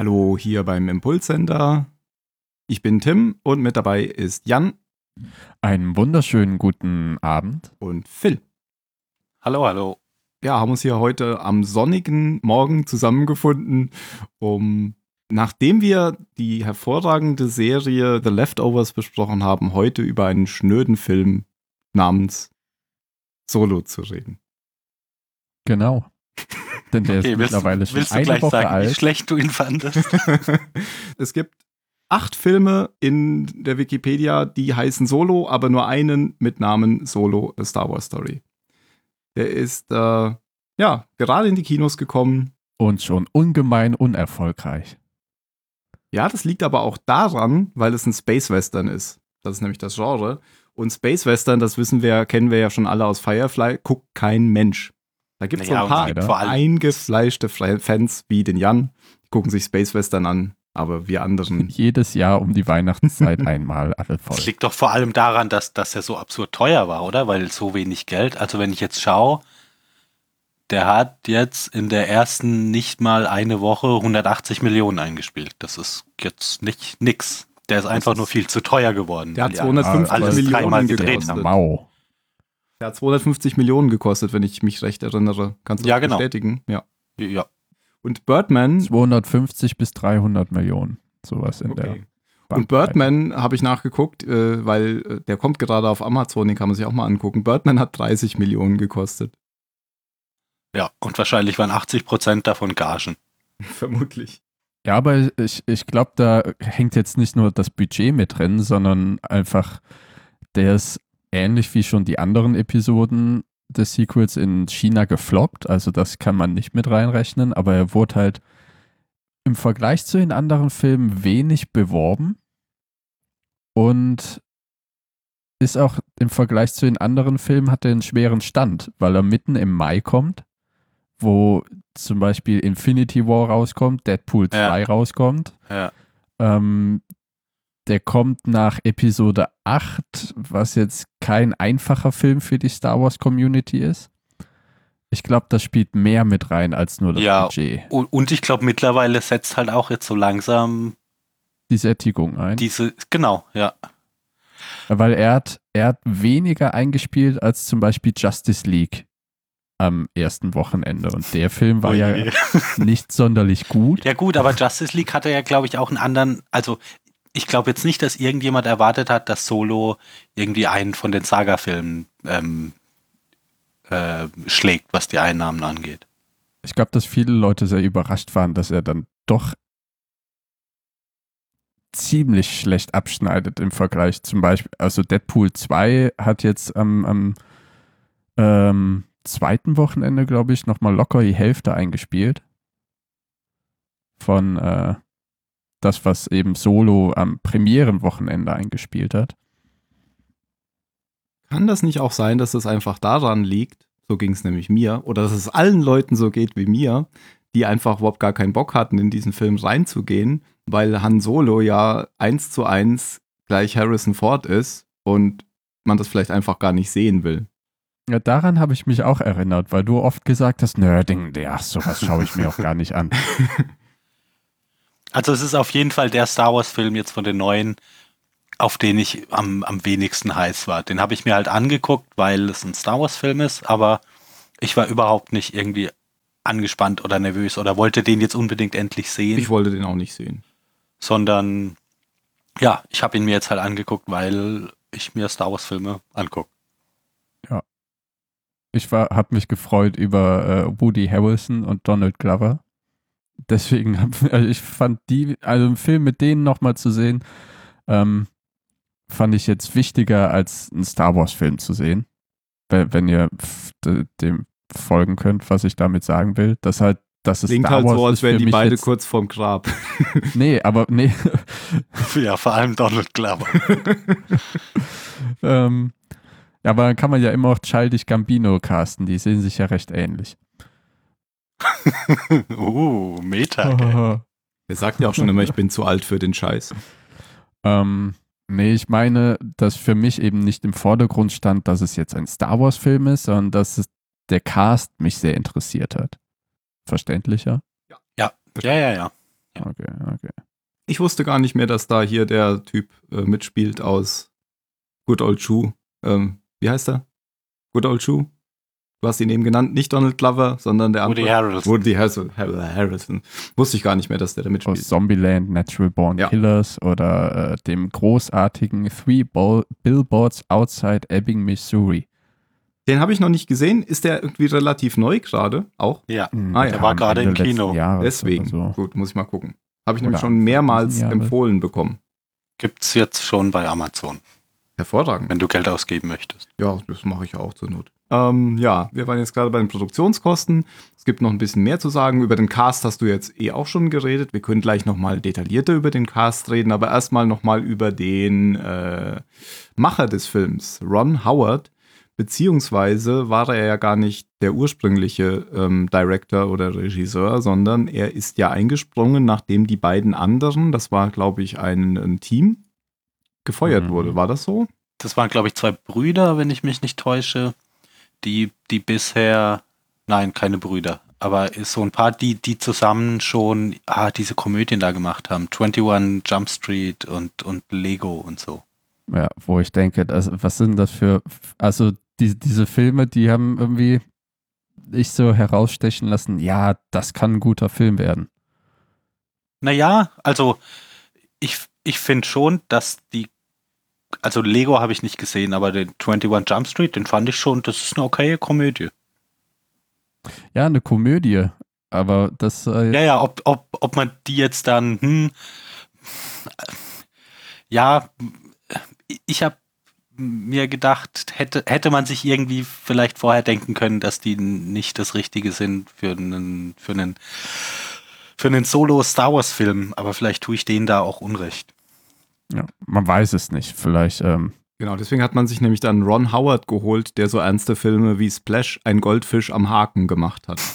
Hallo hier beim Impulssender. Ich bin Tim und mit dabei ist Jan. Einen wunderschönen guten Abend. Und Phil. Hallo, hallo. Ja, haben uns hier heute am sonnigen Morgen zusammengefunden, nachdem wir die hervorragende Serie The Leftovers besprochen haben, heute über einen schnöden Film namens Solo zu reden. Genau. Denn der Okay, ist mittlerweile schon willst du eine gleich Woche sagen, alt. wie schlecht du ihn fandest? Es gibt 8 Filme in der Wikipedia, die heißen Solo, aber nur einen mit Namen Solo, A Star Wars Story. Der ist, gerade in die Kinos gekommen. Und schon ungemein unerfolgreich. Ja, das liegt aber auch daran, weil es ein Space Western ist. Das ist nämlich das Genre. Und Space Western, das kennen wir ja schon alle aus Firefly, guckt kein Mensch. Da gibt es so ein paar eingefleischte Fans wie den Jan, die gucken sich Space Western an, aber wir anderen. Jedes Jahr um die Weihnachtszeit einmal alle voll. Das liegt doch vor allem daran, dass er so absurd teuer war, oder? Weil so wenig Geld. Also wenn ich jetzt schaue, der hat jetzt in der ersten nicht mal eine Woche 180 Millionen eingespielt. Das ist jetzt nicht nix. Der ist einfach nur viel zu teuer geworden. Der hat 250 Millionen gekostet. Wow. Der hat 250 Millionen gekostet, wenn ich mich recht erinnere. Kannst du das bestätigen? Ja. Und Birdman 250 bis 300 Millionen. Sowas in der Bandbreite. Und Birdman habe ich nachgeguckt, weil der kommt gerade auf Amazon, den kann man sich auch mal angucken. Birdman hat 30 Millionen gekostet. Ja, und wahrscheinlich waren 80% davon Gagen. Vermutlich. Ja, aber ich glaube, da hängt jetzt nicht nur das Budget mit drin, sondern einfach, der ist ähnlich wie schon die anderen Episoden des Sequels in China gefloppt. Also das kann man nicht mit reinrechnen, aber er wurde halt im Vergleich zu den anderen Filmen wenig beworben und ist auch im Vergleich zu den anderen Filmen hat er einen schweren Stand, weil er mitten im Mai kommt, wo zum Beispiel Infinity War rauskommt, Deadpool 2 rauskommt. Ja. Der kommt nach Episode 8, was jetzt kein einfacher Film für die Star Wars Community ist. Ich glaube, das spielt mehr mit rein als nur das Budget. Und ich glaube, mittlerweile setzt halt auch jetzt so langsam die Sättigung ein. Genau, ja. Weil er hat weniger eingespielt als zum Beispiel Justice League am ersten Wochenende. Und der Film war ja nicht sonderlich gut. Ja gut, aber Justice League hatte ja, glaube ich, auch einen anderen, also ich glaube jetzt nicht, dass irgendjemand erwartet hat, dass Solo irgendwie einen von den Saga-Filmen schlägt, was die Einnahmen angeht. Ich glaube, dass viele Leute sehr überrascht waren, dass er dann doch ziemlich schlecht abschneidet im Vergleich zum Beispiel, also Deadpool 2 hat jetzt am zweiten Wochenende, glaube ich, nochmal locker die Hälfte eingespielt von das, was eben Solo am Premierenwochenende eingespielt hat. Kann das nicht auch sein, dass es einfach daran liegt, so ging es nämlich mir, oder dass es allen Leuten so geht wie mir, die einfach überhaupt gar keinen Bock hatten, in diesen Film reinzugehen, weil Han Solo ja 1:1 gleich Harrison Ford ist und man das vielleicht einfach gar nicht sehen will. Ja, daran habe ich mich auch erinnert, weil du oft gesagt hast, sowas schaue ich mir auch gar nicht an. Also es ist auf jeden Fall der Star Wars-Film jetzt von den neuen, auf den ich am wenigsten heiß war. Den habe ich mir halt angeguckt, weil es ein Star Wars-Film ist, aber ich war überhaupt nicht irgendwie angespannt oder nervös oder wollte den jetzt unbedingt endlich sehen. Ich wollte den auch nicht sehen. Sondern, ja, ich habe ihn mir jetzt halt angeguckt, weil ich mir Star Wars-Filme angucke. Ja. Ich habe mich gefreut über Woody Harrelson und Donald Glover. Deswegen, ich fand einen Film mit denen nochmal zu sehen, fand ich jetzt wichtiger als einen Star Wars Film zu sehen. Wenn ihr dem folgen könnt, was ich damit sagen will. Dass es klingt Star halt Wars so, als wären die beide jetzt, kurz vorm Grab. Nee. Ja, vor allem Donald Glover. Ja, aber dann kann man ja immer auch Childish Gambino casten, die sehen sich ja recht ähnlich. Meta. Er sagt ja auch schon immer, ich bin zu alt für den Scheiß. Nee, ich meine, dass für mich eben nicht im Vordergrund stand, dass es jetzt ein Star Wars Film ist, sondern dass der Cast mich sehr interessiert hat. Verständlicher? Ja. Okay. Ich wusste gar nicht mehr, dass da hier der Typ mitspielt aus Good Old Shoe. Wie heißt er? Good Old Shoe? Du hast ihn eben genannt, nicht Donald Glover, sondern der andere. Woody Harrelson. Wusste ich gar nicht mehr, dass der da mitspielt. Aus Zombieland, Natural Born Killers oder dem großartigen Three Billboards Outside Ebbing, Missouri. Den habe ich noch nicht gesehen. Ist der irgendwie relativ neu gerade auch? Ja, Der war gerade im Kino. Deswegen. So. Gut, muss ich mal gucken. Habe ich nämlich schon mehrmals empfohlen bekommen. Gibt's jetzt schon bei Amazon. Hervorragend. Wenn du Geld ausgeben möchtest. Ja, das mache ich auch zur Not. Wir waren jetzt gerade bei den Produktionskosten. Es gibt noch ein bisschen mehr zu sagen. Über den Cast hast du jetzt auch schon geredet. Wir können gleich nochmal detaillierter über den Cast reden, aber erstmal nochmal über den Macher des Films, Ron Howard. Beziehungsweise war er ja gar nicht der ursprüngliche Director oder Regisseur, sondern er ist ja eingesprungen, nachdem die beiden anderen, das war, glaube ich, ein Team, gefeuert wurde. War das so? Das waren, glaube ich, 2 Brüder, wenn ich mich nicht täusche, die bisher, nein, keine Brüder, aber ist so ein paar, die zusammen schon diese Komödien da gemacht haben. 21 Jump Street und Lego und so. Ja, wo ich denke, was sind das für, also diese Filme, die haben irgendwie nicht so herausstechen lassen, ja, das kann ein guter Film werden. Naja, also ich finde schon, dass also Lego habe ich nicht gesehen, aber den 21 Jump Street, den fand ich schon, das ist eine okaye Komödie. Ja, eine Komödie, aber das... Ja, ob man die jetzt dann, ich habe mir gedacht, hätte man sich irgendwie vielleicht vorher denken können, dass die nicht das Richtige sind für einen Solo-Star Wars-Film, aber vielleicht tue ich denen da auch Unrecht. Ja, man weiß es nicht, vielleicht. Genau, deswegen hat man sich nämlich dann Ron Howard geholt, der so ernste Filme wie Splash, ein Goldfisch am Haken gemacht hat.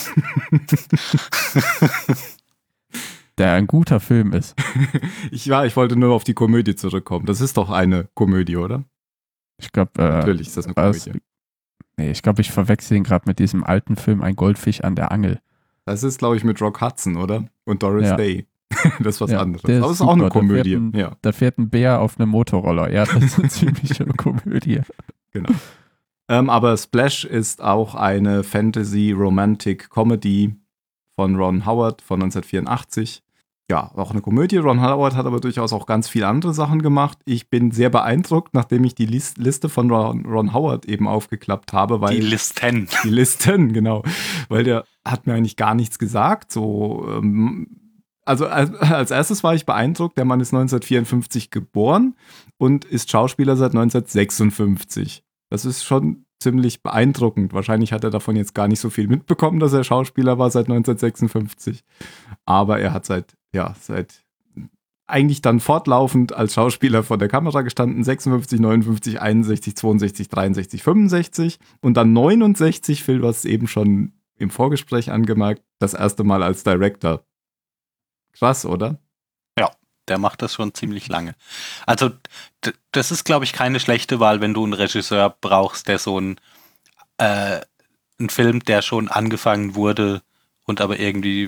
Der ein guter Film ist. Ich wollte nur auf die Komödie zurückkommen. Das ist doch eine Komödie, oder? Ich glaube, natürlich ist das eine Komödie. Ich glaube, ich verwechsel ihn gerade mit diesem alten Film Ein Goldfisch an der Angel. Das ist, glaube ich, mit Rock Hudson, oder? Und Doris Day. Das ist was anderes. Aber es ist auch eine Komödie. Da fährt ein Bär auf einem Motorroller. Ja, das ist eine ziemliche Komödie. Genau. Aber Splash ist auch eine Fantasy-Romantic-Comedy von Ron Howard von 1984. Ja, auch eine Komödie. Ron Howard hat aber durchaus auch ganz viele andere Sachen gemacht. Ich bin sehr beeindruckt, nachdem ich die Liste von Ron Howard eben aufgeklappt habe. Weil die Listen. Die Listen, genau. Weil der hat mir eigentlich gar nichts gesagt. So, also als erstes war ich beeindruckt. Der Mann ist 1954 geboren und ist Schauspieler seit 1956. Das ist schon ziemlich beeindruckend. Wahrscheinlich hat er davon jetzt gar nicht so viel mitbekommen, dass er Schauspieler war seit 1956. Aber er hat seit eigentlich dann fortlaufend als Schauspieler vor der Kamera gestanden. 56, 59, 61, 62, 63, 65 und dann 69, Phil, was eben schon im Vorgespräch angemerkt, das erste Mal als Director. Krass, oder? Ja, der macht das schon ziemlich lange. Also das ist, glaube ich, keine schlechte Wahl, wenn du einen Regisseur brauchst, der so einen Film, der schon angefangen wurde und aber irgendwie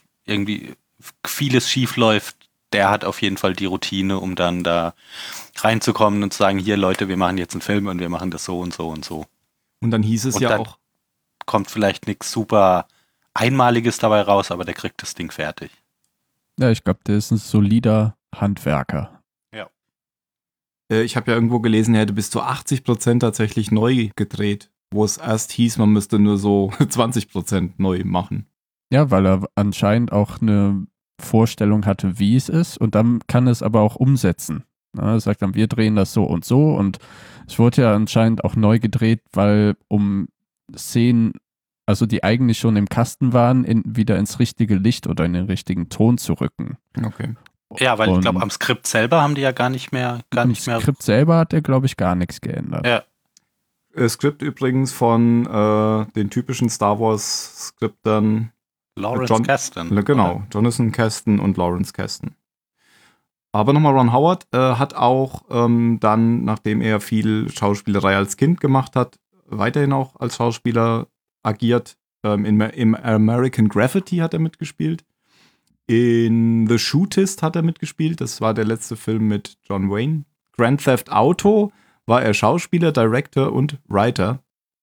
vieles schief läuft, der hat auf jeden Fall die Routine, um dann da reinzukommen und zu sagen, hier Leute, wir machen jetzt einen Film und wir machen das so und so und so. Und dann hieß es und ja dann auch... kommt vielleicht nichts super Einmaliges dabei raus, aber der kriegt das Ding fertig. Ja, ich glaube, der ist ein solider Handwerker. Ja. Ich habe ja irgendwo gelesen, er hätte bis zu 80% tatsächlich neu gedreht, wo es erst hieß, man müsste nur so 20% neu machen. Ja, weil er anscheinend auch eine Vorstellung hatte, wie es ist und dann kann es aber auch umsetzen. Er sagt dann, wir drehen das so und es wurde ja anscheinend auch neu gedreht, weil um Szenen, also die eigentlich schon im Kasten waren, wieder ins richtige Licht oder in den richtigen Ton zu rücken. Okay. Ja, weil ich glaube, am Skript selber haben die ja gar nicht mehr. Am Skript selber hat er, glaube ich, gar nichts geändert. Ja. Skript übrigens von den typischen Star Wars Skriptern Lawrence Kasdan. Genau, oder? Jonathan Kasdan und Lawrence Kasdan. Aber nochmal, Ron Howard hat auch dann, nachdem er viel Schauspielerei als Kind gemacht hat, weiterhin auch als Schauspieler agiert. Im American Graffiti hat er mitgespielt. In The Shootist hat er mitgespielt. Das war der letzte Film mit John Wayne. Grand Theft Auto war er Schauspieler, Director und Writer.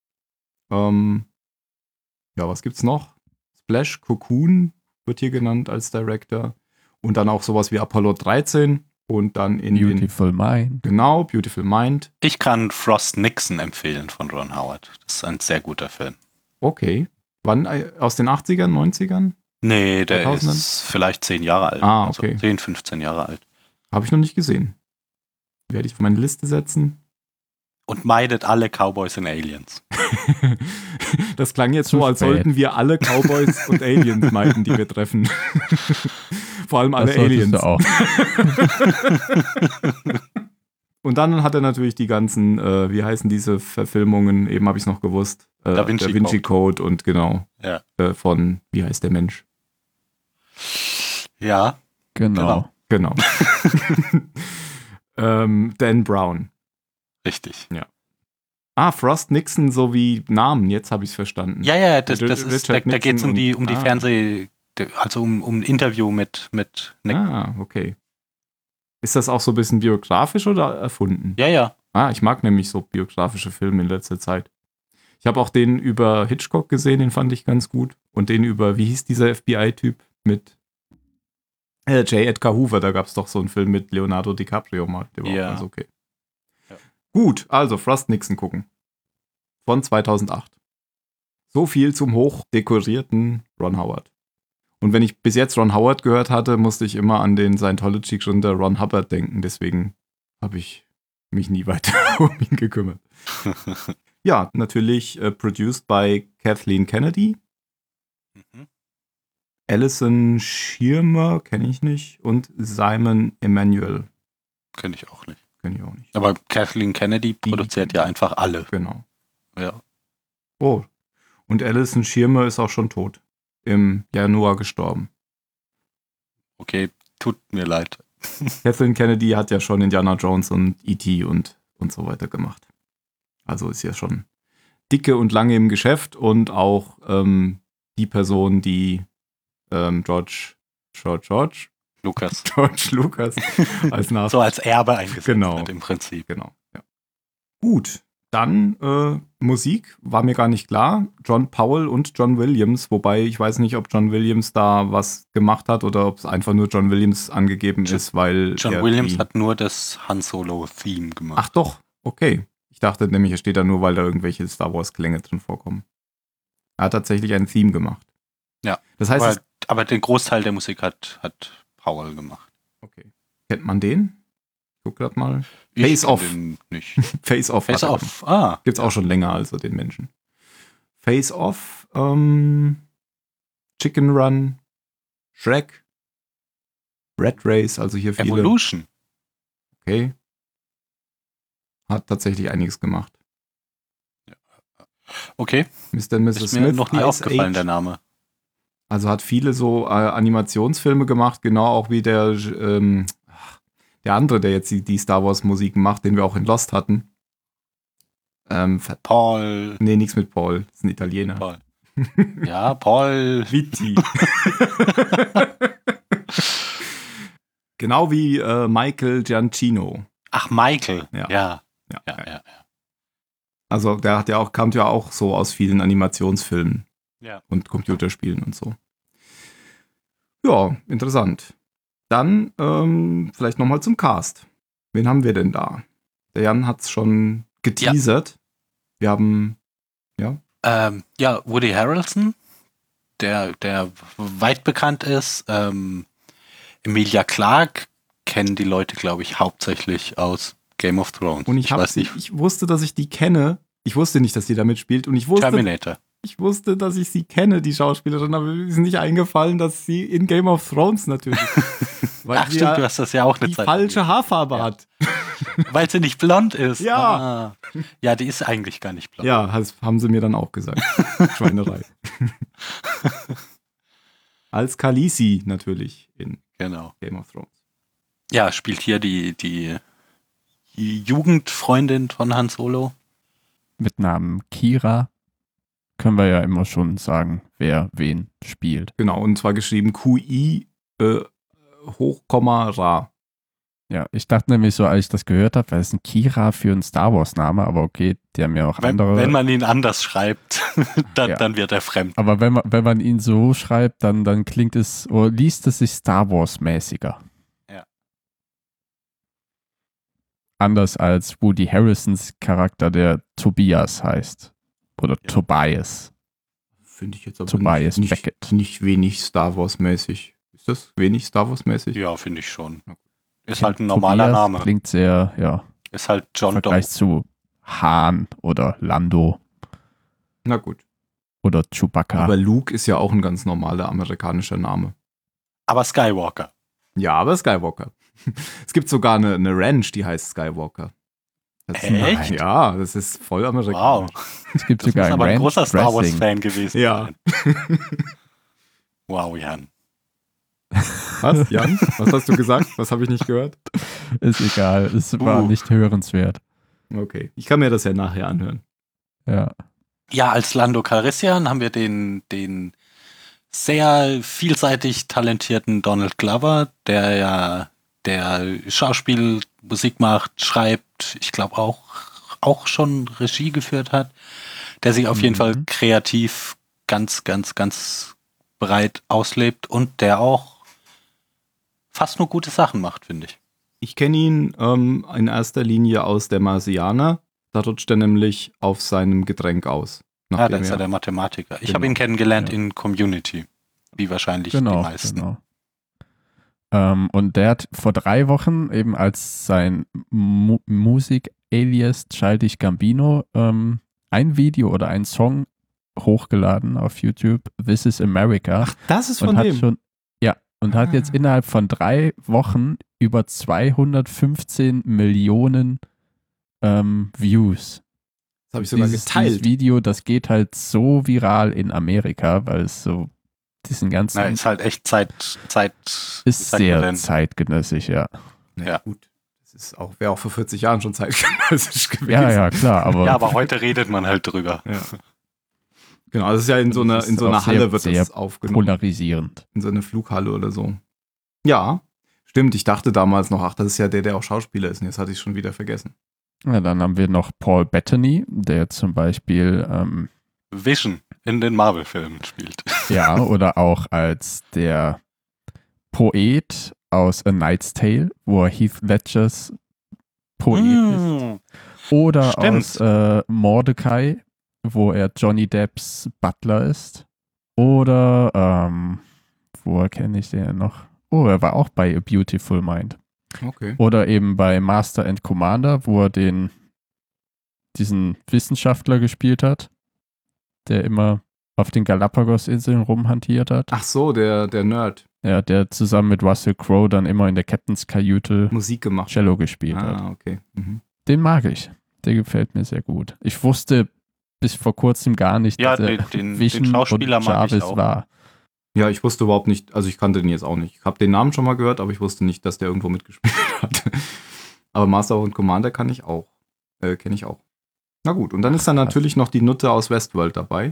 Was gibt's noch? Splash, Cocoon wird hier genannt als Director. Und dann auch sowas wie Apollo 13 und dann in Beautiful Mind. Genau, Beautiful Mind. Ich kann Frost Nixon empfehlen von Ron Howard. Das ist ein sehr guter Film. Okay. Wann? Aus den 80ern, 90ern? Nee, der 2000ern? ist vielleicht 10 Jahre alt. Ah, okay. Also 10, 15 Jahre alt. Habe ich noch nicht gesehen. Werde ich auf meine Liste setzen. Und meidet alle Cowboys und Aliens. Das klang jetzt Zu so, als spät. sollten wir alle Cowboys und Aliens meiden, die wir treffen. Vor allem alle Das solltest Aliens. du auch. Und dann hat er natürlich die ganzen, wie heißen diese Verfilmungen, eben habe ich es noch gewusst. Da Vinci Code und genau. Ja. Von, wie heißt der Mensch? Ja, Genau. Genau. Dan Brown. richtig. Frost Nixon sowie Namen, jetzt habe ich es verstanden. Ja, das ist, Richard da geht es um die Nixon und- Fernseh, also um ein Interview mit Nick. Okay. Ist das auch so ein bisschen biografisch oder erfunden? Ja. Ich mag nämlich so biografische Filme in letzter Zeit. Ich habe auch den über Hitchcock gesehen, den fand ich ganz gut. Und den über, wie hieß dieser FBI-Typ mit J. Edgar Hoover, da gab es doch so einen Film mit Leonardo DiCaprio mal. Der war auch ganz okay. Ja. Gut, also Frost Nixon gucken. Von 2008. So viel zum hochdekorierten Ron Howard. Und wenn ich bis jetzt Ron Howard gehört hatte, musste ich immer an den Scientology-Gründer Ron Hubbard denken. Deswegen habe ich mich nie weiter um ihn gekümmert. Ja, natürlich produced by Kathleen Kennedy, Mhm. Alison Schirmer, kenne ich nicht, und Simon Emanuel, Kenne ich auch nicht. kenne ich auch nicht. Aber Kathleen Kennedy produziert ja einfach alle. Genau. Ja. Oh, und Alison Schirmer ist auch schon tot. Im Januar gestorben. Okay, tut mir leid. Kathleen Kennedy hat ja schon Indiana Jones und E.T. und so weiter gemacht. Also ist ja schon dicke und lange im Geschäft und auch die Person, die George Lukas. Lucas als Nachfolger. So als Erbe eingesetzt Genau. hat im Prinzip. Genau. Ja. Gut, dann Musik war mir gar nicht klar. John Powell und John Williams, wobei ich weiß nicht, ob John Williams da was gemacht hat oder ob es einfach nur John Williams angegeben ist, weil John er Williams hat nur das Han Solo-Theme gemacht. Ach doch, okay. Ich dachte nämlich, er steht da nur, weil da irgendwelche Star Wars-Klänge drin vorkommen. Er hat tatsächlich ein Theme gemacht. Ja, Das heißt, aber den Großteil der Musik hat Powell gemacht. okay. Kennt man den? Guck grad mal. Ich Face kenn Off. den nicht. Face Off. Face hat er Off. Ah. Gibt's auch schon länger, also den Menschen. Face Off, Chicken Run, Shrek, Red Race, also hier viele. Evolution. Okay. Hat tatsächlich einiges gemacht. Okay. Mr. und Mrs. Ist mir Smith, noch nie Ice aufgefallen, Age. der Name. Also hat viele so Animationsfilme gemacht, genau auch wie der andere, der jetzt die Star Wars Musiken macht, den wir auch in Lost hatten. Paul. Nee, nichts mit Paul. Das ist ein Italiener. Paul. Ja, Paul. Vitti. Genau wie Michael Giacchino. Ach, Michael. Ja. Ja. Ja. Also der hat ja auch, kam ja auch so aus vielen Animationsfilmen Ja. und Computerspielen und so. Ja, interessant. Dann vielleicht nochmal zum Cast. Wen haben wir denn da? Der Jan hat es schon geteasert. Wir haben, Woody Harrelson, der weit bekannt ist. Emilia Clarke kennen die Leute, glaube ich, hauptsächlich aus Game of Thrones. und ich wusste, dass ich die kenne. Ich wusste nicht, dass sie da mitspielt und ich Terminator. wusste, dass ich sie kenne, die Schauspielerin, aber mir ist nicht eingefallen, dass sie in Game of Thrones natürlich weil Ach sie stimmt, du hast das ja auch eine die Zeit falsche Haarfarbe hat. Weil sie nicht blond ist. Ja. Ah. Ja, die ist eigentlich gar nicht blond. Ja, haben sie mir dann auch gesagt. Schweinerei. Als Khaleesi natürlich in Genau. Game of Thrones. Ja, spielt hier die Jugendfreundin von Han Solo. Mit Namen Kira können wir ja immer schon sagen, wer wen spielt. Genau, und zwar geschrieben QI Hochkomma Ra. Ja, ich dachte nämlich so, als ich das gehört habe, weil es ein Kira für einen Star Wars-Name, aber okay, die haben ja auch andere. Wenn man ihn anders schreibt, dann, Ja. dann wird er fremd. Aber wenn man ihn so schreibt, dann klingt es, oder liest es sich Star Wars-mäßiger. Ja. Anders als Woody Harrisons Charakter, der Tobias heißt. Oder Ja. Tobias. Finde ich jetzt aber Tobias Beckett. nicht wenig Star Wars-mäßig. Ist das wenig Star Wars-mäßig? Ja, finde ich schon. Okay. Ist halt ein normaler Tobias Name. Klingt sehr, ja, Ist halt im John Doe. Vergleich zu Han oder Lando Na gut. oder Chewbacca. Aber Luke ist ja auch ein ganz normaler amerikanischer Name. Aber Skywalker. Ja, aber Skywalker. Es gibt sogar eine Ranch, die heißt Skywalker. Das ist Echt? Ja, das ist voll amerikanisch. Wow. Es gibt Das sogar muss ein aber ein Ranch großer Star Dressing. Wars-Fan gewesen Ja. sein. Wow, Jan. Was, Jan? Was hast du gesagt? Was habe ich nicht gehört? Ist egal, es war nicht hörenswert. Okay, ich kann mir das ja nachher anhören. Ja. Ja, als Lando Calrissian haben wir den sehr vielseitig talentierten Donald Glover, der Schauspiel, Musik macht, schreibt, ich glaube auch schon Regie geführt hat, der sich auf jeden Fall kreativ ganz, ganz, ganz breit auslebt und der auch fast nur gute Sachen macht, finde ich. Ich kenne ihn in erster Linie aus der Marsianer. Da rutscht er nämlich auf seinem Getränk aus. Ja, da ist er der Mathematiker. Ich habe ihn kennengelernt in Community, wie wahrscheinlich die meisten. Genau. Und der hat vor 3 Wochen eben als sein Musik-Alias Childish Gambino ein Video oder einen Song hochgeladen auf YouTube, This is America. Ach, das ist und von hat dem? hat jetzt innerhalb von 3 Wochen über 215 Millionen Views. Das habe ich sogar geteilt. Dieses Video, das geht halt so viral in Amerika, weil es so diesen ganzen... Na, ist halt echt Zeit ist sehr modern. zeitgenössisch, ja. Ja, gut. Das wäre auch vor 40 Jahren schon zeitgenössisch gewesen. Ja, klar, aber... Ja, aber heute redet man halt drüber. Ja. Genau, das ist ja in so einer Halle wird das aufgenommen. Polarisierend. In so einer Flughalle oder so. Ja, stimmt. Ich dachte damals noch, ach, das ist ja der auch Schauspieler ist. Und jetzt hatte ich es schon wieder vergessen. Ja, dann haben wir noch Paul Bettany, der zum Beispiel Vision in den Marvel-Filmen spielt. ja, oder auch als der Poet aus A Knight's Tale, wo er Heath Ledgers Poet ist. Oder Stimmt. aus Mordecai, wo er Johnny Depps Butler ist. Oder, woher kenne ich den noch? Oh, er war auch bei A Beautiful Mind. Okay. Oder eben bei Master and Commander, wo er diesen Wissenschaftler gespielt hat, der immer auf den Galapagos-Inseln rumhantiert hat. Ach so, der Nerd. Ja, der zusammen mit Russell Crowe dann immer in der Captain's Kajüte Musik gemacht. Cello gespielt hat. Ah, okay. Mhm. Den mag ich. Der gefällt mir sehr gut. Ich wusste bis vor kurzem gar nicht, Ja, dass er den Vision Schauspieler und mag ich Jarvis auch. war. Ja, ich wusste überhaupt nicht, also ich kannte den jetzt auch nicht. Ich habe den Namen schon mal gehört, aber ich wusste nicht, dass der irgendwo mitgespielt hat. Aber Master und Commander kenne ich auch. Na gut, und dann ist dann natürlich noch die Nutte aus Westworld dabei.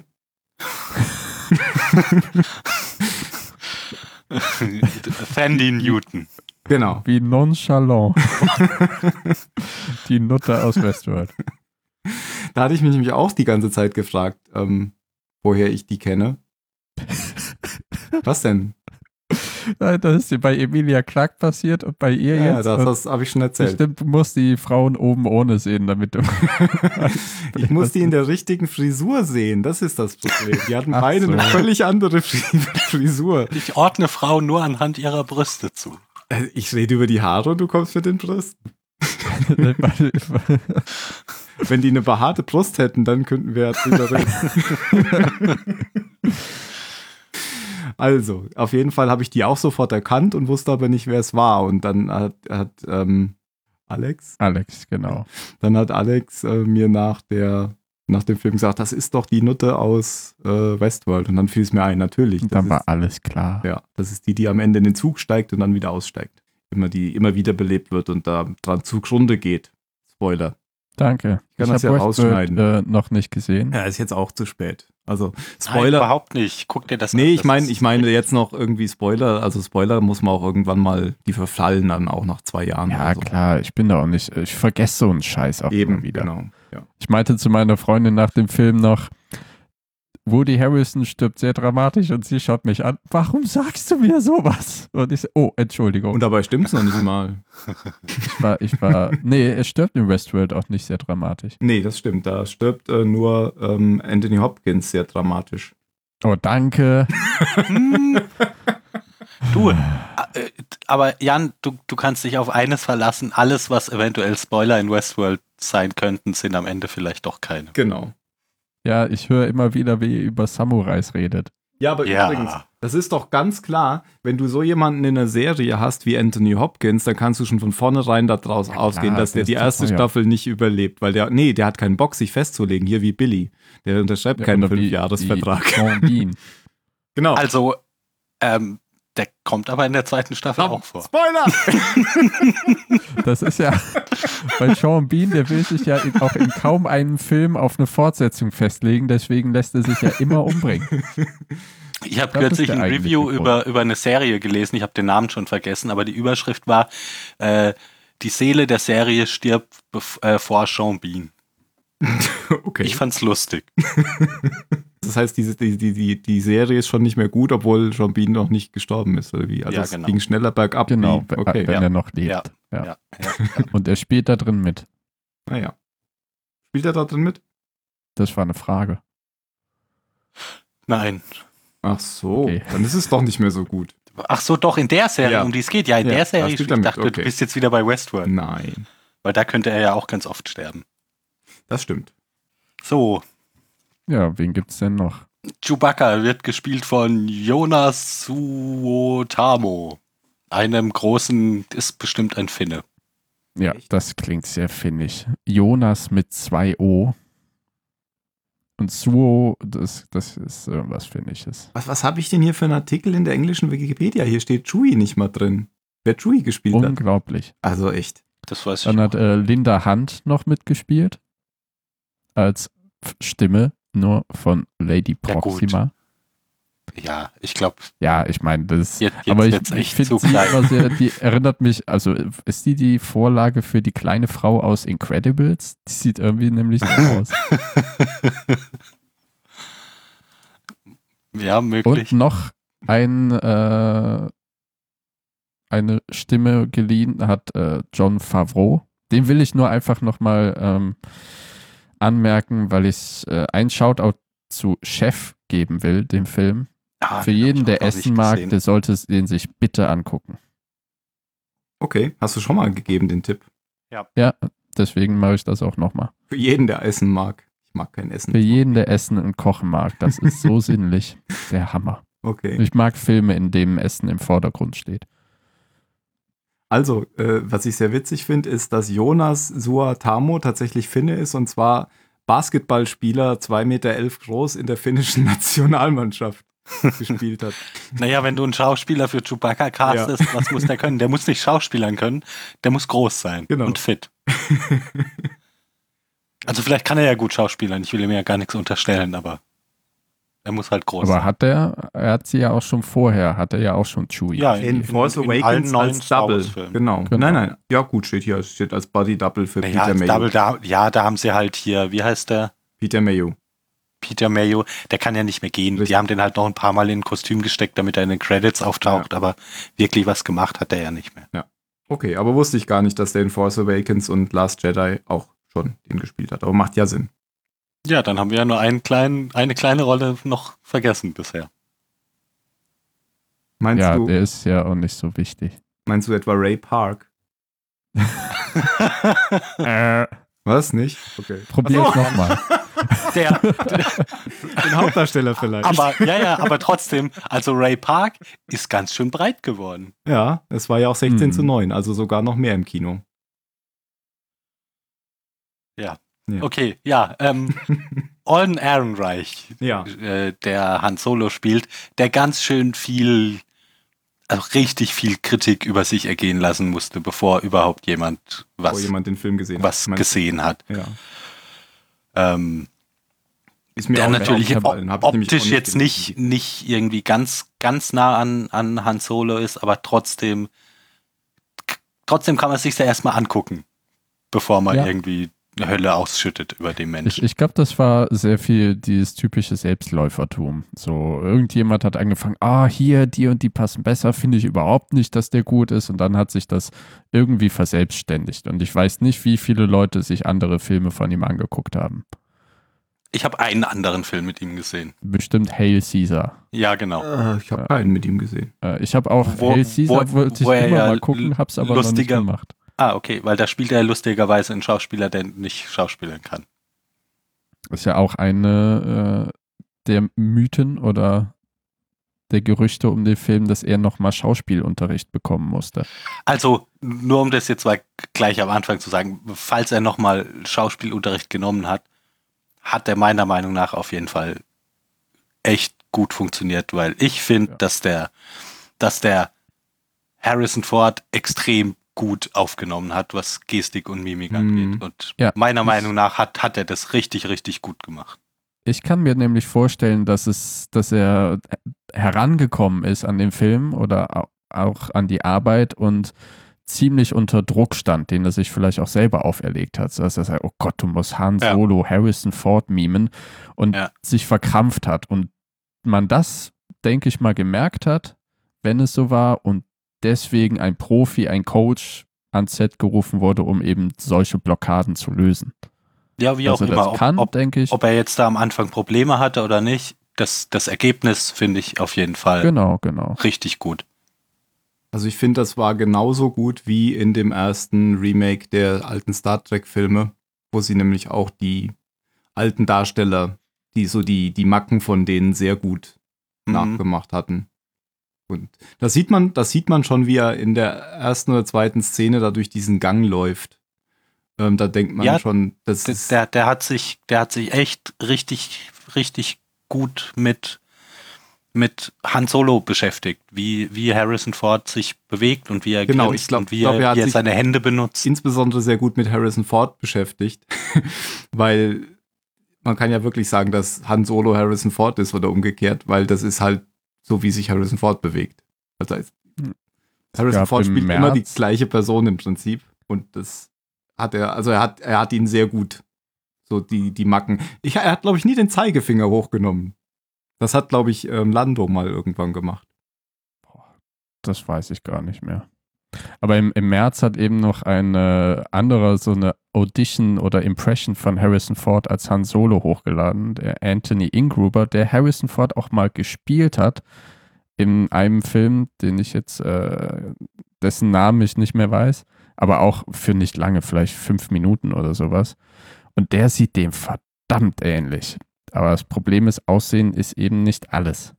Sandy Newton. Genau. Wie nonchalant. Die Nutte aus Westworld. Da hatte ich mich nämlich auch die ganze Zeit gefragt, woher ich die kenne. Was denn? Das ist dir bei Emilia Clarke passiert und bei ihr Ja, jetzt. das habe ich schon erzählt. Bestimmt, du musst die Frauen oben ohne sehen, damit du. Ich muss die in der richtigen Frisur sehen, das ist das Problem. Die hatten Ach beide so. eine völlig andere Frisur. Ich ordne Frauen nur anhand ihrer Brüste zu. Ich rede über die Haare und du kommst mit den Brüsten. Wenn die eine behaarte Brust hätten, dann könnten wir drüber reden. Also, auf jeden Fall habe ich die auch sofort erkannt und wusste aber nicht, wer es war. Und dann hat Alex, genau. dann hat Alex mir nach dem Film gesagt, das ist doch die Nutte aus Westworld. Und dann fiel es mir ein, natürlich. Und dann war alles klar. Ja, das ist die am Ende in den Zug steigt und dann wieder aussteigt. Die immer wieder belebt wird und da dran zugrunde geht. Spoiler. Danke. Ich kann das ja rausschneiden. Noch nicht gesehen. Ja, ist jetzt auch zu spät. Also Spoiler. Nein, überhaupt nicht. Guck dir das an. Nee, ich meine jetzt noch irgendwie Spoiler. Also Spoiler muss man auch irgendwann mal, die verfallen dann auch nach 2 Jahren. Ja, so. Klar, ich bin da auch nicht, ich vergesse so einen Scheiß auch eben immer wieder. Genau, ja. Ich meinte zu meiner Freundin nach dem Film noch, Woody Harrelson stirbt sehr dramatisch und sie schaut mich an, warum sagst du mir sowas? Und ich so, oh, Entschuldigung. Und dabei stimmt's noch nicht mal. Nee, er stirbt in Westworld auch nicht sehr dramatisch. Nee, das stimmt, da stirbt nur Anthony Hopkins sehr dramatisch. Oh, danke. Du, aber Jan, du kannst dich auf eines verlassen, alles, was eventuell Spoiler in Westworld sein könnten, sind am Ende vielleicht doch keine. Genau. Ja, ich höre immer wieder, wie ihr über Samurais redet. Ja, aber übrigens, das ist doch ganz klar, wenn du so jemanden in einer Serie hast wie Anthony Hopkins, dann kannst du schon von vornherein daraus ausgehen, dass der die erste Staffel nicht überlebt, weil der hat keinen Bock, sich festzulegen, hier wie Billy. Der unterschreibt keinen 5-Jahres-Vertrag. Genau. Also, der kommt aber in der 2. Staffel auch vor. Spoiler! Das ist ja, weil Sean Bean, der will sich ja auch in kaum einem Film auf eine Fortsetzung festlegen, deswegen lässt er sich ja immer umbringen. Ich habe kürzlich ein Review über eine Serie gelesen, ich habe den Namen schon vergessen, aber die Überschrift war, die Seele der Serie stirbt vor Sean Bean. Okay. Ich fand's lustig. Das heißt, die Serie ist schon nicht mehr gut, obwohl Sean Bean noch nicht gestorben ist, oder wie? Also ja, es ging schneller bergab. Genau, okay. wenn er noch lebt. Ja. Und er spielt da drin mit. Naja. Spielt er da drin mit? Das war eine Frage. Nein. Ach so, okay. Dann ist es doch nicht mehr so gut. Ach so, doch, in der Serie, um die es geht. Ja, in der Serie. Ich dachte, okay. Du bist jetzt wieder bei Westworld. Nein. Weil da könnte er ja auch ganz oft sterben. Das stimmt. So. Ja, wen gibt's denn noch? Chewbacca wird gespielt von Jonas Suotamo. Einem großen, ist bestimmt ein Finne. Ja, das klingt sehr finnisch. Jonas mit 2 O. Und Suo, das ist irgendwas Finnisches. Was habe ich denn hier für einen Artikel in der englischen Wikipedia? Hier steht Chewie nicht mal drin. Wer Chewie gespielt hat. Unglaublich. Also echt. Das weiß ich. Dann hat Linda Hunt noch mitgespielt. Als Stimme nur von Lady Proxima. Ja, ich glaube. Ja, ich meine, das. Jetzt aber ich finde sie immer sehr, die erinnert mich, also ist die Vorlage für die kleine Frau aus Incredibles? Die sieht irgendwie nämlich so aus. Ja, möglich. Und noch eine Stimme geliehen hat Jon Favreau. Den will ich nur einfach nochmal anmerken, weil ich ein Shoutout zu Chef geben will, dem Film. Für jeden, der Essen mag, der sollte den sich bitte angucken. Okay, hast du schon mal gegeben, den Tipp? Ja, deswegen mache ich das auch nochmal. Für jeden, der Essen mag. Ich mag kein Essen. Für jeden, der Essen und Kochen mag. Das ist so sinnlich. Der Hammer. Okay. Ich mag Filme, in denen Essen im Vordergrund steht. Also, was ich sehr witzig finde, ist, dass Jonas Suotamo tatsächlich Finne ist, und zwar Basketballspieler, 2,11 Meter groß, in der finnischen Nationalmannschaft gespielt hat. Naja, wenn du einen Schauspieler für Chewbacca castest, was muss der können? Der muss nicht schauspielern können, der muss groß sein und fit. Also vielleicht kann er ja gut schauspielern, ich will ihm ja gar nichts unterstellen, aber er muss halt groß sein. Aber er hat sie ja auch schon vorher, hat er ja auch schon Chewie. Ja, in Force Awakens als Double. Genau. Nein. Ja gut, steht als Body Double für Peter Mayo. Da haben sie halt hier, wie heißt der? Peter Mayo, der kann ja nicht mehr gehen. Richtig. Die haben den halt noch ein paar Mal in ein Kostüm gesteckt, damit er in den Credits auftaucht, aber wirklich was gemacht hat er ja nicht mehr. Ja. Okay, aber wusste ich gar nicht, dass der in Force Awakens und Last Jedi auch schon den gespielt hat. Aber macht ja Sinn. Ja, dann haben wir ja nur eine kleine Rolle noch vergessen bisher. Meinst du, der ist ja auch nicht so wichtig. Meinst du etwa Ray Park? Was, nicht? Okay. Probier's nochmal. Den Hauptdarsteller vielleicht. Aber trotzdem, also Ray Park ist ganz schön breit geworden. Ja, es war ja auch 16:9, also sogar noch mehr im Kino. Ja. Okay, ja. Alden Ehrenreich, ja. Der Han Solo spielt, der ganz schön viel also richtig viel Kritik über sich ergehen lassen musste, bevor überhaupt jemand den Film gesehen hat. Ja. Ist mir der auch natürlich optisch nicht jetzt nicht irgendwie ganz nah an Han Solo ist, aber trotzdem kann man es sich ja erstmal angucken, bevor man irgendwie eine Hölle ausschüttet über den Menschen. Ich glaube, das war sehr viel dieses typische Selbstläufertum. So, irgendjemand hat angefangen, hier, die und die passen besser, finde ich überhaupt nicht, dass der gut ist. Und dann hat sich das irgendwie verselbstständigt. Und ich weiß nicht, wie viele Leute sich andere Filme von ihm angeguckt haben. Ich habe einen anderen Film mit ihm gesehen. Bestimmt Hail Caesar. Ja, genau. Ich habe keinen mit ihm gesehen. Ich habe auch Hail Caesar, wollte ich immer mal gucken, hab's aber noch nicht gemacht. Okay, weil da spielt er lustigerweise einen Schauspieler, der nicht schauspielern kann. Ist ja auch eine der Mythen oder der Gerüchte um den Film, dass er nochmal Schauspielunterricht bekommen musste. Also, nur um das jetzt mal gleich am Anfang zu sagen, falls er nochmal Schauspielunterricht genommen hat er meiner Meinung nach auf jeden Fall echt gut funktioniert, weil ich finde, dass der Harrison Ford extrem gut aufgenommen hat, was Gestik und Mimik angeht. Und meiner Meinung nach hat er das richtig, richtig gut gemacht. Ich kann mir nämlich vorstellen, dass er herangekommen ist an den Film oder auch an die Arbeit und ziemlich unter Druck stand, den er sich vielleicht auch selber auferlegt hat. Dass er sagt, oh Gott, du musst Han Solo, Harrison Ford mimen und sich verkrampft hat. Und man das, denke ich mal, gemerkt hat, wenn es so war und deswegen ein Profi, ein Coach ans Set gerufen wurde, um eben solche Blockaden zu lösen. Ja, wie also auch immer. Denke ich. Ob er jetzt da am Anfang Probleme hatte oder nicht, das Ergebnis finde ich auf jeden Fall genau. richtig gut. Also ich finde, das war genauso gut wie in dem ersten Remake der alten Star Trek-Filme, wo sie nämlich auch die alten Darsteller, die Macken von denen sehr gut nachgemacht hatten. Und das sieht man schon, wie er in der ersten oder zweiten Szene da durch diesen Gang läuft. Da denkt man schon, das ist... Der hat sich echt richtig, richtig gut mit Han Solo beschäftigt, wie Harrison Ford sich bewegt und wie er grinst und wie er seine Hände benutzt. Insbesondere sehr gut mit Harrison Ford beschäftigt, weil man kann ja wirklich sagen, dass Han Solo Harrison Ford ist oder umgekehrt, weil das ist halt so, wie sich Harrison Ford bewegt. Also Harrison Ford spielt immer die gleiche Person im Prinzip und das hat er hat ihn sehr gut, so die Macken. Er hat, glaube ich, nie den Zeigefinger hochgenommen. Das hat, glaube ich, Lando mal irgendwann gemacht. Das weiß ich gar nicht mehr. Aber im März hat eben noch eine andere, so eine Audition oder Impression von Harrison Ford als Han Solo hochgeladen, der Anthony Ingruber, der Harrison Ford auch mal gespielt hat in einem Film, den ich jetzt, dessen Namen ich nicht mehr weiß, aber auch für nicht lange, vielleicht 5 Minuten oder sowas. Und der sieht dem verdammt ähnlich. Aber das Problem ist, Aussehen ist eben nicht alles.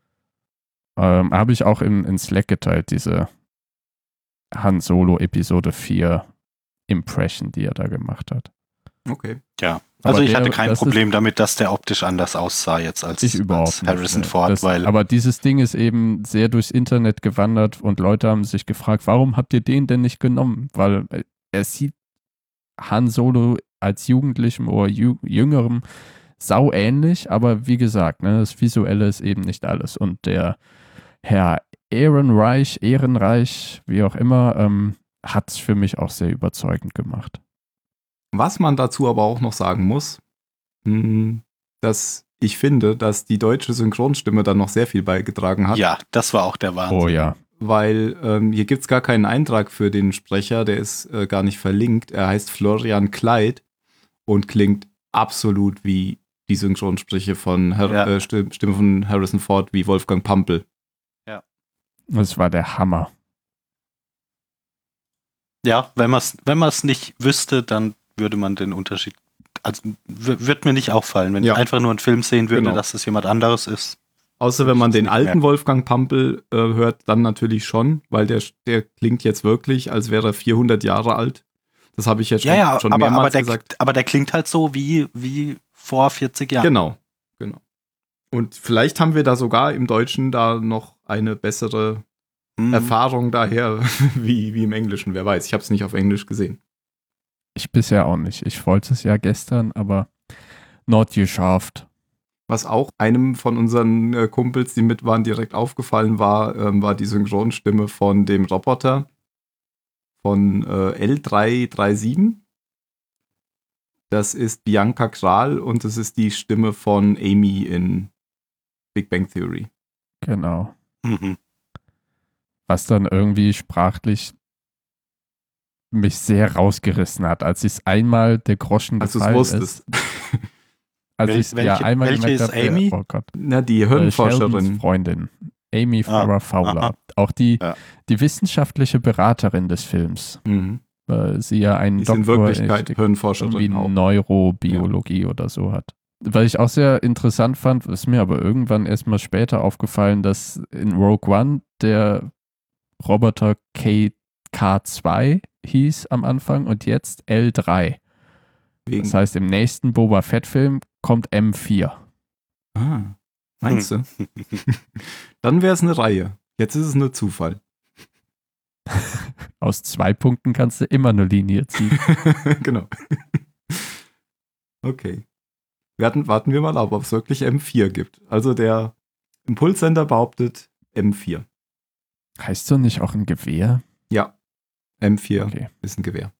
Habe ich auch in Slack geteilt, diese Han Solo Episode 4 Impression, die er da gemacht hat. Okay. Ja, also ich hatte kein Problem damit, dass der optisch anders aussah jetzt als Harrison Ford. Aber dieses Ding ist eben sehr durchs Internet gewandert und Leute haben sich gefragt, warum habt ihr den denn nicht genommen? Weil er sieht Han Solo als Jugendlichem oder Jüngerem sau ähnlich, aber wie gesagt, das Visuelle ist eben nicht alles. Und der Herr Ehrenreich, wie auch immer, hat es für mich auch sehr überzeugend gemacht. Was man dazu aber auch noch sagen muss, dass ich finde, dass die deutsche Synchronstimme dann noch sehr viel beigetragen hat. Ja, das war auch der Wahnsinn. Oh ja. Weil hier gibt es gar keinen Eintrag für den Sprecher, der ist gar nicht verlinkt. Er heißt Florian Kleid und klingt absolut wie die Synchronspreche von Stimme von Harrison Ford wie Wolfgang Pampel. Ja. Das war der Hammer. Ja, wenn man es nicht wüsste, dann würde man den Unterschied, also wird mir nicht auffallen, wenn ich einfach nur einen Film sehen würde, dass es jemand anderes ist. Außer wenn man den alten Wolfgang Pampel hört, dann natürlich schon, weil der klingt jetzt wirklich, als wäre er 400 Jahre alt. Das habe ich jetzt schon mehrmals gesagt. Aber der klingt halt so wie vor 40 Jahren. Genau. Und vielleicht haben wir da sogar im Deutschen da noch eine bessere Erfahrung daher wie im Englischen, wer weiß. Ich habe es nicht auf Englisch gesehen. Ich bisher auch nicht. Ich wollte es ja gestern, aber not geschafft. Was auch einem von unseren Kumpels, die mit waren, direkt aufgefallen war, war die Synchronstimme von dem Roboter von L337. Das ist Bianca Kral und das ist die Stimme von Amy in Big Bang Theory. Genau. Was dann irgendwie sprachlich mich sehr rausgerissen hat, als ich es einmal der Groschen gefallen ist. Als du es wusstest. Als ich es einmal welche gemerkt ist habe, Amy? Oh Gott. Na, die Hirnforscherin. Sheldons Freundin. Amy Farrah Fowler. Aha. Auch die wissenschaftliche Beraterin des Films. Mhm. Weil sie ja einen Die ist in Doktor Wirklichkeit irgendwie Hirnforscherin auch. Neurobiologie oder so hat. Weil ich auch sehr interessant fand, ist mir aber irgendwann erstmal später aufgefallen, dass in Rogue One der Roboter K2 hieß am Anfang und jetzt L3. Das heißt, im nächsten Boba Fett-Film kommt M4. Meinst du? Dann wäre es eine Reihe. Jetzt ist es nur Zufall. Aus 2 Punkten kannst du immer eine Linie ziehen. Genau. Okay. Warten wir mal ab, ob es wirklich M4 gibt. Also der Impulssender behauptet M4. Heißt so nicht auch ein Gewehr? Ja, M4 ist ein Gewehr.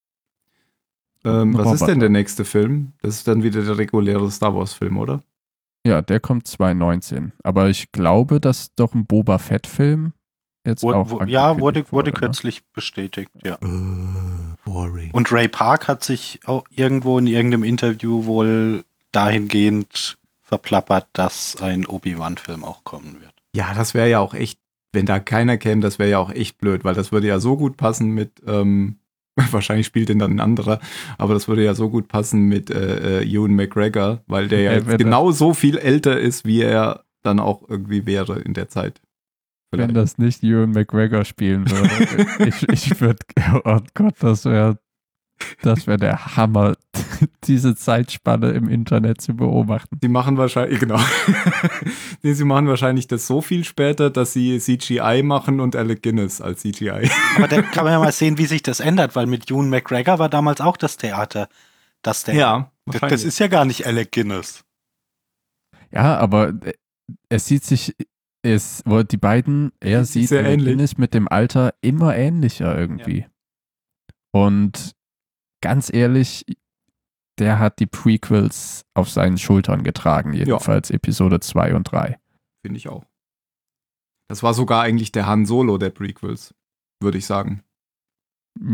Was ist denn der nächste Film? Das ist dann wieder der reguläre Star Wars-Film, oder? Ja, der kommt 2019. Aber ich glaube, dass doch ein Boba Fett-Film jetzt auch wurde kürzlich bestätigt, ja. Boring. Und Ray Park hat sich auch irgendwo in irgendeinem Interview wohl dahingehend verplappert, dass ein Obi-Wan-Film auch kommen wird. Ja, das wäre ja auch echt, wenn da keiner käme, das wäre ja auch echt blöd, weil das würde ja so gut passen mit, wahrscheinlich spielt den dann ein anderer, aber das würde ja so gut passen mit Ewan McGregor, weil der ja jetzt genau so viel älter ist, wie er dann auch irgendwie wäre in der Zeit. Vielleicht. Wenn das nicht Ewan McGregor spielen würde, ich würde, oh Gott, das wäre der Hammer, diese Zeitspanne im Internet zu beobachten. Sie machen wahrscheinlich, genau. Sie machen wahrscheinlich das so viel später, dass sie CGI machen und Alec Guinness als CGI. Aber da kann man ja mal sehen, wie sich das ändert, weil mit Ewan McGregor war damals auch das Theater. Das ist ja gar nicht Alec Guinness. Ja, aber es sieht sich, die beiden, er sieht Alec Guinness mit dem Alter immer ähnlicher irgendwie. Ja. Und ganz ehrlich, der hat die Prequels auf seinen Schultern getragen, jedenfalls Episode 2 und 3. Finde ich auch. Das war sogar eigentlich der Han Solo der Prequels, würde ich sagen. Das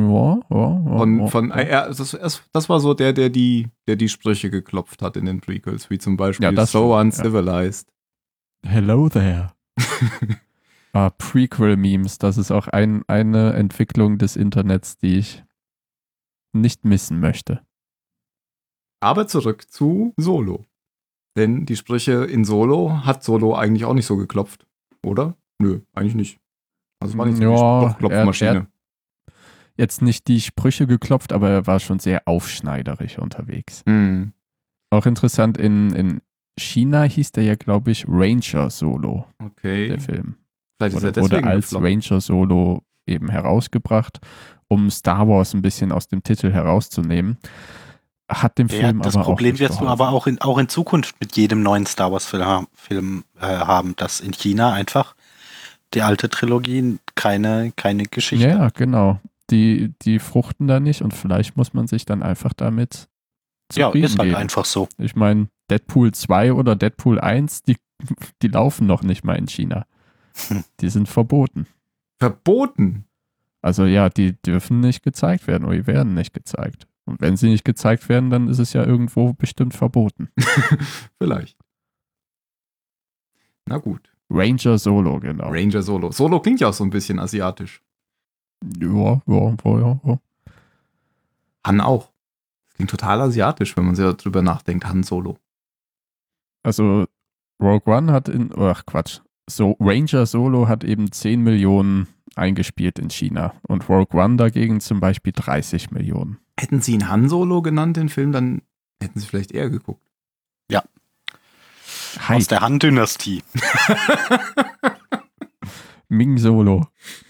war so der die Sprüche geklopft hat in den Prequels, wie zum Beispiel So Uncivilized. Ja. Hello there. Prequel-Memes, das ist auch eine Entwicklung des Internets, die ich nicht missen möchte. Aber zurück zu Solo. Denn die Sprüche in Solo hat Solo eigentlich auch nicht so geklopft, oder? Nö, eigentlich nicht. Also war nicht so eine Klopfmaschine. Jetzt nicht die Sprüche geklopft, aber er war schon sehr aufschneiderisch unterwegs. Mhm. Auch interessant, in China hieß der ja, glaube ich, Ranger Solo. Okay. Der Film. Vielleicht ist er deswegen wurde als gefloppt. Ranger Solo eben herausgebracht, um Star Wars ein bisschen aus dem Titel herauszunehmen. Hat dem Film aber auch. Das Problem wirst du aber auch in Zukunft mit jedem neuen Star Wars Film haben, dass in China einfach die alte Trilogie keine Geschichte. Ja, genau. Die fruchten da nicht und vielleicht muss man sich dann einfach damit zufrieden ist halt geben. einfach so. Ich meine, Deadpool 2 oder Deadpool 1, die laufen noch nicht mal in China. Die sind verboten. Verboten? Also ja, die dürfen nicht gezeigt werden oder die werden nicht gezeigt. Und wenn sie nicht gezeigt werden, dann ist es ja irgendwo bestimmt verboten. Vielleicht. Na gut. Ranger Solo, genau. Ranger Solo. Solo klingt ja auch so ein bisschen asiatisch. Ja. Han auch. Das klingt total asiatisch, wenn man sich darüber nachdenkt. Han Solo. Also Rogue One Ranger Solo hat eben 10 Millionen eingespielt in China und Rogue One dagegen zum Beispiel 30 Millionen. Hätten sie ihn Han Solo genannt, den Film, dann hätten sie vielleicht eher geguckt. Ja. Aus der Han-Dynastie. Ming Solo.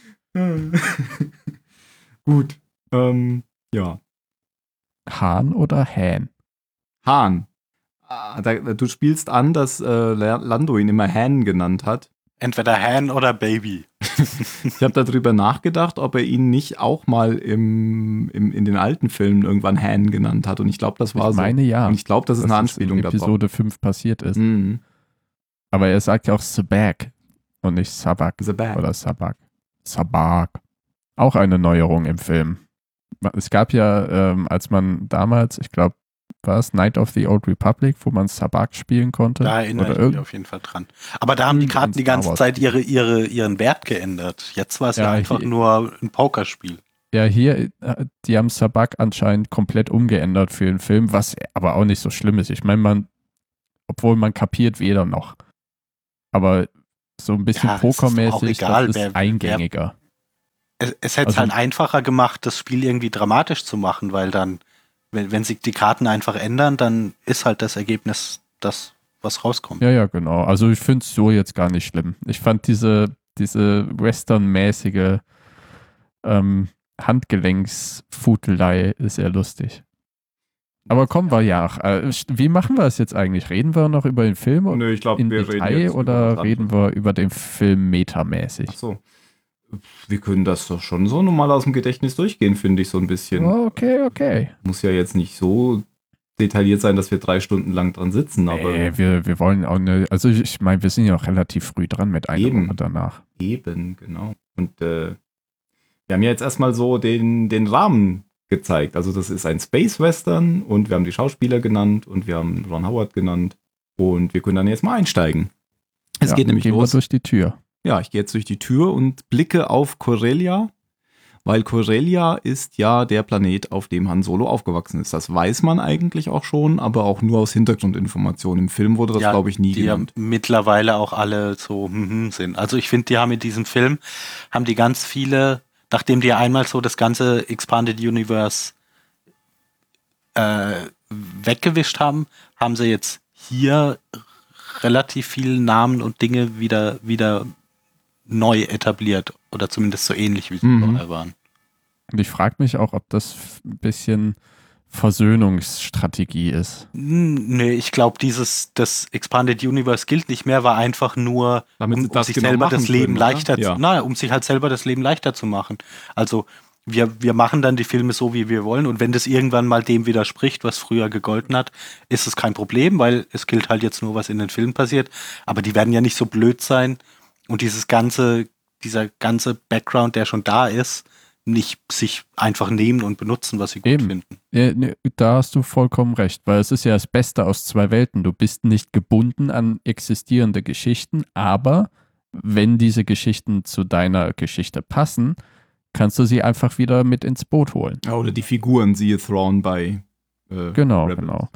Gut. Ja. Han oder Han? Han. Du spielst an, dass Lando ihn immer Han genannt hat. Entweder Han oder Baby. Ich habe darüber nachgedacht, ob er ihn nicht auch mal in den alten Filmen irgendwann Han genannt hat. Und ich glaube, das war Ich meine, ja. Und ich glaube, das ist eine Anspielung in Episode 5 passiert ist. Mhm. Aber er sagt ja auch Sabak und nicht Sabak. Sabak. Oder Sabak. Sabak. Auch eine Neuerung im Film. Es gab ja, als man damals, ich glaube, war es Night of the Old Republic, wo man Sabak spielen konnte? Da erinnere ich mich auf jeden Fall dran. Aber da haben die Karten die ganze Zeit ihren Wert geändert. Jetzt war es ja einfach nur ein Pokerspiel. Ja, hier, die haben Sabak anscheinend komplett umgeändert für den Film, was aber auch nicht so schlimm ist. Ich meine, obwohl man kapiert weder noch. Aber so ein bisschen pokermäßig, das ist eingängiger. Es hätte es halt einfacher gemacht, das Spiel irgendwie dramatisch zu machen, weil dann, wenn sich die Karten einfach ändern, dann ist halt das Ergebnis das, was rauskommt. Ja, genau. Also ich finde es so jetzt gar nicht schlimm. Ich fand diese Western-mäßige Handgelenksfutelei sehr lustig. Aber kommen wir ja. Wie machen wir es jetzt eigentlich? Reden wir noch über den Film ich glaub, im wir Detail reden jetzt oder reden wir über den Film metamäßig? Ach so. Wir können das doch schon so normal aus dem Gedächtnis durchgehen, finde ich so ein bisschen. Okay. Muss ja jetzt nicht so detailliert sein, dass wir 3 Stunden lang dran sitzen, aber. Wir wollen auch eine, also ich meine, wir sind ja auch relativ früh dran mit einer Woche danach. Eben, genau. Und wir haben ja jetzt erstmal so den Rahmen gezeigt. Also das ist ein Space Western und wir haben die Schauspieler genannt und wir haben Ron Howard genannt und wir können dann jetzt mal einsteigen. Es geht nämlich los. Wir durch die Tür. Ja, ich gehe jetzt durch die Tür und blicke auf Corellia, weil Corellia ist ja der Planet, auf dem Han Solo aufgewachsen ist. Das weiß man eigentlich auch schon, aber auch nur aus Hintergrundinformationen. Im Film wurde das, glaube ich, nie genannt. Die ja mittlerweile auch alle so sind. Also ich finde, die haben in diesem Film, haben die ganz viele, nachdem die einmal so das ganze Expanded Universe weggewischt haben, haben sie jetzt hier relativ viele Namen und Dinge wieder neu etabliert oder zumindest so ähnlich, wie sie vorher waren. Und ich frage mich auch, ob das ein bisschen Versöhnungsstrategie ist. Nee, ich glaube, das Expanded Universe gilt nicht mehr, war einfach nur, um sich selber das Leben leichter um sich halt selber das Leben leichter zu machen. Also wir machen dann die Filme so, wie wir wollen, und wenn das irgendwann mal dem widerspricht, was früher gegolten hat, ist es kein Problem, weil es gilt halt jetzt nur, was in den Filmen passiert. Aber die werden ja nicht so blöd sein, und dieser ganze Background, der schon da ist, nicht sich einfach nehmen und benutzen, was sie gut finden. Ja, da hast du vollkommen recht, weil es ist ja das Beste aus zwei Welten. Du bist nicht gebunden an existierende Geschichten, aber wenn diese Geschichten zu deiner Geschichte passen, kannst du sie einfach wieder mit ins Boot holen. Ja, oder die Figuren, siehe Thrawn bei Genau.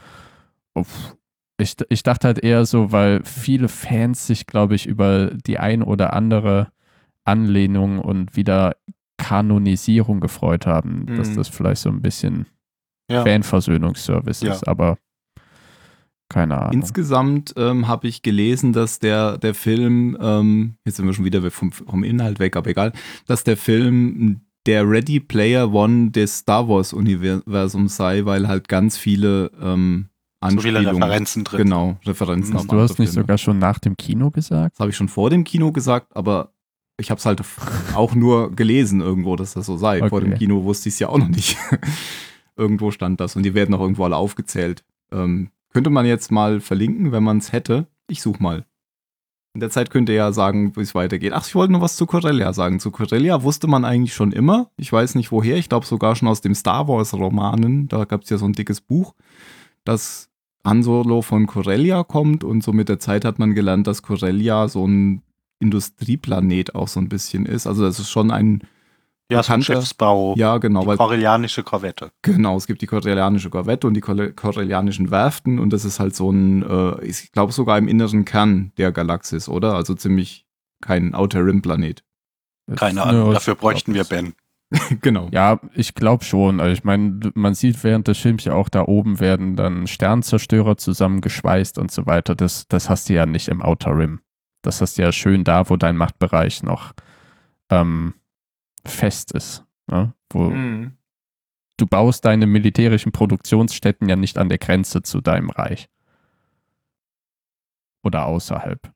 Ich dachte halt eher so, weil viele Fans sich, glaube ich, über die ein oder andere Anlehnung und wieder Kanonisierung gefreut haben, dass das vielleicht so ein bisschen Fanversöhnungsservice ist, aber keine Ahnung. Insgesamt habe ich gelesen, dass der Film, jetzt sind wir schon wieder vom Inhalt weg, aber egal, dass der Film der Ready Player One des Star Wars Universums sei, weil halt ganz viele so viele Referenzen drin. Genau, Referenzen. Du hast nicht sogar schon nach dem Kino gesagt? Das habe ich schon vor dem Kino gesagt, aber ich habe es halt auch nur gelesen irgendwo, dass das so sei. Okay. Vor dem Kino wusste ich es ja auch noch nicht. Irgendwo stand das und die werden auch irgendwo alle aufgezählt. Könnte man jetzt mal verlinken, wenn man es hätte. Ich suche mal. In der Zeit könnt ihr ja sagen, wie es weitergeht. Ach, ich wollte noch was zu Corellia sagen. Zu Corellia wusste man eigentlich schon immer. Ich weiß nicht woher. Ich glaube sogar schon aus dem Star Wars Romanen. Da gab es ja so ein dickes Buch, dass Han Solo von Corellia kommt, und so mit der Zeit hat man gelernt, dass Corellia so ein Industrieplanet auch so ein bisschen ist. Also das ist schon ein so ein Schiffsbau. Ja, genau. Die korellianische Korvette. Genau, es gibt die korellianische Korvette und die korellianischen Werften, und das ist halt so ein, ich glaube sogar im inneren Kern der Galaxis, oder? Also ziemlich kein Outer Rim Planet. Keine Ahnung, dafür bräuchten wir Ben. Genau. Ja, ich glaube schon. Also ich meine, man sieht während des Films ja auch, da oben werden dann Sternzerstörer zusammengeschweißt und so weiter. Das hast du ja nicht im Outer Rim. Das hast du ja schön da, wo dein Machtbereich noch fest ist. Ne? Du baust deine militärischen Produktionsstätten ja nicht an der Grenze zu deinem Reich. Oder außerhalb.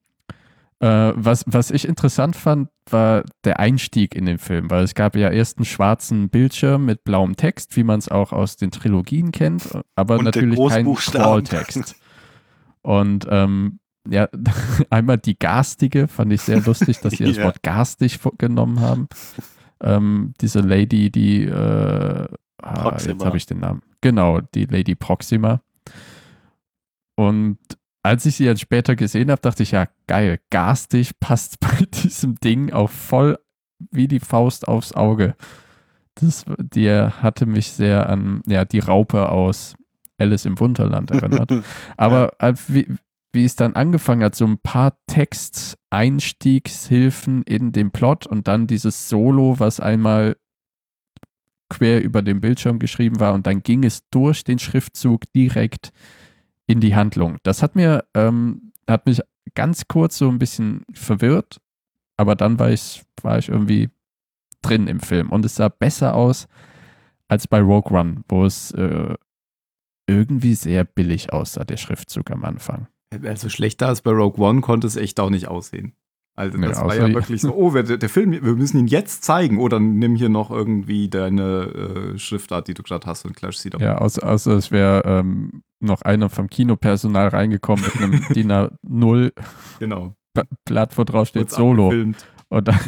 Was ich interessant fand, war der Einstieg in den Film, weil es gab ja erst einen schwarzen Bildschirm mit blauem Text, wie man es auch aus den Trilogien kennt, aber Und natürlich kein Scrolltext. Und ja, einmal die garstige, fand ich sehr lustig, dass sie das Wort garstig genommen haben. Diese Lady, die jetzt habe ich den Namen. Genau, die Lady Proxima. Und als ich sie dann später gesehen habe, dachte ich, ja, geil, garstig passt bei diesem Ding auch voll wie die Faust aufs Auge. Die hatte mich sehr an die Raupe aus Alice im Wunderland erinnert. Aber wie es dann angefangen hat, so ein paar Texteinstiegshilfen in den Plot und dann dieses Solo, was einmal quer über den Bildschirm geschrieben war und dann ging es durch den Schriftzug direkt in die Handlung. Das hat mich ganz kurz so ein bisschen verwirrt, aber dann war ich irgendwie drin im Film und es sah besser aus als bei Rogue One, wo es irgendwie sehr billig aussah, der Schriftzug am Anfang. Also schlechter als bei Rogue One konnte es echt auch nicht aussehen. Also das war ja wirklich so, der Film, wir müssen ihn jetzt zeigen. Oder nimm hier noch irgendwie deine Schriftart, die du gerade hast und klatsch sie doch. Ja, außer es wäre noch einer vom Kinopersonal reingekommen mit einem DIN A0 genau. Blatt, wo drauf steht Solo. Und dann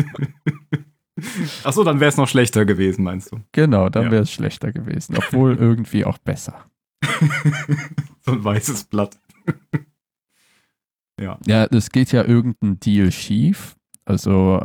Achso, dann wäre es noch schlechter gewesen, meinst du? Genau, dann wäre es schlechter gewesen. Obwohl irgendwie auch besser. So ein weißes Blatt. Ja, es geht ja irgendein Deal schief. Also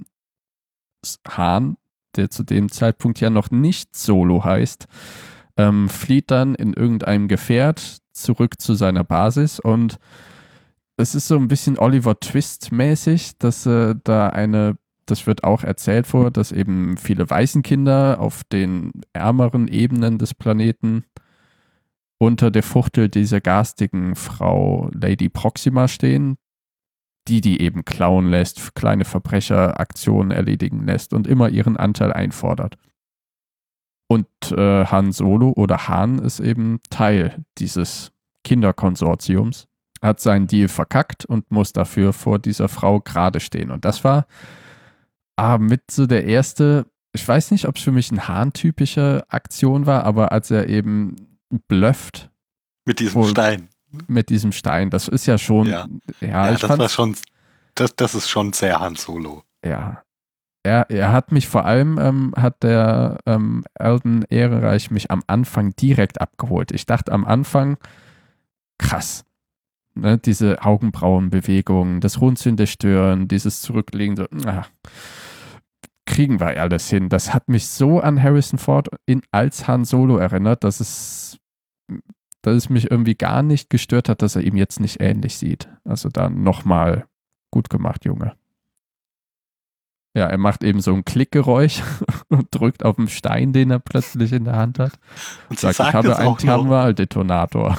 Han, der zu dem Zeitpunkt ja noch nicht Solo heißt, flieht dann in irgendeinem Gefährt zurück zu seiner Basis und es ist so ein bisschen Oliver Twist-mäßig, dass das wird auch erzählt vor, dass eben viele Waisenkinder auf den ärmeren Ebenen des Planeten unter der Fuchtel dieser garstigen Frau Lady Proxima stehen, die eben klauen lässt, kleine Verbrecheraktionen erledigen lässt und immer ihren Anteil einfordert. Und Han Solo oder Han ist eben Teil dieses Kinderkonsortiums, hat seinen Deal verkackt und muss dafür vor dieser Frau gerade stehen. Und das war mit so der erste, ich weiß nicht, ob es für mich eine Han-typische Aktion war, aber als er eben blufft. Mit diesem Stein. Mit diesem Stein, das ist ja schon. Ja, das war schon, das ist schon sehr Han Solo. Ja. Er hat mich vor allem, hat der Alden Ehrenreich mich am Anfang direkt abgeholt. Ich dachte am Anfang, krass. Ne, diese Augenbrauenbewegungen, das Runzeln der Stirn, dieses Zurücklegen, so, kriegen wir alles hin. Das hat mich so an Harrison Ford als Han Solo erinnert, dass es mich irgendwie gar nicht gestört hat, dass er ihm jetzt nicht ähnlich sieht. Also dann nochmal gut gemacht, Junge. Ja, er macht eben so ein Klickgeräusch und drückt auf den Stein, den er plötzlich in der Hand hat. Und sagt, ich habe einen Thermaldetonator.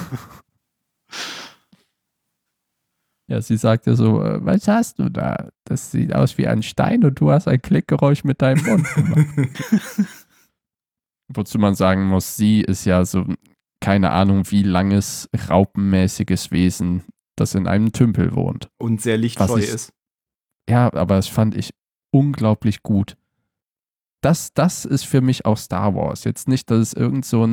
Ja, sie sagt ja so, was hast du da? Das sieht aus wie ein Stein und du hast ein Klickgeräusch mit deinem Mund gemacht. Wozu man sagen muss, sie ist ja so, keine Ahnung, wie langes, raupenmäßiges Wesen, das in einem Tümpel wohnt. Und sehr lichtscheu ist. Ja, aber das fand ich unglaublich gut. Das ist für mich auch Star Wars. Jetzt nicht, dass es irgend so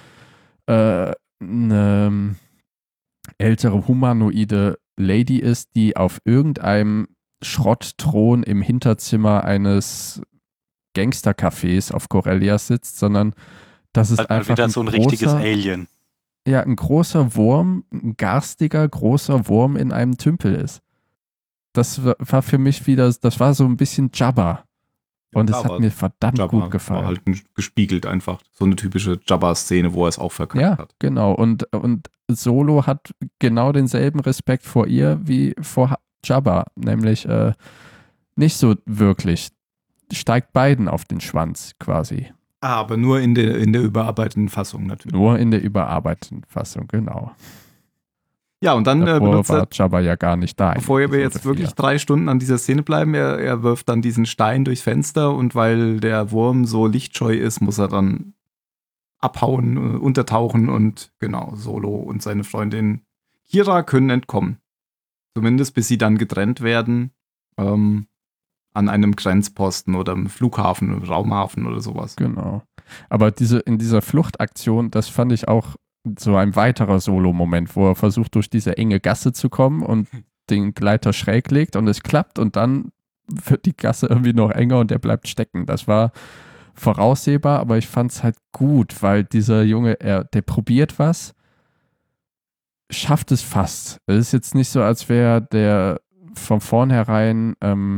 eine ältere humanoide Lady ist, die auf irgendeinem Schrottthron im Hinterzimmer eines Gangstercafés auf Corellia sitzt, sondern das ist einfach wieder so ein richtiges Alien. Ja, ein großer Wurm, ein garstiger, großer Wurm in einem Tümpel ist. Das war für mich wieder, das war so ein bisschen Jabba. Und es hat mir verdammt gut gefallen. War halt gespiegelt einfach. So eine typische Jabba-Szene, wo er es auch verkackt hat. Ja, genau. Und Solo hat genau denselben Respekt vor ihr wie vor Jabba. Nämlich nicht so wirklich. Steigt beiden auf den Schwanz quasi. Aber nur in der überarbeiteten Fassung natürlich. Nur in der überarbeiteten Fassung, genau. Ja, und dann Davor war Jabba ja gar nicht da. Bevor wir jetzt wirklich 3 Stunden an dieser Szene bleiben, er wirft dann diesen Stein durchs Fenster und weil der Wurm so lichtscheu ist, muss er dann abhauen, untertauchen und genau, Solo und seine Freundin Kira können entkommen. Zumindest bis sie dann getrennt werden an einem Grenzposten oder im Flughafen, im Raumhafen oder sowas. Genau. Aber in dieser Fluchtaktion, das fand ich auch so ein weiterer Solo-Moment, wo er versucht, durch diese enge Gasse zu kommen und den Gleiter schräg legt und es klappt und dann wird die Gasse irgendwie noch enger und der bleibt stecken. Das war voraussehbar, aber ich fand es halt gut, weil dieser Junge, der probiert was, schafft es fast. Es ist jetzt nicht so, als wäre der von vornherein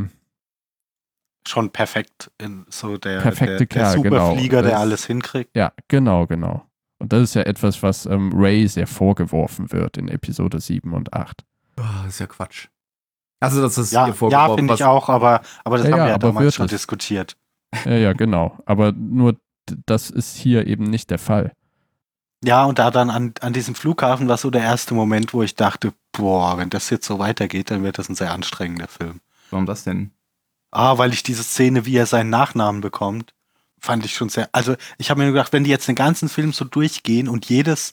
schon perfekt in so der Kerl, Superflieger, genau. der alles hinkriegt. Ja, genau. Und das ist ja etwas, was Rey sehr vorgeworfen wird in Episode 7 und 8. Das ist ja Quatsch. Also das ist ihr vorgeworfen. Ja, finde ich auch, aber das haben wir ja damals schon diskutiert. Ja, genau. Aber nur das ist hier eben nicht der Fall. Ja, und da dann an diesem Flughafen war so der erste Moment, wo ich dachte, boah, wenn das jetzt so weitergeht, dann wird das ein sehr anstrengender Film. Warum das denn? Weil ich diese Szene, wie er seinen Nachnamen bekommt, fand ich schon sehr, also ich habe mir gedacht, wenn die jetzt den ganzen Film so durchgehen und jedes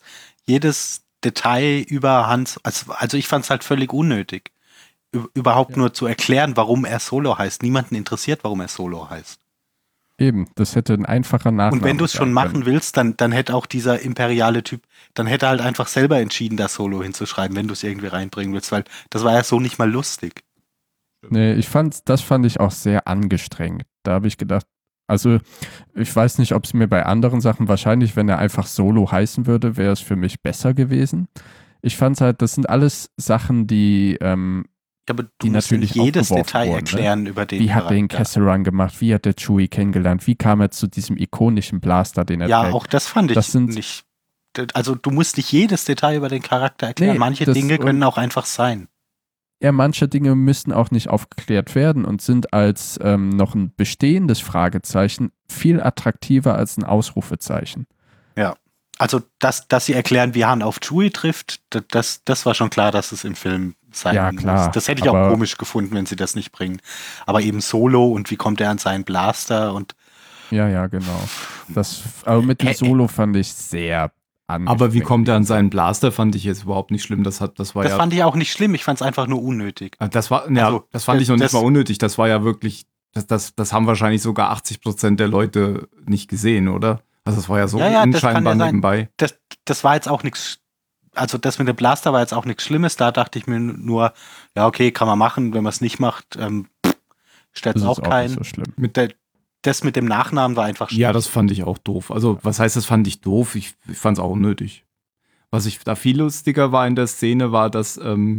Detail über Hans, also ich fand es halt völlig unnötig, überhaupt nur zu erklären, warum er Solo heißt. Niemanden interessiert, warum er Solo heißt. Eben, das hätte ein einfacher Nachname. Und wenn du es schon machen willst, dann hätte auch dieser imperiale Typ, dann hätte er halt einfach selber entschieden, da Solo hinzuschreiben, wenn du es irgendwie reinbringen willst, weil das war ja so nicht mal lustig. Nee, das fand ich auch sehr angestrengt. Da habe ich gedacht, also ich weiß nicht, ob es mir bei anderen Sachen, wahrscheinlich, wenn er einfach Solo heißen würde, wäre es für mich besser gewesen. Ich fand es halt, das sind alles Sachen, die aber die natürlich jedes Detail wurden, erklären, ne? über den Wie hat er den Kessel Run gemacht? Wie hat der Chewie kennengelernt? Wie kam er zu diesem ikonischen Blaster, den er trägt? Ja, auch das fand ich nicht. Also du musst nicht jedes Detail über den Charakter erklären. Manche Dinge können auch einfach sein. Ja, manche Dinge müssen auch nicht aufgeklärt werden und sind als noch ein bestehendes Fragezeichen viel attraktiver als ein Ausrufezeichen. Ja, also dass sie erklären, wie Han auf Chewie trifft, das war schon klar, dass es im Film sein muss. Klar, das hätte ich auch komisch gefunden, wenn sie das nicht bringen. Aber eben Solo und wie kommt er an seinen Blaster und ja, genau. Aber mit dem Solo fand ich sehr angestrengt. Aber wie kommt er an seinen Blaster, fand ich jetzt überhaupt nicht schlimm. Das fand ich auch nicht schlimm, ich fand es einfach nur unnötig. Das fand ich noch nicht mal unnötig. Das war ja wirklich, das haben wahrscheinlich sogar 80% der Leute nicht gesehen, oder? Also das war ja so unscheinbar nebenbei. Das war jetzt auch nichts, also das mit dem Blaster war jetzt auch nichts Schlimmes. Da dachte ich mir nur, ja okay, kann man machen. Wenn man es nicht macht, stellt es auch keinen. Nicht so schlimm. Das mit dem Nachnamen war einfach schlimm. Ja, das fand ich auch doof. Also was heißt, das fand ich doof? Ich fand es auch unnötig. Was ich da viel lustiger war in der Szene, war, dass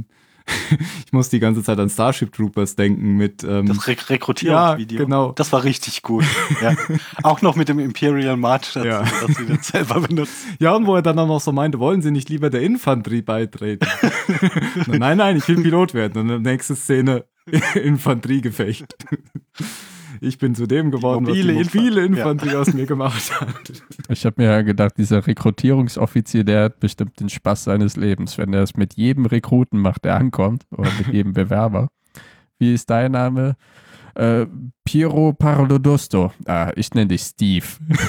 ich muss die ganze Zeit an Starship Troopers denken mit das Rekrutierungsvideo. Ja, genau. Das war richtig gut. Ja. Auch noch mit dem Imperial March dazu, dass sie das selber benutzen. Ja, und wo er dann auch noch so meinte, wollen Sie nicht lieber der Infanterie beitreten? Nein, ich will Pilot werden. Und dann nächste Szene, Infanteriegefecht. Ich bin zu dem geworden, was die mobile Infanterie aus mir gemacht hat. Ich habe mir ja gedacht, dieser Rekrutierungsoffizier, der hat bestimmt den Spaß seines Lebens, wenn er es mit jedem Rekruten macht, der ankommt, oder mit jedem Bewerber. Wie ist dein Name? Piero Parlodosto. Ich nenne dich Steve.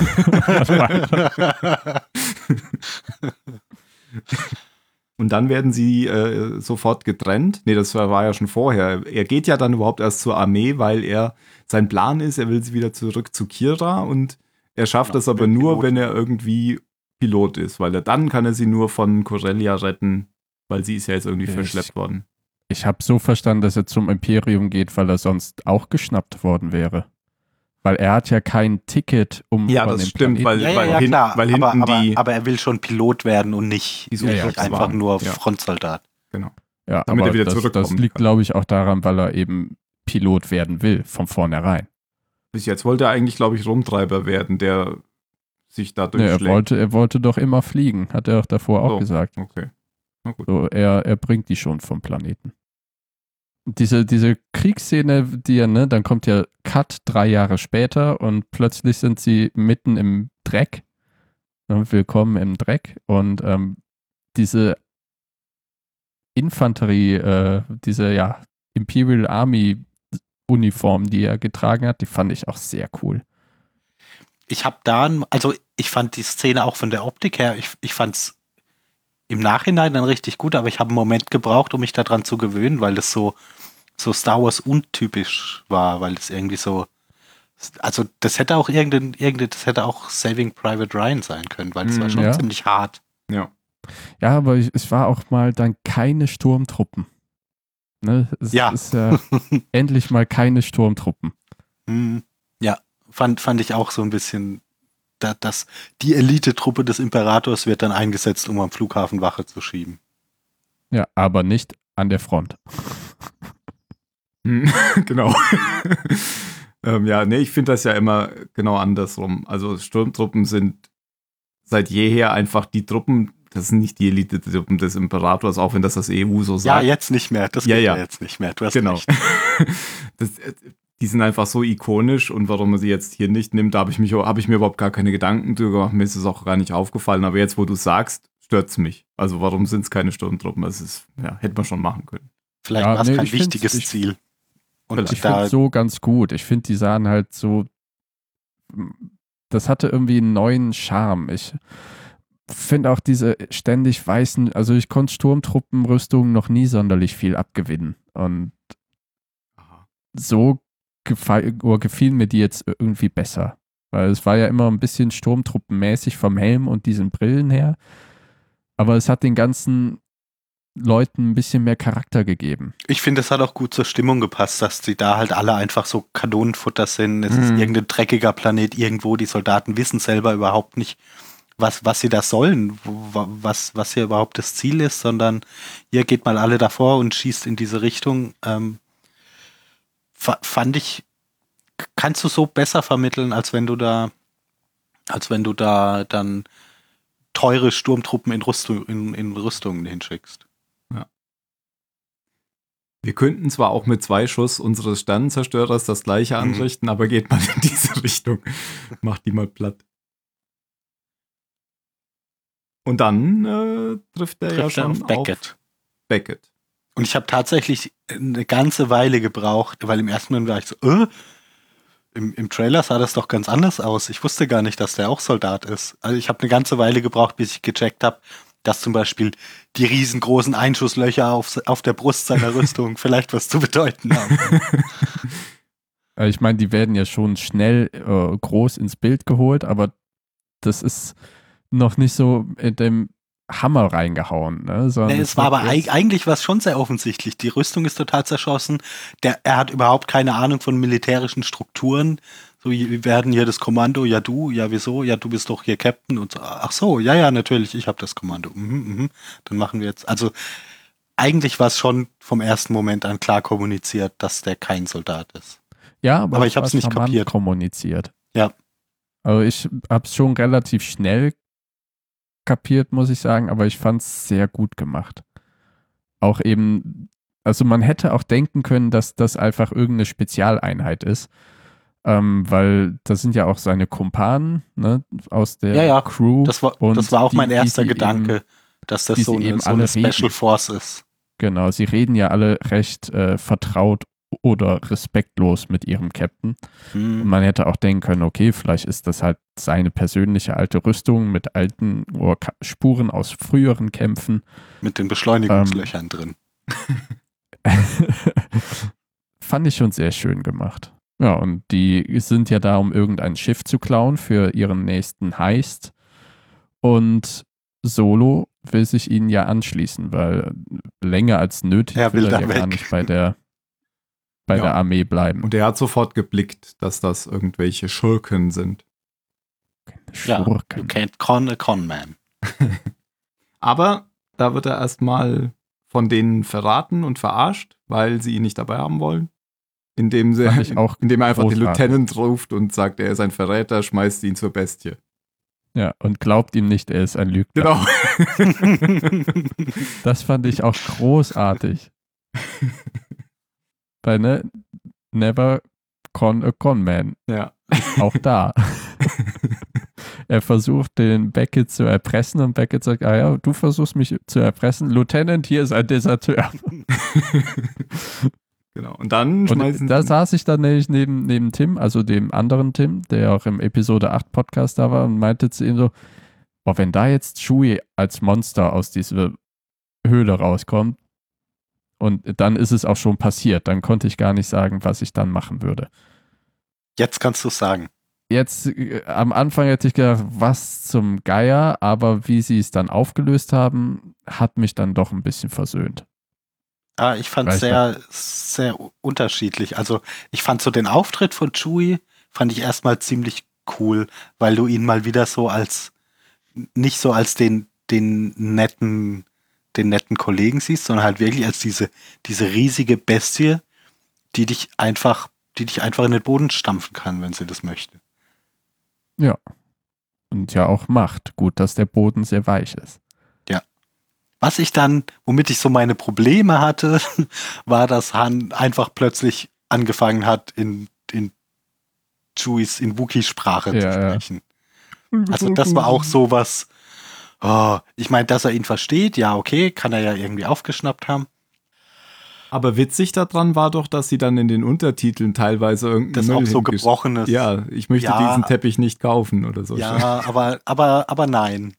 Und dann werden sie sofort getrennt. Nee, das war ja schon vorher. Er geht ja dann überhaupt erst zur Armee, weil sein Plan ist, er will sie wieder zurück zu Kira und er schafft das aber nur, wenn er irgendwie Pilot ist, weil dann kann er sie nur von Corellia retten, weil sie ist ja jetzt irgendwie verschleppt worden. Ich habe so verstanden, dass er zum Imperium geht, weil er sonst auch geschnappt worden wäre. Weil er hat ja kein Ticket, um ja, das stimmt, klar. Weil hinten aber er will schon Pilot werden und nicht einfach nur Frontsoldat. Genau. Ja, damit aber er wieder zurückkommt. Das liegt, glaube ich, auch daran, weil er eben Pilot werden will, von vornherein. Bis jetzt wollte er eigentlich, glaube ich, Rumtreiber werden, der sich da durchschlägt. Er wollte doch immer fliegen, hat er auch davor auch gesagt. Okay. Na gut. So, er bringt die schon vom Planeten. Diese Kriegsszene, dann kommt ja Cut 3 Jahre später und plötzlich sind sie mitten im Dreck. Willkommen im Dreck. Und diese Infanterie, diese Imperial Army Uniform, die er getragen hat, die fand ich auch sehr cool. Ich fand die Szene auch von der Optik her, ich fand es im Nachhinein dann richtig gut, aber ich habe einen Moment gebraucht, um mich daran zu gewöhnen, weil das so Star Wars untypisch war, weil es irgendwie so, also das hätte auch das hätte auch Saving Private Ryan sein können, weil es war schon ziemlich hart. Ja. Ja, aber es war auch mal dann keine Sturmtruppen. Ne? Es ist ja endlich mal keine Sturmtruppen. Ja, fand ich auch so ein bisschen, dass die Elite-Truppe des Imperators wird dann eingesetzt, um am Flughafen Wache zu schieben. Ja, aber nicht an der Front. Genau. Ich finde das ja immer genau andersrum. Also Sturmtruppen sind seit jeher einfach die Truppen, das sind nicht die Elite-Truppen des Imperators, auch wenn das EU so sagt. Ja, jetzt nicht mehr. Das geht ja jetzt nicht mehr. Du hast recht. Die sind einfach so ikonisch und warum man sie jetzt hier nicht nimmt, da habe ich mir überhaupt gar keine Gedanken drüber gemacht. Mir ist es auch gar nicht aufgefallen. Aber jetzt, wo du sagst, stört es mich. Also warum sind es keine Sturmtruppen? Das ist, hätte man schon machen können. Vielleicht war es kein wichtiges Ziel. Und ich finde es so ganz gut. Ich finde, die sahen halt so, das hatte irgendwie einen neuen Charme. Ich finde auch diese ständig weißen, also ich konnte Sturmtruppenrüstungen noch nie sonderlich viel abgewinnen. Und so gefielen mir die jetzt irgendwie besser. Weil es war ja immer ein bisschen sturmtruppenmäßig vom Helm und diesen Brillen her. Aber es hat den ganzen Leuten ein bisschen mehr Charakter gegeben. Ich finde, es hat auch gut zur Stimmung gepasst, dass die da halt alle einfach so Kanonenfutter sind. Es ist irgendein dreckiger Planet irgendwo. Die Soldaten wissen selber überhaupt nicht, was sie da sollen, was hier überhaupt das Ziel ist, sondern ihr geht mal alle davor und schießt in diese Richtung. Fand ich, kannst du so besser vermitteln, als wenn du da dann teure Sturmtruppen in Rüstungen hinschickst. Ja. Wir könnten zwar auch mit 2 Schuss unseres Sternenzerstörers das gleiche anrichten, aber geht mal in diese Richtung. Macht die mal platt. Und dann trifft er schon auf Beckett. Und ich habe tatsächlich eine ganze Weile gebraucht, weil im ersten Moment war ich so, im Trailer sah das doch ganz anders aus. Ich wusste gar nicht, dass der auch Soldat ist. Also ich habe eine ganze Weile gebraucht, bis ich gecheckt habe, dass zum Beispiel die riesengroßen Einschusslöcher auf der Brust seiner Rüstung vielleicht was zu bedeuten haben. Ich meine, die werden ja schon schnell groß ins Bild geholt, aber das ist noch nicht so in dem Hammer reingehauen. Ne? Es war aber eigentlich war es schon sehr offensichtlich. Die Rüstung ist total zerschossen. Er hat überhaupt keine Ahnung von militärischen Strukturen. So, wir werden hier das Kommando, ja du, ja wieso, ja du bist doch hier Captain und so. Ach so, ja natürlich, ich habe das Kommando. Dann machen wir jetzt, also eigentlich war es schon vom ersten Moment an klar kommuniziert, dass der kein Soldat ist. Ja, aber ich habe es nicht kapiert. Kommuniziert. Ja. Also ich habe es schon relativ schnell kapiert, muss ich sagen, aber ich fand es sehr gut gemacht. Auch eben, also man hätte auch denken können, dass das einfach irgendeine Spezialeinheit ist, weil das sind ja auch seine Kumpanen, ne, aus der Crew. Das war auch mein erster Gedanke, dass das so eine Special Force ist. Genau, sie reden ja alle recht vertraut oder respektlos mit ihrem Captain. Und man hätte auch denken können, okay, vielleicht ist das halt seine persönliche alte Rüstung mit alten Spuren aus früheren Kämpfen. Mit den Beschleunigungslöchern drin. Fand ich schon sehr schön gemacht. Ja, und die sind ja da, um irgendein Schiff zu klauen für ihren nächsten Heist. Und Solo will sich ihnen ja anschließen, weil länger als nötig will er ja gar nicht bei der Armee bleiben. Und er hat sofort geblickt, dass das irgendwelche Schurken sind. Schurken. Ja, you can't con a conman. Aber da wird er erstmal von denen verraten und verarscht, weil sie ihn nicht dabei haben wollen. Indem er einfach den Lieutenant ruft und sagt, er ist ein Verräter, schmeißt ihn zur Bestie. Ja, und glaubt ihm nicht, er ist ein Lügner. Genau. Das fand ich auch großartig. Weil, ne, never con a conman. Ja. Auch da. er versucht, den Beckett zu erpressen und Beckett sagt, ah ja, du versuchst mich zu erpressen. Lieutenant, hier ist ein Deserteur. Genau. Und dann Und da saß ich dann nämlich neben Tim, also dem anderen Tim, der auch im Episode 8 Podcast da war und meinte zu ihm so, boah, wenn da jetzt Chewie als Monster aus dieser Höhle rauskommt und dann ist es auch schon passiert, dann konnte ich gar nicht sagen, was ich dann machen würde. Jetzt kannst du es sagen. Jetzt, am Anfang hätte ich gedacht, was zum Geier, aber wie sie es dann aufgelöst haben, hat mich dann doch ein bisschen versöhnt. Ich fand es sehr, sehr unterschiedlich. Also ich fand so den Auftritt von Chewie, fand ich erstmal ziemlich cool, weil du ihn mal wieder so nicht so als den netten Kollegen siehst, sondern halt wirklich als diese riesige Bestie, die dich einfach in den Boden stampfen kann, wenn sie das möchte. Ja. Und ja auch macht. Gut, dass der Boden sehr weich ist. Womit ich so meine Probleme hatte, war, dass Han einfach plötzlich angefangen hat, in Chewies, in Wookie-Sprache zu sprechen. Ja. Also das war auch sowas, ich meine, dass er ihn versteht, ja okay, kann er ja irgendwie aufgeschnappt haben. Aber witzig daran war doch, dass sie dann in den Untertiteln teilweise irgendein das auch so gebrochenes. Ja, ich möchte diesen Teppich nicht kaufen oder so. Ja, aber nein.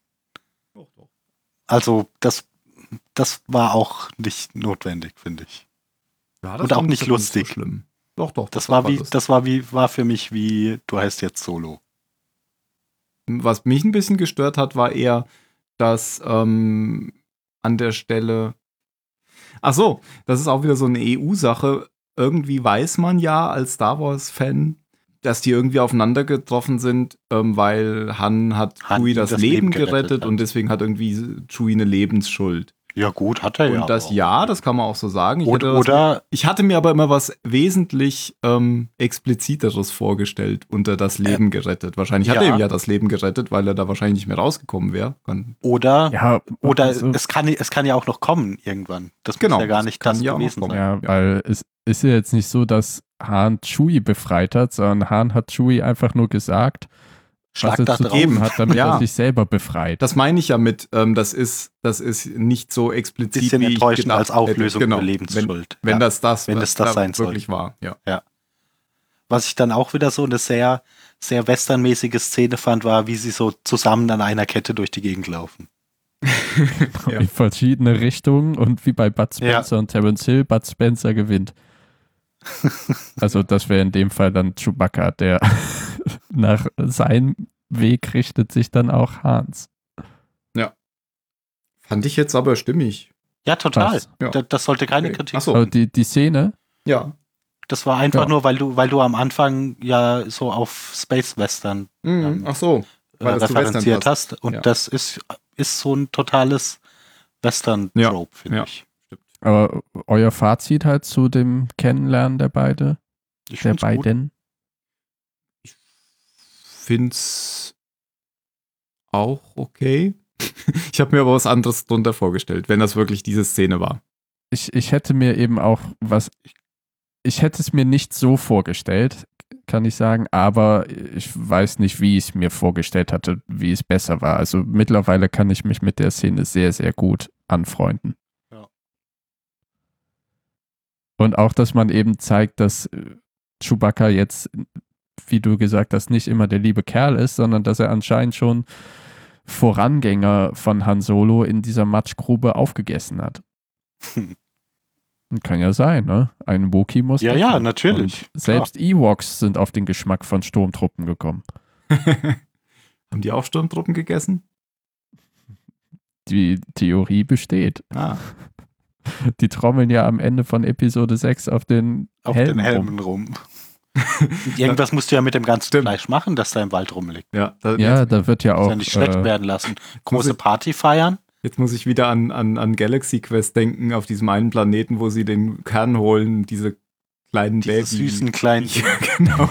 Also das war auch nicht notwendig, finde ich. Ja, und auch nicht lustig. So schlimm. Doch. Das war für mich wie, du heißt jetzt Solo. Was mich ein bisschen gestört hat, war eher, dass an der Stelle. Ach so, das ist auch wieder so eine EU-Sache. Irgendwie weiß man ja als Star Wars-Fan, dass die irgendwie aufeinander getroffen sind, weil Han hat Chewie das Leben gerettet und deswegen hat irgendwie Chewie eine Lebensschuld. Ja gut, hat er und das kann man auch so sagen. Ich hatte mir aber immer was wesentlich expliziteres vorgestellt unter das Leben gerettet. Wahrscheinlich hat er ihm ja das Leben gerettet, weil er da wahrscheinlich nicht mehr rausgekommen wäre. Oder es kann ja auch noch kommen irgendwann. Das muss ja gar nicht das gewesen sein. Ja, weil es ist ja jetzt nicht so, dass Han Chewie befreit hat, sondern Han hat Chewie einfach nur gesagt, was er zu geben hat, damit er sich selber befreit. Das meine ich ja mit, das ist nicht so explizit, bisschen wie enttäuschend als Auflösung der Lebensschuld. Wenn das sein soll. Wirklich war, ja. Was ich dann auch wieder so eine sehr, sehr westernmäßige Szene fand, war, wie sie so zusammen an einer Kette durch die Gegend laufen. In verschiedene Richtungen und wie bei Bud Spencer und Terence Hill, Bud Spencer gewinnt. Also das wäre in dem Fall dann Chewbacca, der nach seinem Weg richtet sich dann auch Hans. Ja. Fand ich jetzt aber stimmig. Ja, total. Ja. Das sollte keine Kritik sein. Aber die Szene? Ja. Das war einfach nur, weil du am Anfang ja so auf Space Western referenziert hast. Und das ist so ein totales Western-Trope, finde ich. Aber euer Fazit halt zu dem Kennenlernen der beiden? Ich find's auch okay. Ich habe mir aber was anderes drunter vorgestellt, wenn das wirklich diese Szene war. Ich hätte mir eben auch ich hätte es mir nicht so vorgestellt, kann ich sagen, aber ich weiß nicht, wie ich es mir vorgestellt hatte, wie es besser war. Also mittlerweile kann ich mich mit der Szene sehr, sehr gut anfreunden. Ja. Und auch, dass man eben zeigt, dass Chewbacca jetzt, wie du gesagt hast, nicht immer der liebe Kerl ist, sondern dass er anscheinend schon Vorangänger von Han Solo in dieser Matschgrube aufgegessen hat. Kann ja sein, ne? Ein Wookie muss. Ja, natürlich. Und selbst Ewoks sind auf den Geschmack von Sturmtruppen gekommen. Haben die auch Sturmtruppen gegessen? Die Theorie besteht. Die trommeln ja am Ende von Episode 6 auf den Helmen rum. Irgendwas musst du ja mit dem ganzen Fleisch machen, das da im Wald rumliegt. Ja, da wird ja auch. Ja nicht schlecht werden lassen. Große Party feiern. Jetzt muss ich wieder an Galaxy Quest denken, auf diesem einen Planeten, wo sie den Kern holen, diese kleinen Babys. Süßen kleinen. Genau.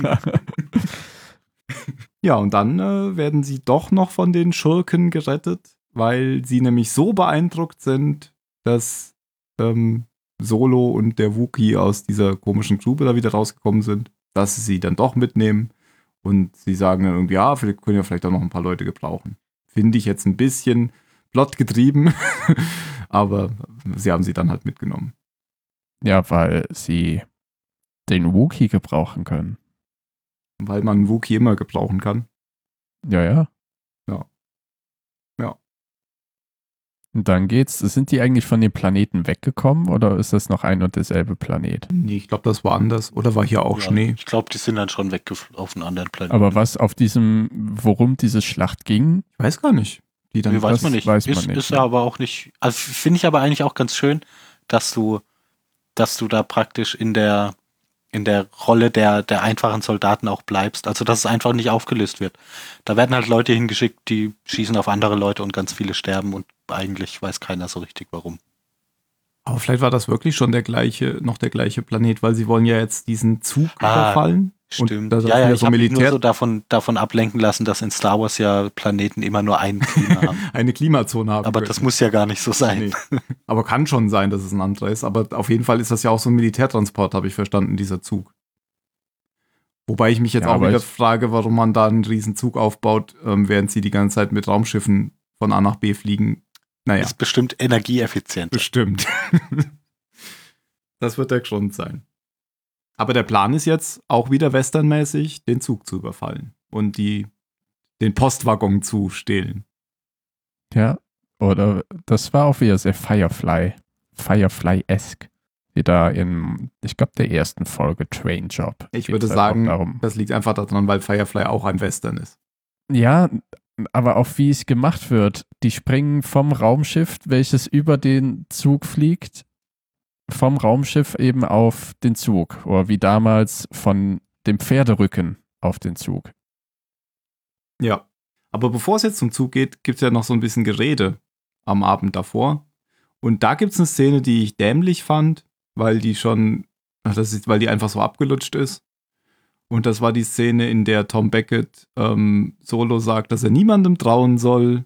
Ja, und dann werden sie doch noch von den Schurken gerettet, weil sie nämlich so beeindruckt sind, dass Solo und der Wookie aus dieser komischen Grube da wieder rausgekommen sind, dass sie dann doch mitnehmen Und sie sagen dann irgendwie, ja, vielleicht können ja vielleicht auch noch ein paar Leute gebrauchen. Finde ich jetzt ein bisschen plotgetrieben, aber sie haben sie dann halt mitgenommen. Ja, weil sie den Wookiee gebrauchen können. Weil man einen Wookiee immer gebrauchen kann. Ja, ja. Ja. Ja. Und dann geht's. Sind die eigentlich von dem Planeten weggekommen oder ist das noch ein und derselbe Planet? Nee, ich glaube, das war anders. Oder war hier auch Schnee? Ich glaube, die sind dann schon weg auf einen anderen Planeten. Aber was auf worum diese Schlacht ging? Ich weiß gar nicht. Die dann weiß man nicht. Ist ja aber auch nicht. Also finde ich aber eigentlich auch ganz schön, dass du da praktisch in der Rolle der einfachen Soldaten auch bleibst. Also dass es einfach nicht aufgelöst wird. Da werden halt Leute hingeschickt, die schießen auf andere Leute und ganz viele sterben und eigentlich weiß keiner so richtig warum. Aber vielleicht war das wirklich schon der gleiche Planet, weil sie wollen ja jetzt diesen Zug überfallen. Stimmt. Und ja, so ich habe mich Militär nur so davon ablenken lassen, dass in Star Wars ja Planeten immer nur ein Klima haben. eine Klimazone haben. Aber das muss ja gar nicht so sein. Nee. Aber kann schon sein, dass es ein anderer ist. Aber auf jeden Fall ist das ja auch so ein Militärtransport, habe ich verstanden, dieser Zug. Wobei ich mich jetzt auch wieder frage, warum man da einen riesen Zug aufbaut, während sie die ganze Zeit mit Raumschiffen von A nach B fliegen. Naja. Ist bestimmt energieeffizient. Bestimmt. Das wird der Grund sein. Aber der Plan ist jetzt auch wieder westernmäßig, den Zug zu überfallen und den Postwaggon zu stehlen. Ja, oder das war auch wieder sehr Firefly-esque. Wie da ich glaube, der ersten Folge Train Job. Ich würde sagen, das liegt einfach daran, weil Firefly auch ein Western ist. Ja, aber auch wie es gemacht wird. Die springen vom Raumschiff, welches über den Zug fliegt, vom Raumschiff eben auf den Zug. Oder wie damals von dem Pferderücken auf den Zug. Ja, aber bevor es jetzt zum Zug geht, gibt es ja noch so ein bisschen Gerede am Abend davor. Und da gibt es eine Szene, die ich dämlich fand, weil die einfach so abgelutscht ist. Und das war die Szene, in der Tom Beckett Solo sagt, dass er niemandem trauen soll,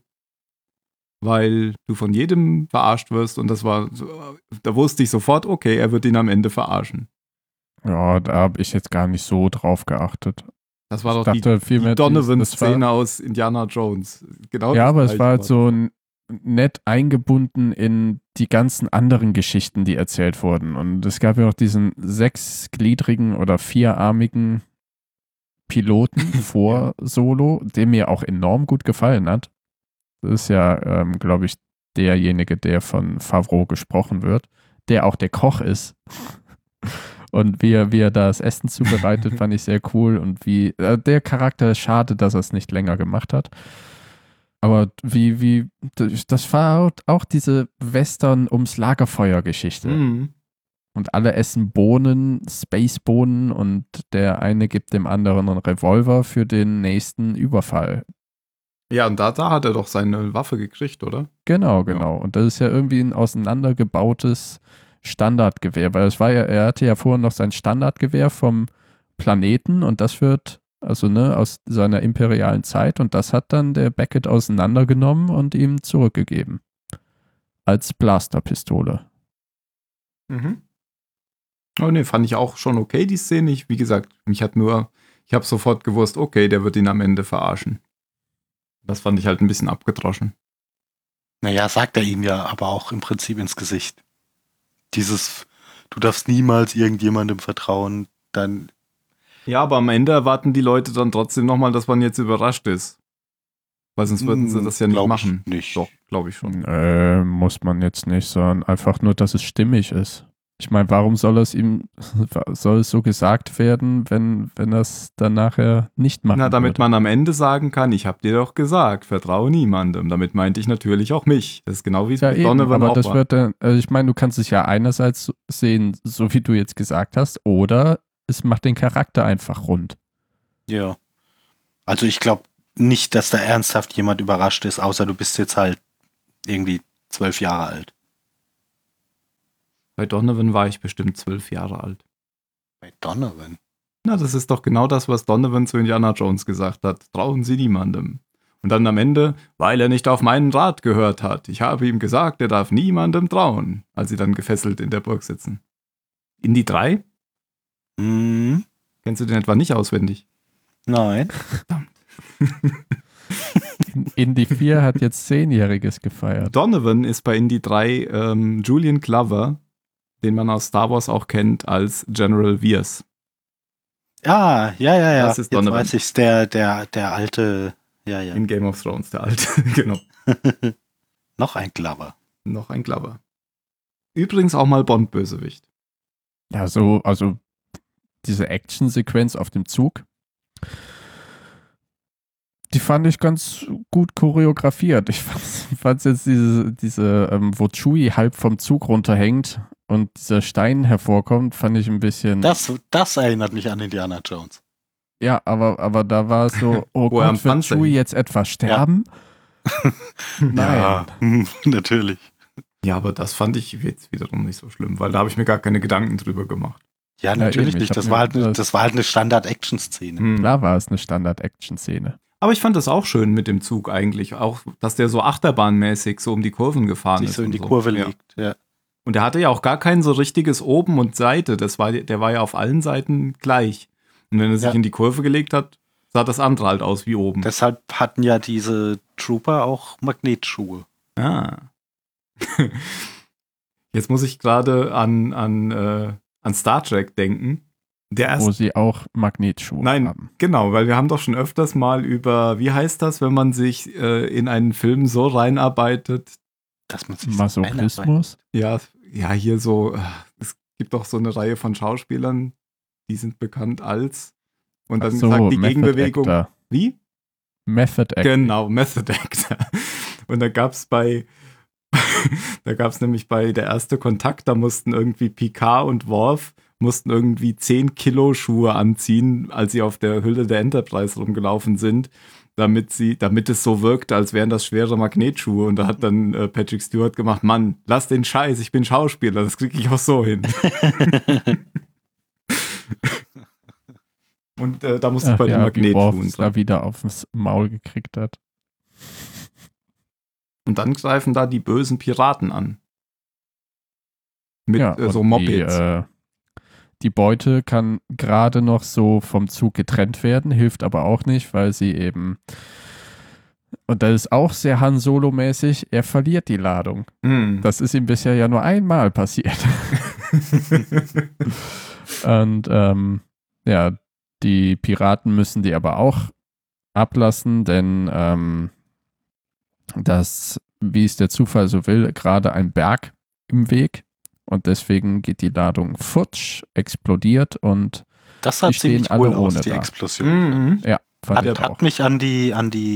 weil du von jedem verarscht wirst. Und da wusste ich sofort, okay, er wird ihn am Ende verarschen. Ja, da habe ich jetzt gar nicht so drauf geachtet. Das war doch die Donovan-Szene aus Indiana Jones. Genau. Ja, aber es war halt so nett eingebunden in die ganzen anderen Geschichten, die erzählt wurden. Und es gab ja auch diesen 6gliedrigen oder 4-armigen Piloten vor Solo, der mir auch enorm gut gefallen hat. Das ist ja, glaube ich, derjenige, der von Favreau gesprochen wird, der auch der Koch ist. Und wie er das Essen zubereitet, fand ich sehr cool. Und der Charakter ist schade, dass er es nicht länger gemacht hat. Aber das war auch diese Western ums Lagerfeuer-Geschichte. Mhm. Und alle essen Bohnen, Space-Bohnen und der eine gibt dem anderen einen Revolver für den nächsten Überfall. Ja, und da hat er doch seine Waffe gekriegt, oder? Genau. Ja. Und das ist ja irgendwie ein auseinandergebautes Standardgewehr, weil er hatte ja vorher noch sein Standardgewehr vom Planeten und das wird, also aus seiner imperialen Zeit und das hat dann der Beckett auseinandergenommen und ihm zurückgegeben. Als Blasterpistole. Mhm. Oh ne, fand ich auch schon okay, die Szene. Wie gesagt, ich habe sofort gewusst, okay, der wird ihn am Ende verarschen. Das fand ich halt ein bisschen abgedroschen. Naja, sagt er ihm ja aber auch im Prinzip ins Gesicht. Du darfst niemals irgendjemandem vertrauen, dann. Ja, aber am Ende erwarten die Leute dann trotzdem nochmal, dass man jetzt überrascht ist. Weil sonst würden sie das ja nicht machen. Nicht. Doch, glaube ich schon. Muss man jetzt nicht, sondern einfach nur, dass es stimmig ist. Ich meine, warum soll es so gesagt werden, wenn er es dann nachher nicht macht? Na, damit man am Ende sagen kann, ich habe dir doch gesagt, vertraue niemandem. Damit meinte ich natürlich auch mich. Das ist genau wie es mit Donovan aber auch das war. Wird dann, ich meine, du kannst es ja einerseits sehen, so wie du jetzt gesagt hast, oder es macht den Charakter einfach rund. Ja. Also ich glaube nicht, dass da ernsthaft jemand überrascht ist, außer du bist jetzt halt irgendwie 12 Jahre alt. Bei Donovan war ich bestimmt 12 Jahre alt. Bei Donovan? Na, das ist doch genau das, was Donovan zu Indiana Jones gesagt hat. Trauen Sie niemandem. Und dann am Ende, weil er nicht auf meinen Rat gehört hat. Ich habe ihm gesagt, er darf niemandem trauen, als sie dann gefesselt in der Burg sitzen. Indy 3? Mhm. Kennst du den etwa nicht auswendig? Nein. Indy 4 hat jetzt 10-Jähriges gefeiert. Donovan ist bei Indy 3 Julian Glover, den man aus Star Wars auch kennt als General Veers. Ja. Das ist Jetzt Donovan. weiß ich's, der alte, ja. In Game of Thrones, der alte. Genau. Noch ein Glover. Noch ein Glover. Übrigens auch mal Bond-Bösewicht. Ja, also diese Action-Sequenz auf dem Zug, die fand ich ganz gut choreografiert. Ich fand jetzt wo Chewie halb vom Zug runterhängt und dieser Stein hervorkommt, fand ich ein bisschen... Das erinnert mich an Indiana Jones. Ja, aber da war es so, oh Wo er am Gott, wird Panzer Chewie hängt. jetzt etwa sterben? Nein. Ja, natürlich. Ja, aber das fand ich jetzt wiederum nicht so schlimm, weil da habe ich mir gar keine Gedanken drüber gemacht. Ja, natürlich eben, ich nicht. hab Das mir war halt das- eine Standard-Action-Szene. Klar war es eine Standard-Action-Szene. Aber ich fand das auch schön mit dem Zug eigentlich. Auch, dass der so achterbahnmäßig so um die Kurven gefahren Sich ist. so in und die Kurve Ja. legt. Ja. Und der hatte ja auch gar kein so richtiges Oben und Seite. Der war ja auf allen Seiten gleich. Und wenn er sich Ja. in die Kurve gelegt hat, sah das andere halt aus wie oben. Deshalb hatten ja diese Trooper auch Magnetschuhe. Ah. Jetzt muss ich gerade an Star Trek denken. Der erste. Wo sie auch Magnetschuhe Nein, haben. genau, weil wir haben doch schon öfters mal über, wie heißt das, wenn man sich in einen Film so reinarbeitet, Dass man sich Masochismus? ja, hier so, es gibt doch so eine Reihe von Schauspielern, die sind bekannt als, und dann Ach so, sagt die Method Gegenbewegung, Actor. wie? Method Actor. Genau, Method Actor. Und da gab's nämlich bei Der erste Kontakt, da mussten irgendwie Picard und Worf mussten irgendwie 10 Kilo Schuhe anziehen, als sie auf der Hülle der Enterprise rumgelaufen sind, damit es so wirkte, als wären das schwere Magnetschuhe. Und da hat dann Patrick Stewart gemacht, Mann, lass den Scheiß, ich bin Schauspieler, das kriege ich auch so hin. Und da musste ich bei den wie Worf Magnetschuhen es da sein. wieder aufs Maul gekriegt hat. Und dann greifen da die bösen Piraten an. Mit Ja, so und Mopeds. Die Beute kann gerade noch so vom Zug getrennt werden, hilft aber auch nicht, weil sie eben, und das ist auch sehr Han Solo-mäßig, er verliert die Ladung. Hm. Das ist ihm bisher ja nur einmal passiert. Und ja, die Piraten müssen die aber auch ablassen, denn wie es der Zufall so will, gerade ein Berg im Weg. Und deswegen geht die Ladung futsch, explodiert und Das sah Die stehen ziemlich alle cool aus, ohne die da. Explosion. Mhm. ja, fand ich auch. Hat mich an die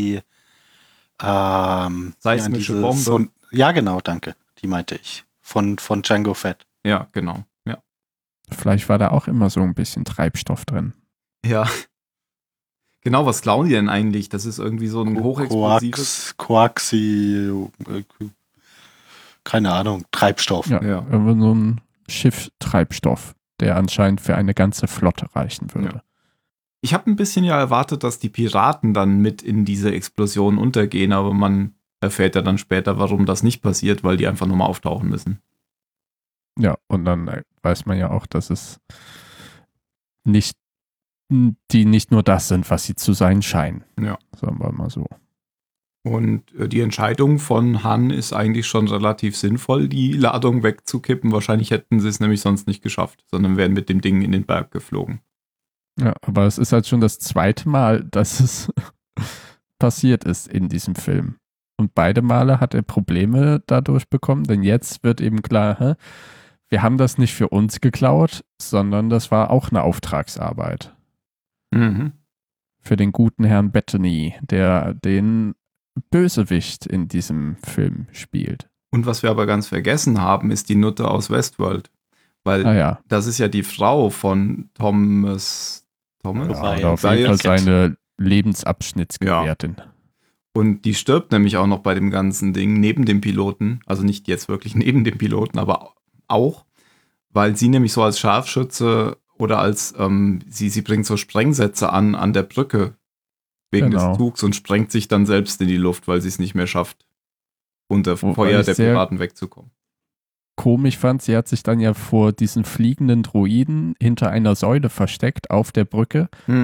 Seismische diese Bombe. ja, genau, danke. Die meinte ich. Von Django Fett. Ja, genau. Ja. Vielleicht war da auch immer so ein bisschen Treibstoff drin. Ja. Genau, was klauen die denn eigentlich? Das ist irgendwie so ein hochexplosives. Coaxi, keine Ahnung, Treibstoff. Ja, Ja. immer so ein Schiff-Treibstoff, der anscheinend für eine ganze Flotte reichen würde. Ich habe ein bisschen ja erwartet, dass die Piraten dann mit in diese Explosion untergehen, aber man erfährt ja dann später, warum das nicht passiert, weil die einfach nochmal auftauchen müssen. Ja, und dann weiß man ja auch, dass es nicht nur das sind, was sie zu sein scheinen. Ja. Sagen wir mal so. Und die Entscheidung von Han ist eigentlich schon relativ sinnvoll, die Ladung wegzukippen. Wahrscheinlich hätten sie es nämlich sonst nicht geschafft, sondern wären mit dem Ding in den Berg geflogen. Ja, aber es ist halt schon das zweite Mal, dass es passiert ist in diesem Film. Und beide Male hat er Probleme dadurch bekommen, denn jetzt wird eben klar, wir haben das nicht für uns geklaut, sondern das war auch eine Auftragsarbeit. Mhm. Für den guten Herrn Bettany, der den Bösewicht in diesem Film spielt. Und was wir aber ganz vergessen haben, ist die Nutte aus Westworld. Weil Ja. das ist ja die Frau von Thomas? Ja, Ryan oder auf jeden Fall Sayers. seine Lebensabschnittsgefährtin. Und die stirbt nämlich auch noch bei dem ganzen Ding neben dem Piloten. Also nicht jetzt wirklich neben dem Piloten, aber auch, weil sie nämlich so als Scharfschütze oder als, sie bringt so Sprengsätze an der Brücke wegen Genau. des Zugs und sprengt sich dann selbst in die Luft, weil sie es nicht mehr schafft, unter Wobei Feuer ich der sehr Piraten wegzukommen. Komisch fand, sie hat sich dann ja vor diesen fliegenden Droiden hinter einer Säule versteckt auf der Brücke. Mhm.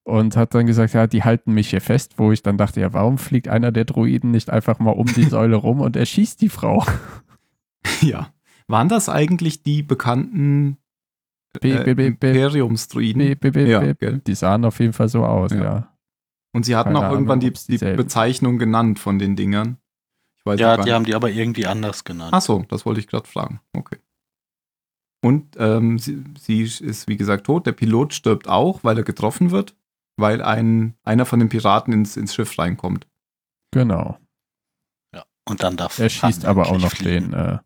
und hat dann gesagt, ja, die halten mich hier fest, wo ich dann dachte, ja, warum fliegt einer der Droiden nicht einfach mal um die Säule rum und erschießt die Frau? Ja. Waren das eigentlich die bekannten Imperiumsdroiden? Ja, gell? Die sahen auf jeden Fall so aus, ja. Und sie hatten Keine auch irgendwann Ahnung, die Bezeichnung genannt von den Dingern. Ich weiß Ja, nicht, die haben die aber irgendwie anders genannt. Ach so, das wollte ich gerade fragen. Okay. Und sie ist, wie gesagt, tot. Der Pilot stirbt auch, weil er getroffen wird, weil einer von den Piraten ins Schiff reinkommt. Genau. Ja. Und dann darf er schießt aber auch noch fliegen.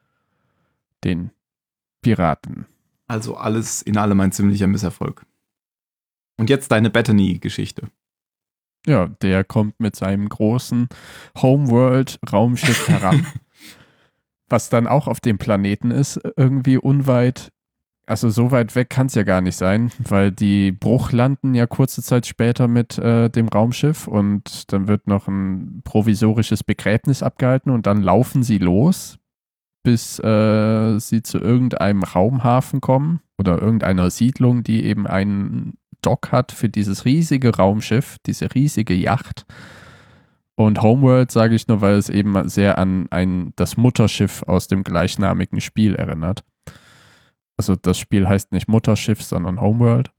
den Piraten. Also alles in allem ein ziemlicher Misserfolg. Und jetzt deine Bethany-Geschichte. Ja, der kommt mit seinem großen Homeworld-Raumschiff heran, was dann auch auf dem Planeten ist, irgendwie unweit. Also so weit weg kann es ja gar nicht sein, weil die Bruch landen ja kurze Zeit später mit dem Raumschiff und dann wird noch ein provisorisches Begräbnis abgehalten und dann laufen sie los, bis sie zu irgendeinem Raumhafen kommen oder irgendeiner Siedlung, die eben einen Dock hat für dieses riesige Raumschiff, diese riesige Yacht. Und Homeworld sage ich nur, weil es eben sehr an das Mutterschiff aus dem gleichnamigen Spiel erinnert. Also das Spiel heißt nicht Mutterschiff, sondern Homeworld.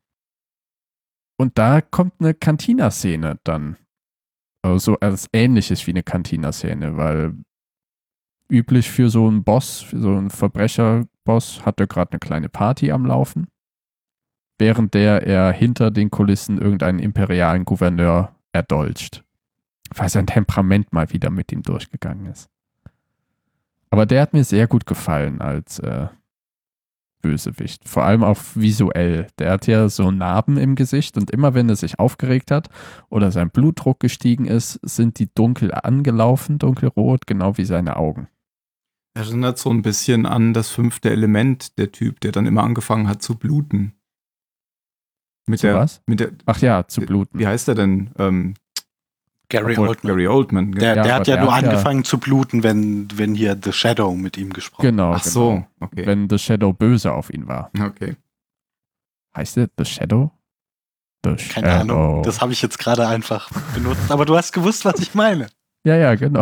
Und da kommt eine Cantina-Szene dann. Also so als Ähnliches wie eine Cantina-Szene, weil üblich für so einen Boss, für so einen Verbrecherboss, hat er gerade eine kleine Party am Laufen, während er hinter den Kulissen irgendeinen imperialen Gouverneur erdolcht, weil sein Temperament mal wieder mit ihm durchgegangen ist. Aber der hat mir sehr gut gefallen als Bösewicht. Vor allem auch visuell. Der hat ja so Narben im Gesicht und immer wenn er sich aufgeregt hat oder sein Blutdruck gestiegen ist, sind die dunkel angelaufen, dunkelrot, genau wie seine Augen. Erinnert so ein bisschen an das 5. Element, der Typ, der dann immer angefangen hat zu bluten. Was? Ach ja, zu bluten. Wie heißt der denn? Gary Oldman. Gary Oldman. Der hat ja nur angefangen zu bluten, wenn hier The Shadow mit ihm gesprochen hat. Genau. Ach so, okay. Wenn The Shadow böse auf ihn war. Okay. Heißt der The Shadow? Keine Ahnung, das habe ich jetzt gerade einfach benutzt, aber du hast gewusst, was ich meine. Ja, genau.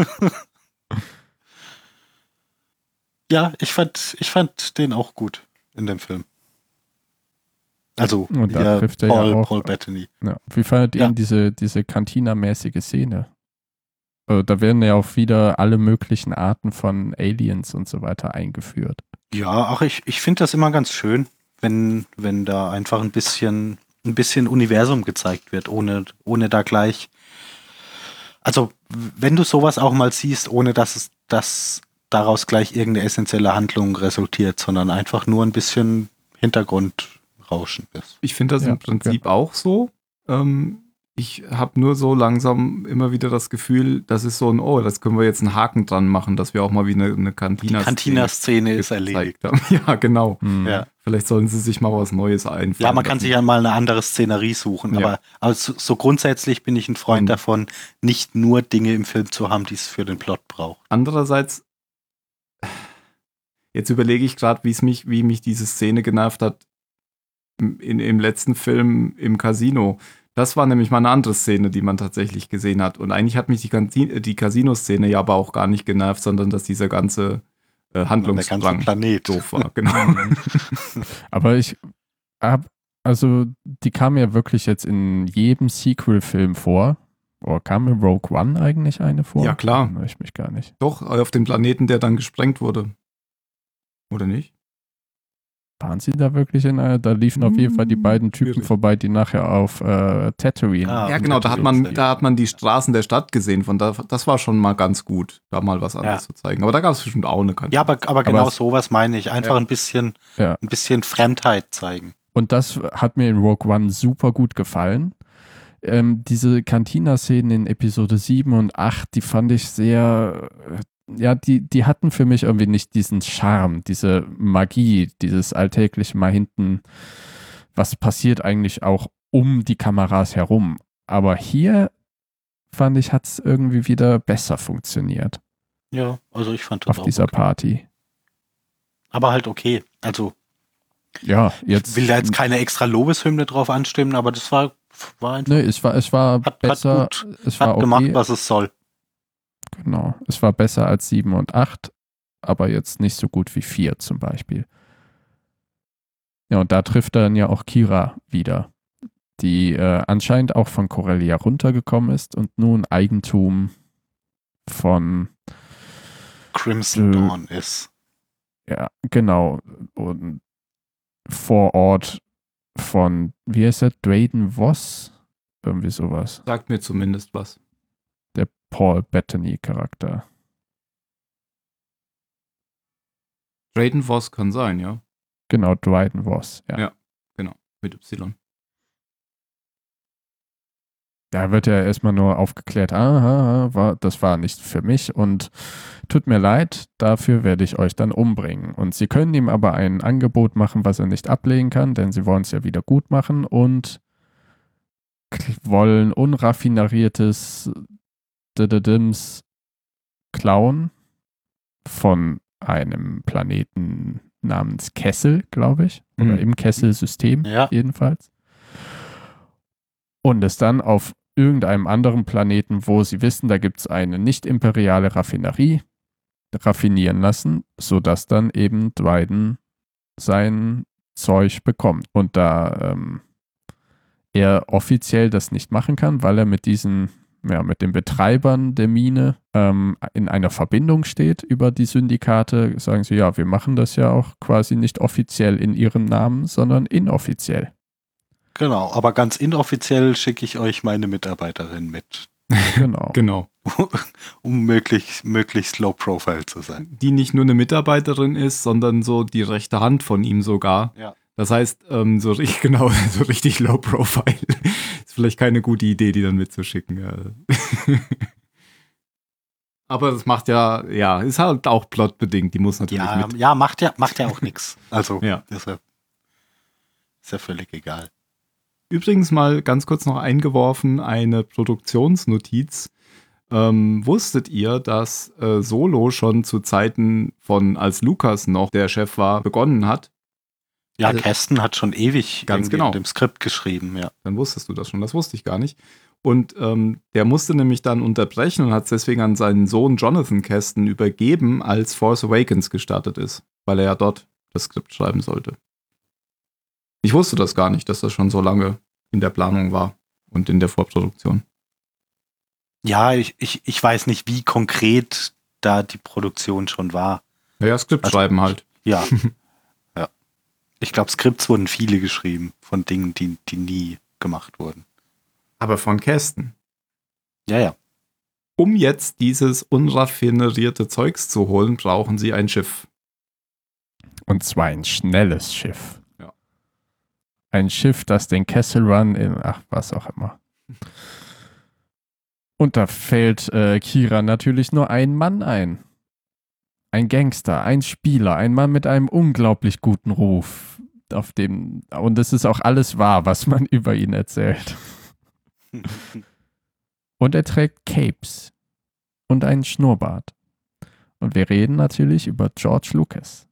Ja, ich fand den auch gut in dem Film. Also, und da trifft er ja auch, Paul Bettany. Ja. Wie fandet ihr diese Cantina-mäßige Szene? Da werden ja auch wieder alle möglichen Arten von Aliens und so weiter eingeführt. Ja, auch ich finde das immer ganz schön, wenn da einfach ein bisschen Universum gezeigt wird, ohne da gleich. Also, wenn du sowas auch mal siehst, ohne dass daraus gleich irgendeine essentielle Handlung resultiert, sondern einfach nur ein bisschen Hintergrundrauschen ist. Ich finde das im Prinzip auch so. Ich habe nur so langsam immer wieder das Gefühl, das ist so das können wir jetzt einen Haken dran machen, dass wir auch mal wie eine Cantina-Szene. Die Cantina-Szene ist erledigt. Haben. Ja, genau. Ja. Vielleicht sollen sie sich mal was Neues einfallen. Ja, man kann sich ja mal eine andere Szenerie suchen, aber so grundsätzlich bin ich ein Freund davon, nicht nur Dinge im Film zu haben, die es für den Plot braucht. Andererseits, jetzt überlege ich gerade, wie mich diese Szene genervt hat im letzten Film im Casino. Das war nämlich mal eine andere Szene, die man tatsächlich gesehen hat. Und eigentlich hat mich die Casino-Szene ja aber auch gar nicht genervt, sondern dass dieser ganze Handlungsstrang der ganze Planet doof war. Genau. Aber die kam ja wirklich jetzt in jedem Sequel-Film vor. Oder kam in Rogue One eigentlich eine vor? Ja, klar. Da erinnere ich mich gar nicht. Doch, auf dem Planeten, der dann gesprengt wurde. Oder nicht? Waren sie da wirklich in einer? Da liefen auf jeden Fall die beiden Typen vorbei, die nachher auf Tatooine. Ja, genau, da hat man die Straßen der Stadt gesehen. Das war schon mal ganz gut, da mal was anderes zu zeigen. Aber da gab es bestimmt auch eine Kante. Ja, aber genau sowas meine ich. Einfach ein bisschen Fremdheit zeigen. Und das hat mir in Rogue One super gut gefallen. Diese Cantina-Szenen in Episode 7 und 8, die fand ich sehr... die hatten für mich irgendwie nicht diesen Charme, diese Magie, dieses alltägliche mal hinten, was passiert eigentlich auch um die Kameras herum. Aber hier, fand ich, hat es irgendwie wieder besser funktioniert. Ja, also ich fand das auf dieser Party. Aber halt okay. Also ja, ich will da jetzt keine extra Lobeshymne drauf anstimmen, aber das war War einfach, Nee, es war besser. Es war hat okay. gemacht, was es soll. Genau. Es war besser als 7 und 8, aber jetzt nicht so gut wie 4 zum Beispiel. Ja, und da trifft dann ja auch Kira wieder, die anscheinend auch von Corellia runtergekommen ist und nun Eigentum von Crimson Dawn ist. Ja, genau. Und vor Ort von, wie heißt er, Drayden Voss? Irgendwie sowas. Sagt mir zumindest was. Der Paul Bettany-Charakter. Drayden Voss kann sein, ja. Genau, Drayden Voss, ja. Ja. Genau, mit Y. Da wird ja erstmal nur aufgeklärt, das war nicht für mich und tut mir leid, dafür werde ich euch dann umbringen. Und sie können ihm aber ein Angebot machen, was er nicht ablehnen kann, denn sie wollen es ja wieder gut machen und wollen unraffiniertes Dims klauen von einem Planeten namens Kessel, glaube ich. Oder im Kessel-System jedenfalls. Und es dann auf irgendeinem anderen Planeten, wo sie wissen, da gibt es eine nicht-imperiale Raffinerie, raffinieren lassen, sodass dann eben Dryden sein Zeug bekommt. Und da er offiziell das nicht machen kann, weil er mit den Betreibern der Mine in einer Verbindung steht über die Syndikate, sagen sie, ja, wir machen das ja auch quasi nicht offiziell in ihrem Namen, sondern inoffiziell. Genau, aber ganz inoffiziell schicke ich euch meine Mitarbeiterin mit. Genau. Um möglichst low profile zu sein. Die nicht nur eine Mitarbeiterin ist, sondern so die rechte Hand von ihm sogar. Ja. Das heißt, so richtig low profile. Ist vielleicht keine gute Idee, die dann mitzuschicken. Ja. Aber das macht ist halt auch plotbedingt. Die muss natürlich mit. Ja, macht ja auch nichts. Also, ja. Ist ja völlig egal. Übrigens mal ganz kurz noch eingeworfen, eine Produktionsnotiz. Wusstet ihr, dass Solo schon zu Zeiten von, als Lucas noch der Chef war, begonnen hat? Ja, Kästen hat schon ewig ganz genau in dem Skript geschrieben, ja. Dann wusstest du das schon, das wusste ich gar nicht. Und der musste nämlich dann unterbrechen und hat es deswegen an seinen Sohn Jonathan Kästen übergeben, als Force Awakens gestartet ist, weil er ja dort das Skript schreiben sollte. Ich wusste das gar nicht, dass das schon so lange in der Planung war und in der Vorproduktion. Ja, ich weiß nicht, wie konkret da die Produktion schon war. Ja, Skript schreiben halt. Ja. Ja. Ich glaube, Skripts wurden viele geschrieben von Dingen, die nie gemacht wurden. Aber von Kästen. Ja. Um jetzt dieses unraffinerierte Zeugs zu holen, brauchen sie ein Schiff. Und zwar ein schnelles Schiff. Ja. Ein Schiff, das den Kessel Run was auch immer. Und da fällt Kira natürlich nur ein Mann ein. Ein Gangster, ein Spieler, ein Mann mit einem unglaublich guten Ruf. Und es ist auch alles wahr, was man über ihn erzählt. Und er trägt Capes und einen Schnurrbart. Und wir reden natürlich über George Lucas.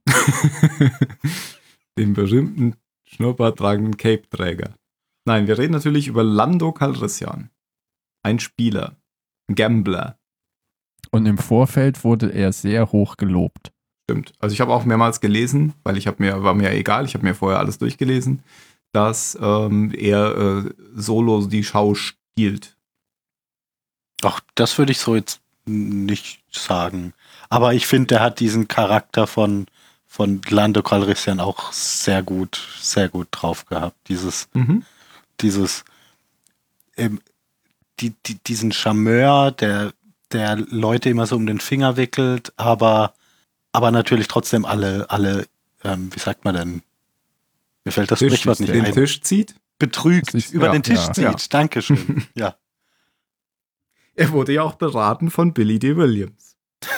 Den berühmten schnurrbarttragenden Cape-Träger. Nein, wir reden natürlich über Lando Calrissian. Ein Spieler. Ein Gambler. Und im Vorfeld wurde er sehr hoch gelobt. Stimmt. Also ich habe auch mehrmals gelesen, weil war mir egal, ich habe mir vorher alles durchgelesen, dass er Solo die Schau stiehlt. Ach, das würde ich so jetzt nicht sagen. Aber ich finde, der hat diesen Charakter von Lando Calrissian auch sehr gut drauf gehabt. Diesen Charmeur, der Leute immer so um den Finger wickelt, aber natürlich trotzdem alle, wie sagt man denn? Mir fällt das Sprichwort nicht ein. Den Tisch zieht? Betrügt, über den Tisch zieht. Ja. Dankeschön. Ja. Er wurde ja auch beraten von Billy D. Williams.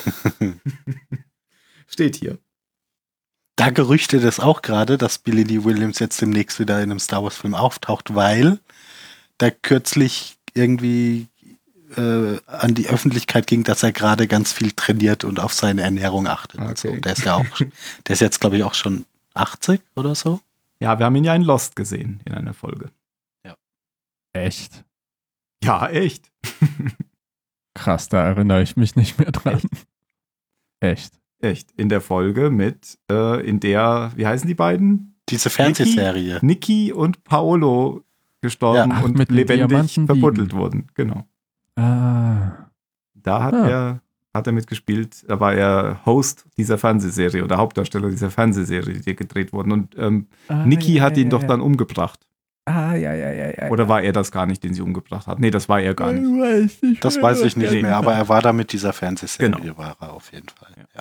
Steht hier. Da gerüchtet es auch gerade, dass Billy D. Williams jetzt demnächst wieder in einem Star Wars Film auftaucht, weil da kürzlich irgendwie an die Öffentlichkeit ging, dass er gerade ganz viel trainiert und auf seine Ernährung achtet. Okay. Also, der ist jetzt, glaube ich, auch schon 80 oder so. Ja, wir haben ihn ja in Lost gesehen, in einer Folge. Ja. Echt? Ja, echt. Krass, da erinnere ich mich nicht mehr dran. Echt? Echt. In der Folge mit, in der, wie heißen die beiden? Diese Fernsehserie. Niki und Paolo gestorben Ja, und mit den lebendig Diamanten verbuddelt wurden. Genau. Ah. Da hat er mitgespielt, da war er Host dieser Fernsehserie oder Hauptdarsteller dieser Fernsehserie, die gedreht wurden. Und Niki hat ihn doch dann umgebracht. Ja. Oder war er das gar nicht, den sie umgebracht hat? Nee, das war er gar nicht. Das weiß ich nicht mehr, aber er war da mit dieser Fernsehserie, Genau. war er auf jeden Fall. Ja.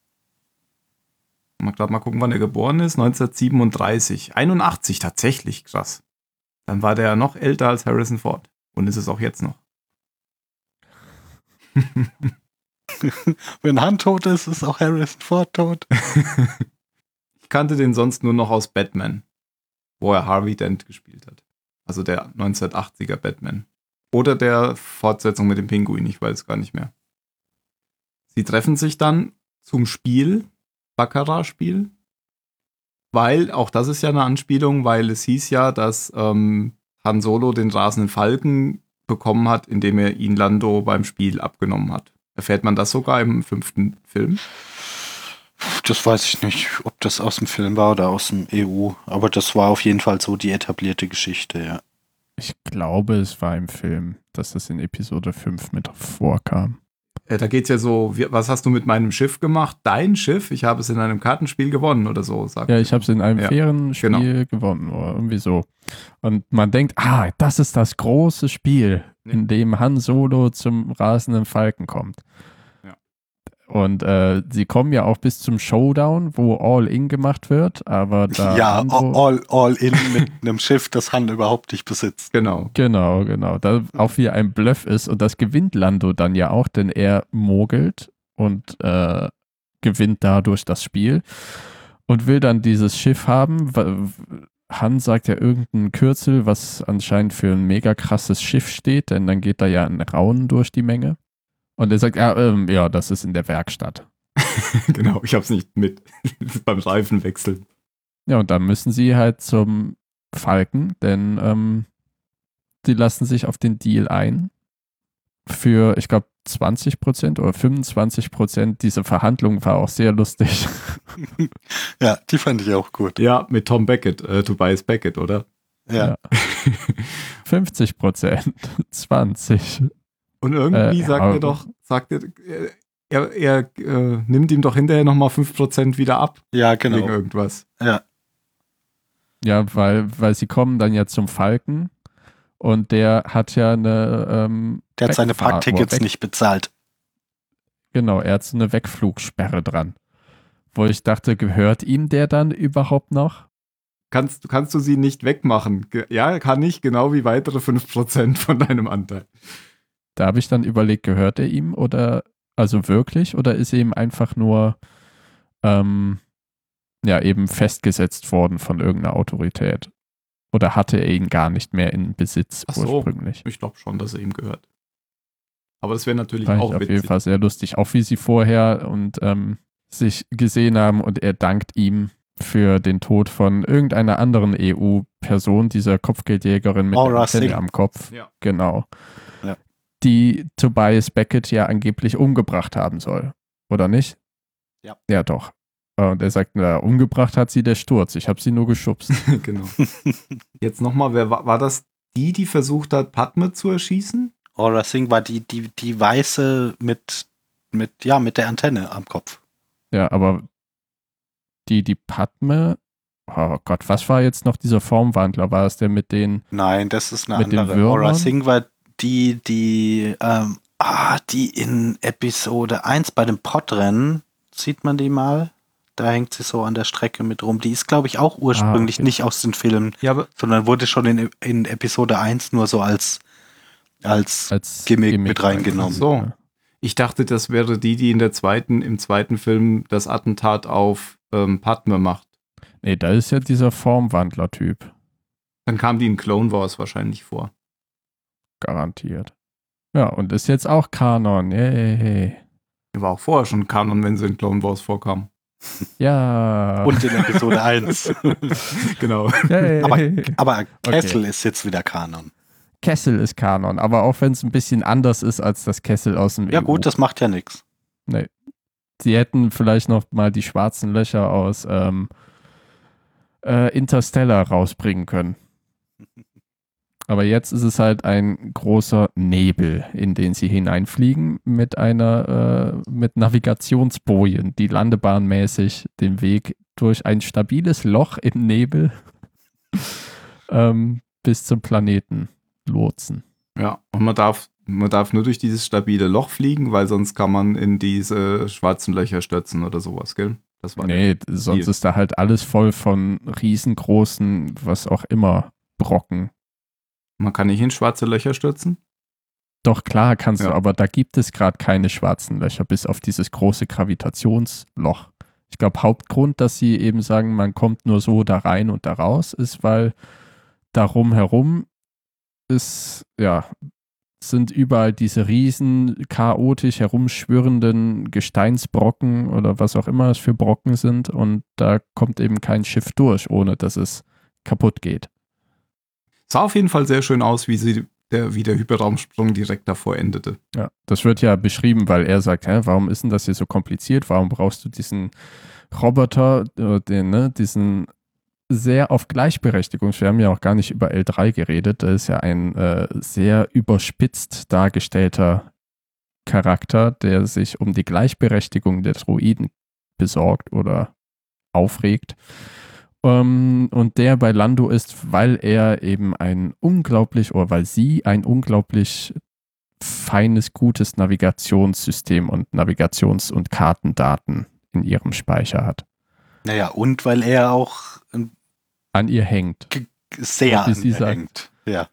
Mal gucken, wann er geboren ist. 1937. 81, tatsächlich, krass. Dann war der ja noch älter als Harrison Ford. Und ist es auch jetzt noch. Wenn Han tot ist, ist auch Harrison Ford tot. Ich kannte den sonst nur noch aus Batman, wo er Harvey Dent gespielt hat. Also der 1980er Batman. Oder der Fortsetzung mit dem Pinguin, ich weiß gar nicht mehr. Sie treffen sich dann zum Spiel, Baccarat-Spiel, weil, auch das ist ja eine Anspielung, weil es hieß ja, dass Han Solo den rasenden Falken bekommen hat, indem er ihn Lando beim Spiel abgenommen hat. Erfährt man das sogar im 5. Film? Das weiß ich nicht, ob das aus dem Film war oder aus dem EU, aber das war auf jeden Fall so die etablierte Geschichte, ja. Ich glaube, es war im Film, dass das in Episode 5 mit vorkam. Da geht's ja so, was hast du mit meinem Schiff gemacht? Dein Schiff? Ich habe es in einem Kartenspiel gewonnen oder so, sagt Ja, ich habe es in einem fairen Spiel genau. gewonnen oder irgendwie so. Und man denkt, das ist das große Spiel, in dem Han Solo zum rasenden Falken kommt. Ja. Und sie kommen ja auch bis zum Showdown, wo All-In gemacht wird, aber da Ja, all-in mit einem Schiff, das Han überhaupt nicht besitzt. Genau. Genau. Da auch wie ein Bluff ist und das gewinnt Lando dann ja auch, denn er mogelt und gewinnt dadurch das Spiel und will dann dieses Schiff haben. Han sagt ja irgendein Kürzel, was anscheinend für ein mega krasses Schiff steht, denn dann geht da ja ein Raunen durch die Menge. Und er sagt, ja, das ist in der Werkstatt. Genau, ich hab's nicht mit beim Reifenwechseln. Ja, und dann müssen sie halt zum Falken, denn sie lassen sich auf den Deal ein für, ich glaube, 20% oder 25%. Diese Verhandlung war auch sehr lustig. Ja, die fand ich auch gut. Ja, mit Tom Beckett, Tobias Beckett, oder? Ja. 50%, 20%. Und irgendwie sagt er nimmt ihm doch hinterher nochmal 5% wieder ab. Ja, genau. Wegen irgendwas. Ja. Ja, weil sie kommen dann ja zum Falken und der hat ja eine der hat seine Parktickets nicht bezahlt. Genau, er hat so eine Wegflugsperre dran. Wo ich dachte, gehört ihm der dann überhaupt noch? Kannst du sie nicht wegmachen? Ja, kann ich, genau wie weitere 5% von deinem Anteil. Da habe ich dann überlegt, gehört er ihm oder, also wirklich, oder ist er ihm einfach nur eben festgesetzt worden von irgendeiner Autorität? Oder hatte er ihn gar nicht mehr in Besitz ursprünglich? Ich glaube schon, dass er ihm gehört. Aber das wäre natürlich Fand auch ich witzig. auf jeden Fall sehr lustig. Auch wie sie vorher und sich gesehen haben und er dankt ihm für den Tod von irgendeiner anderen EU-Person, dieser Kopfgeldjägerin mit der Antenne am Kopf. Ja. Genau. Ja. Die Tobias Beckett ja angeblich umgebracht haben soll. Oder nicht? Ja. Ja, doch. Und er sagt, umgebracht hat sie der Sturz. Ich habe sie nur geschubst. Genau. Jetzt nochmal, wer war das? Die versucht hat, Padme zu erschießen? Aura Singh war die Weiße mit der Antenne am Kopf. Ja, aber die Padme, oh Gott, was war jetzt noch dieser Formwandler? War es der mit den... Nein, das ist eine mit andere. den Aura Singh war die in Episode 1 bei dem Podrennen, sieht man die mal? Da hängt sie so an der Strecke mit rum. Die ist, glaube ich, auch ursprünglich nicht aus den Filmen, sondern wurde schon in Episode 1 nur so als Gimmick mit reingenommen. Ach so. Ich dachte, das wäre die im zweiten Film das Attentat auf Padme macht. Nee, da ist ja dieser Formwandler-Typ. Dann kam die in Clone Wars wahrscheinlich vor. Garantiert. Ja, und ist jetzt auch Kanon. Yay. Die war auch vorher schon Kanon, wenn sie in Clone Wars vorkam. Ja. Und in Episode 1. Genau. Yay. Aber Kessel ist jetzt wieder Kanon. Kessel ist Kanon, aber auch wenn es ein bisschen anders ist als das Kessel aus dem Ja gut, das macht ja nichts. Nee. Sie hätten vielleicht noch mal die schwarzen Löcher aus Interstellar rausbringen können. Aber jetzt ist es halt ein großer Nebel, in den sie hineinfliegen mit mit Navigationsbojen, die landebahnmäßig den Weg durch ein stabiles Loch im Nebel bis zum Planeten lotsen. Ja, und man darf nur durch dieses stabile Loch fliegen, weil sonst kann man in diese schwarzen Löcher stürzen oder sowas, gell? Das war sonst ist da halt alles voll von riesengroßen, was auch immer, Brocken. Man kann nicht in schwarze Löcher stürzen? Doch, klar kannst du, aber da gibt es gerade keine schwarzen Löcher, bis auf dieses große Gravitationsloch. Ich glaube, Hauptgrund, dass sie eben sagen, man kommt nur so da rein und da raus, ist, weil darum herum sind überall diese riesen, chaotisch herumschwirrenden Gesteinsbrocken oder was auch immer es für Brocken sind und da kommt eben kein Schiff durch, ohne dass es kaputt geht. Sah auf jeden Fall sehr schön aus, wie der Hyperraumsprung direkt davor endete. Ja, das wird ja beschrieben, weil er sagt, warum ist denn das hier so kompliziert? Warum brauchst du diesen Roboter, diesen sehr auf Gleichberechtigung, wir haben ja auch gar nicht über L3 geredet, das ist ja ein sehr überspitzt dargestellter Charakter, der sich um die Gleichberechtigung der Droiden besorgt oder aufregt. Und der bei Lando ist, weil sie ein unglaublich feines, gutes Navigationssystem und Navigations- und Kartendaten in ihrem Speicher hat. Naja, und weil er auch an ihr hängt. Sehr an ihr hängt. Ja.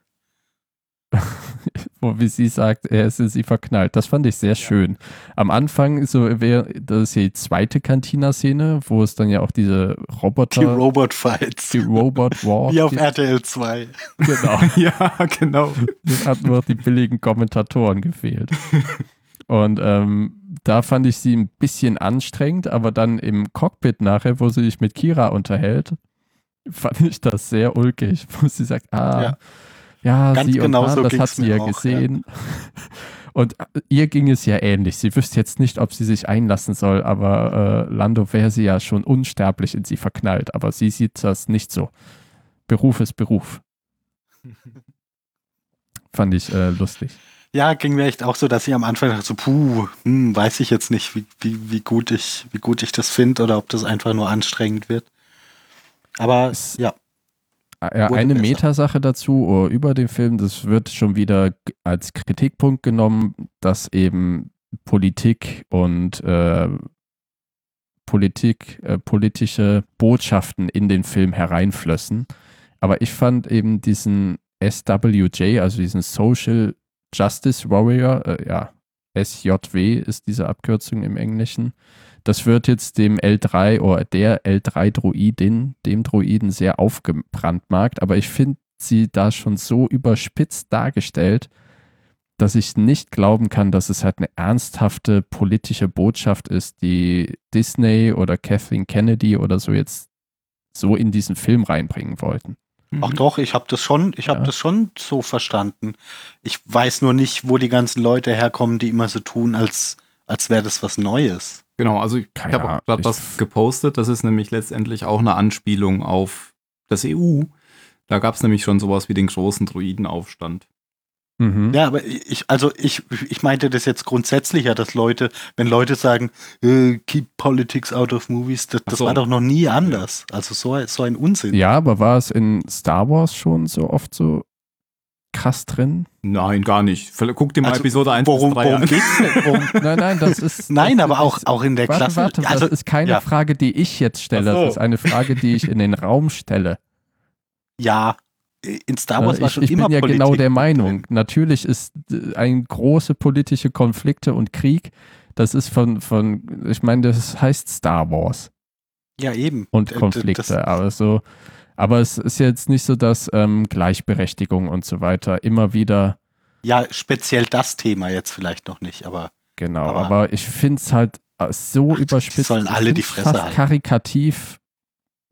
Wie sie sagt, er ist in sie verknallt. Das fand ich sehr schön. Am Anfang, das ist die zweite Cantina-Szene, wo es dann ja auch diese Roboter... Die Robot-Fights. Die Robot-War. Wie auf RTL 2. Genau. Ja, genau. Es hat nur die billigen Kommentatoren gefehlt. Und da fand ich sie ein bisschen anstrengend, aber dann im Cockpit nachher, wo sie sich mit Kira unterhält, fand ich das sehr ulkig, wo sie sagt, ganz sie genau und so das hat sie ja gesehen. Ja. Und ihr ging es ja ähnlich. Sie wüsste jetzt nicht, ob sie sich einlassen soll, aber Lando wäre sie ja schon unsterblich in sie verknallt. Aber sie sieht das nicht so. Beruf ist Beruf. Fand ich lustig. Ja, ging mir echt auch so, dass ich am Anfang dachte, so, weiß ich jetzt nicht, wie gut ich das finde oder ob das einfach nur anstrengend wird. Aber ja. Ja, eine Metasache dazu über den Film, das wird schon wieder als Kritikpunkt genommen, dass eben Politik und politische Botschaften in den Film hereinflössen. Aber ich fand eben diesen SWJ, also diesen Social Justice Warrior, SJW ist diese Abkürzung im Englischen. Das wird jetzt dem L3 oder der L3-Droidin, dem Droiden sehr aufgebrandmarkt, aber ich finde sie da schon so überspitzt dargestellt, dass ich nicht glauben kann, dass es halt eine ernsthafte politische Botschaft ist, die Disney oder Kathleen Kennedy oder so jetzt so in diesen Film reinbringen wollten. Ach doch, ich habe das schon so verstanden. Ich weiß nur nicht, wo die ganzen Leute herkommen, die immer so tun, als wäre das was Neues. Genau, also ich habe auch gerade was gepostet, das ist nämlich letztendlich auch eine Anspielung auf das EU. Da gab es nämlich schon sowas wie den großen Droidenaufstand. Mhm. Ja, aber ich meinte das jetzt grundsätzlicher, dass wenn Leute sagen, keep politics out of movies, das war doch noch nie anders. Also so ein Unsinn. Ja, aber war es in Star Wars schon so oft so krass drin? Nein, gar nicht. Guck dir mal Episode 1 bis 3 an. Worum geht's denn? Nein, das ist... Nein, aber auch in der Klasse. Warte, das ist keine Frage, die ich jetzt stelle. Das ist eine Frage, die ich in den Raum stelle. Ja, in Star Wars war schon immer Politik. Ich bin ja Politik genau der Meinung. drin. Natürlich ist ein große politische Konflikte und Krieg, das ist ich meine, das heißt Star Wars. Ja, eben. Und Konflikte, aber es ist jetzt nicht so, dass Gleichberechtigung und so weiter immer wieder... Ja, speziell das Thema jetzt vielleicht noch nicht, aber... Genau, aber ich finde es halt so überspitzt. Sollen alle die Fresse fast halten. karikativ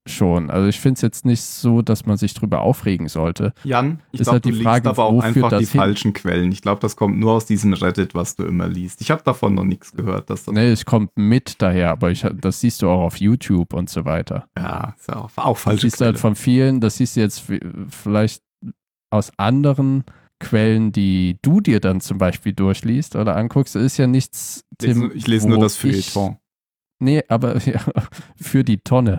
schon. Also ich finde es jetzt nicht so, dass man sich drüber aufregen sollte. Jan, ich Ist glaube, halt du die liest Frage, aber auch wo führt einfach das die hin? falschen Quellen. Ich glaube, das kommt nur aus diesem Reddit, was du immer liest. Ich habe davon noch nichts gehört. Dass das Nee, es kommt mit daher, aber das siehst du auch auf YouTube und so weiter. ja, ist ja auch Das falsche siehst du halt Quelle. von vielen, das siehst du jetzt vielleicht aus anderen Quellen, die du dir dann zum Beispiel durchliest oder anguckst. Das ist ja nichts, Tim, Ich lese nur wo das Feuilleton. Nee, aber ja, für die Tonne.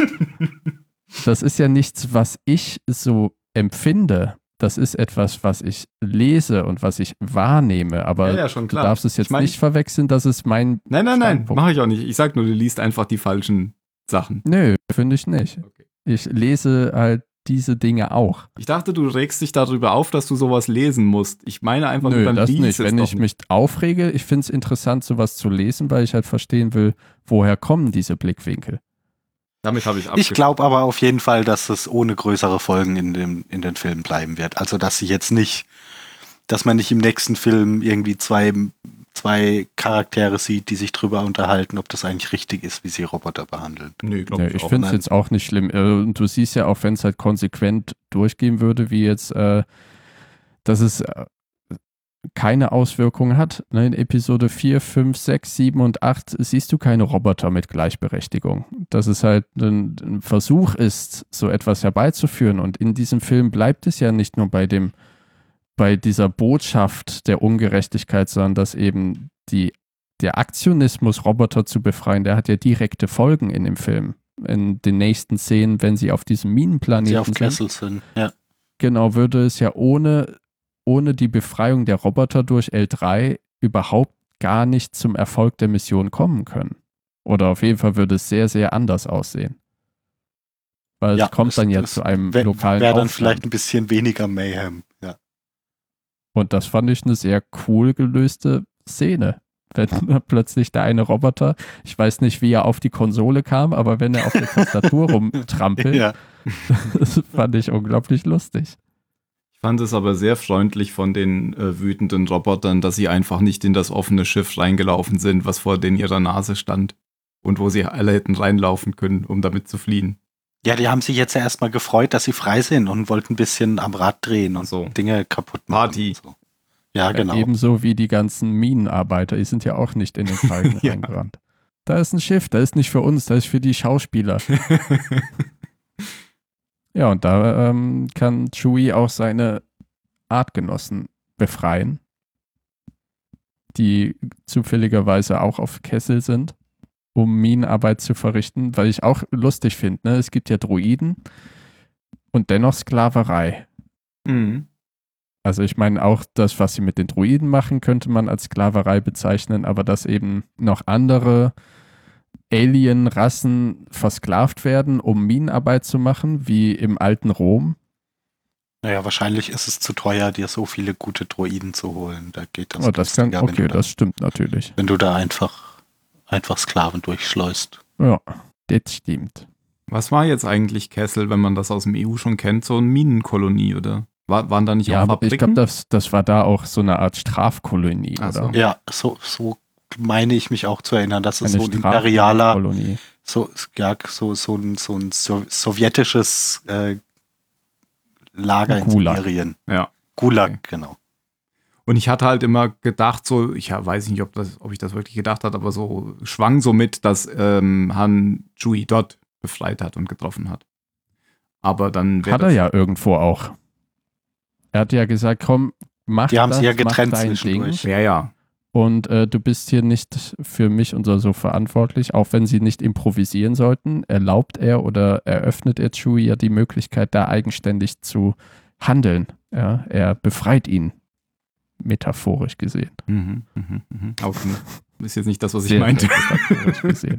Das ist ja nichts, was ich so empfinde. Das ist etwas, was ich lese und was ich wahrnehme. Aber Ja, schon du klar. darfst es jetzt Ich mein- nicht verwechseln, dass es mein Nein, Standpunkt. mache ich auch nicht. Ich sag nur, du liest einfach die falschen Sachen. Nö, finde ich nicht. Okay. Ich lese halt diese Dinge auch. Ich dachte, du regst dich darüber auf, dass du sowas lesen musst. Ich meine einfach, Nö, dann das lies nicht. es Wenn doch ich mich aufrege, ich finde es interessant, sowas zu lesen, weil ich halt verstehen will, woher kommen diese Blickwinkel. Damit habe ich Ich glaube aber auf jeden Fall, dass es ohne größere Folgen in den Filmen bleiben wird. Also dass man nicht im nächsten Film irgendwie zwei Charaktere sieht, die sich drüber unterhalten, ob das eigentlich richtig ist, wie sie Roboter behandeln. Nö, glaube Nee, ich ich auch. finde es Nein. jetzt auch nicht schlimm. Und du siehst ja auch, wenn es halt konsequent durchgehen würde, wie jetzt, dass es keine Auswirkungen hat. Ne, in Episode 4, 5, 6, 7 und 8 siehst du keine Roboter mit Gleichberechtigung. Dass es halt ein Versuch ist, so etwas herbeizuführen. Und in diesem Film bleibt es ja nicht nur bei dieser Botschaft der Ungerechtigkeit, sondern dass eben der Aktionismus, Roboter zu befreien, der hat ja direkte Folgen in dem Film. In den nächsten Szenen, wenn sie auf diesem Minenplaneten Sie auf sind. Kessel sind. Ja. Genau, würde es ja ohne die Befreiung der Roboter durch L3 überhaupt gar nicht zum Erfolg der Mission kommen können. Oder auf jeden Fall würde es sehr, sehr anders aussehen. Weil Ja, es kommt dann ja das zu einem Wäre lokalen dann Aufstand. vielleicht ein bisschen weniger Mayhem. Ja. Und das fand ich eine sehr cool gelöste Szene. Wenn plötzlich der eine Roboter, ich weiß nicht, wie er auf die Konsole kam, aber wenn er auf der Tastatur rumtrampelt, Ja. das fand ich unglaublich lustig. Ich fand es aber sehr freundlich von den wütenden Robotern, dass sie einfach nicht in das offene Schiff reingelaufen sind, was vor denen ihrer Nase stand. Und wo sie alle hätten reinlaufen können, um damit zu fliehen. Ja, die haben sich jetzt ja erstmal gefreut, dass sie frei sind und wollten ein bisschen am Rad drehen und So. Dinge kaputt machen. Party. Und so. Ja, genau. Ebenso wie die ganzen Minenarbeiter, die sind ja auch nicht in den Falken Ja. reingerannt. Da ist ein Schiff, das ist nicht für uns, das ist für die Schauspieler. Ja, und da kann Chewie auch seine Artgenossen befreien, die zufälligerweise auch auf Kessel sind, um Minenarbeit zu verrichten, weil ich auch lustig finde, ne? Es gibt ja Droiden und dennoch Sklaverei. Mhm. Also ich meine, auch das, was sie mit den Droiden machen, könnte man als Sklaverei bezeichnen, aber dass eben noch andere Alien-Rassen versklavt werden, um Minenarbeit zu machen, wie im alten Rom. Naja, wahrscheinlich ist es zu teuer, dir so viele gute Droiden zu holen. Da geht das. Oh, das kann, günstiger, okay, das stimmt natürlich. wenn du da einfach Sklaven durchschleust. Ja, das stimmt. Was war jetzt eigentlich Kessel, wenn man das aus dem EU schon kennt? So eine Minenkolonie, oder? Waren da nicht Ja, auch aber Fabriken? ich glaube, das war da auch so eine Art Strafkolonie, Ach so. oder? Ja, so meine ich mich auch zu erinnern, dass es Eine so ein imperialer, Strafkolonie. so ein sowjetisches Lager in Gulag. Sibirien. Ja. Gulag, Okay. genau. Und ich hatte halt immer gedacht, so, ich weiß nicht, ob ich das wirklich gedacht habe, aber so schwang so mit, dass Han Chewie dort befreit hat und getroffen hat. Aber dann Hat er ja irgendwo auch. Er hat ja gesagt, komm, mach Die haben das, sich ja mach getrennt dein Ding. zwischendurch. Ja. Und du bist hier nicht für mich und so verantwortlich, auch wenn sie nicht improvisieren sollten, erlaubt er oder eröffnet er Chewie ja die Möglichkeit, da eigenständig zu handeln. Ja, er befreit ihn, metaphorisch gesehen. Auch ist jetzt nicht das, was ich Sehr meinte. metaphorisch gesehen.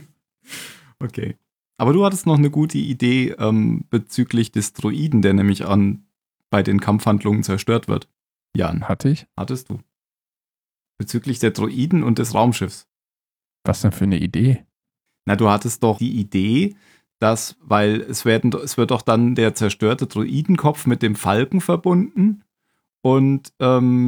Okay. Aber du hattest noch eine gute Idee bezüglich des Droiden, der nämlich bei den Kampfhandlungen zerstört wird. Jan, Hatte ich? hattest du? Bezüglich der Droiden und des Raumschiffs. Was denn für eine Idee? Na, du hattest doch die Idee, dass, weil es wird doch dann der zerstörte Droidenkopf mit dem Falken verbunden und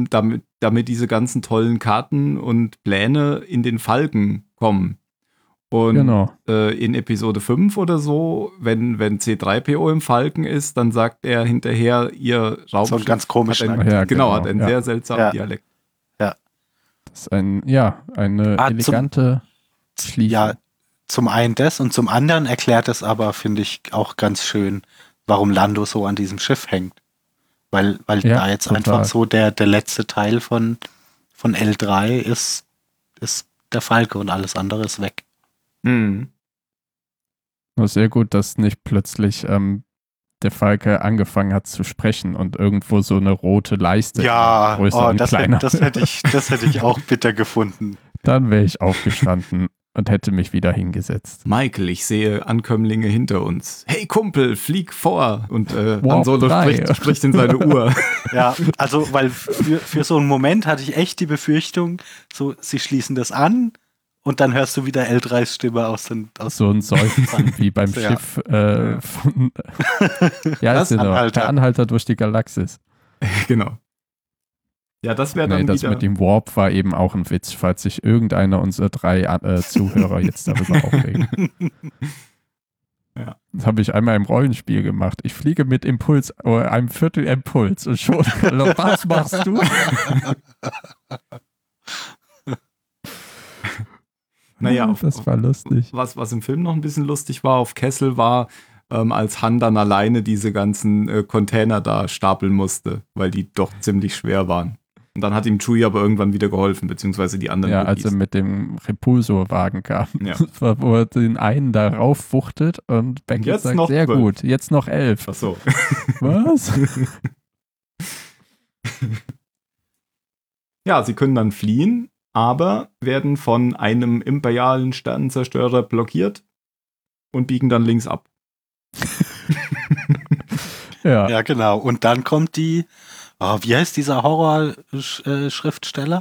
damit diese ganzen tollen Karten und Pläne in den Falken kommen. Und Genau. in Episode 5 oder so, wenn C3PO im Falken ist, dann sagt er hinterher, ihr Raumschiff So ein ganz komischen hat Akzent. hat einen sehr seltsamen Dialekt. Das ist eine elegante Schließung. Ja, zum einen das und zum anderen erklärt es aber, finde ich, auch ganz schön, warum Lando so an diesem Schiff hängt. Weil da jetzt total. einfach so der letzte Teil von L3 ist der Falke und alles andere ist weg. Mhm. Nur sehr gut, dass nicht plötzlich der Falke angefangen hat zu sprechen und irgendwo so eine rote Leiste Ja, größer und das kleiner. hätte ich auch bitter gefunden. Dann wäre ich aufgestanden und hätte mich wieder hingesetzt. Michael, ich sehe Ankömmlinge hinter uns. Hey Kumpel, flieg vor! Und Han Warp Solo 3. spricht in seine Uhr. Ja, also, weil für so einen Moment hatte ich echt die Befürchtung, so, sie schließen das an und dann hörst du wieder L3s Stimme aus So ein Seufzen wie beim Ja. Schiff von Das genau, Anhalter. der Anhalter durch die Galaxis. Genau. Ja, das wäre Nee, dann das wieder... mit dem Warp war eben auch ein Witz, falls sich irgendeiner unserer 3 Zuhörer jetzt darüber aufregt. Ja. Das habe ich einmal im Rollenspiel gemacht. Ich fliege mit Impuls, einem Viertel Impuls und schon, was machst du? Naja, das war lustig. Was im Film noch ein bisschen lustig war, auf Kessel war, als Han dann alleine diese ganzen Container da stapeln musste, weil die doch ziemlich schwer waren. Und dann hat ihm Chewie aber irgendwann wieder geholfen, beziehungsweise die anderen Ja, als Wookiees. er mit dem Repulsorwagen kam, Ja. wo er den einen da raufwuchtet und Beckett Jetzt sagt, noch sehr 12. gut, jetzt noch 11. Ach so. Was? Ja, sie können dann fliehen, aber werden von einem imperialen Sternenzerstörer blockiert und biegen dann links ab. Ja, Ja, genau. Und dann kommt wie heißt dieser Horror-Schriftsteller?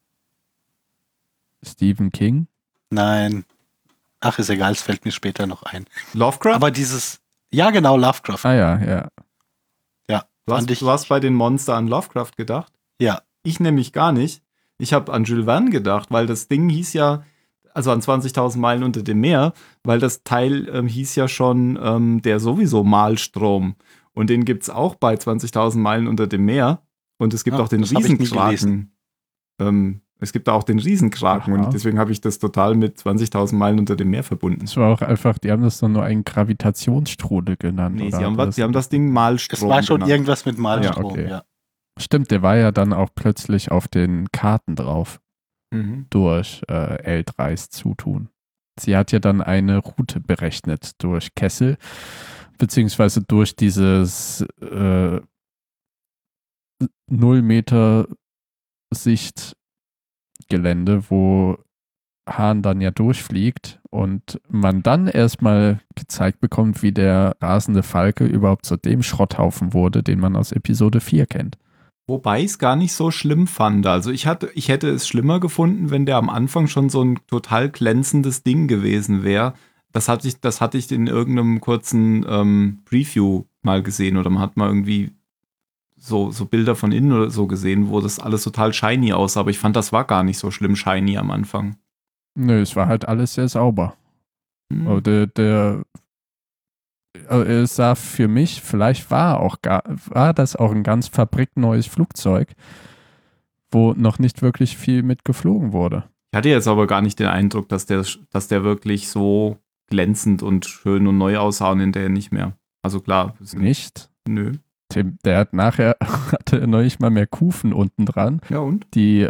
Stephen King. Nein. Ach, ist egal, es fällt mir später noch ein. Lovecraft? Aber ja genau, Lovecraft. Ah ja. Ja, Du hast bei den Monster an Lovecraft gedacht? Ja, Ich nämlich gar nicht. Ich habe an Jules Verne gedacht, weil das Ding hieß ja, also an 20.000 Meilen unter dem Meer, weil das Teil hieß ja schon der sowieso Malstrom. Und den gibt es auch bei 20.000 Meilen unter dem Meer. Und es gibt auch den das hab ich nie Riesenkraken. Es gibt da auch den Riesenkraken. Aha. Und deswegen habe ich das total mit 20.000 Meilen unter dem Meer verbunden. Das war auch einfach, die haben das doch nur einen Gravitationsstrudel genannt. Nee, oder? sie haben das Ding Malstrom es war schon genannt. irgendwas mit Malstrom. Ja, okay. Ja. Stimmt, der war ja dann auch plötzlich auf den Karten drauf Mhm. durch L3s Zutun. Sie hat ja dann eine Route berechnet durch Kessel, beziehungsweise durch dieses 0 Meter Sichtgelände, wo Hahn dann ja durchfliegt und man dann erstmal gezeigt bekommt, wie der rasende Falke überhaupt zu dem Schrotthaufen wurde, den man aus Episode 4 kennt. Wobei ich es gar nicht so schlimm fand. Also ich hätte es schlimmer gefunden, wenn der am Anfang schon so ein total glänzendes Ding gewesen wäre. Das hatte ich in irgendeinem kurzen Preview mal gesehen oder man hat mal irgendwie so Bilder von innen oder so gesehen, wo das alles total shiny aussah. Aber ich fand, das war gar nicht so schlimm shiny am Anfang. Nö, es war halt alles sehr sauber. Hm. Aber es sah für mich, vielleicht war das auch ein ganz fabrikneues Flugzeug, wo noch nicht wirklich viel mit geflogen wurde. Ich hatte jetzt aber gar nicht den Eindruck, dass der wirklich so glänzend und schön und neu aussah und hinterher nicht mehr. Also klar. Nicht? Nö. Tim, der hat nachher, hatte noch nicht mal mehr Kufen unten dran. Ja und?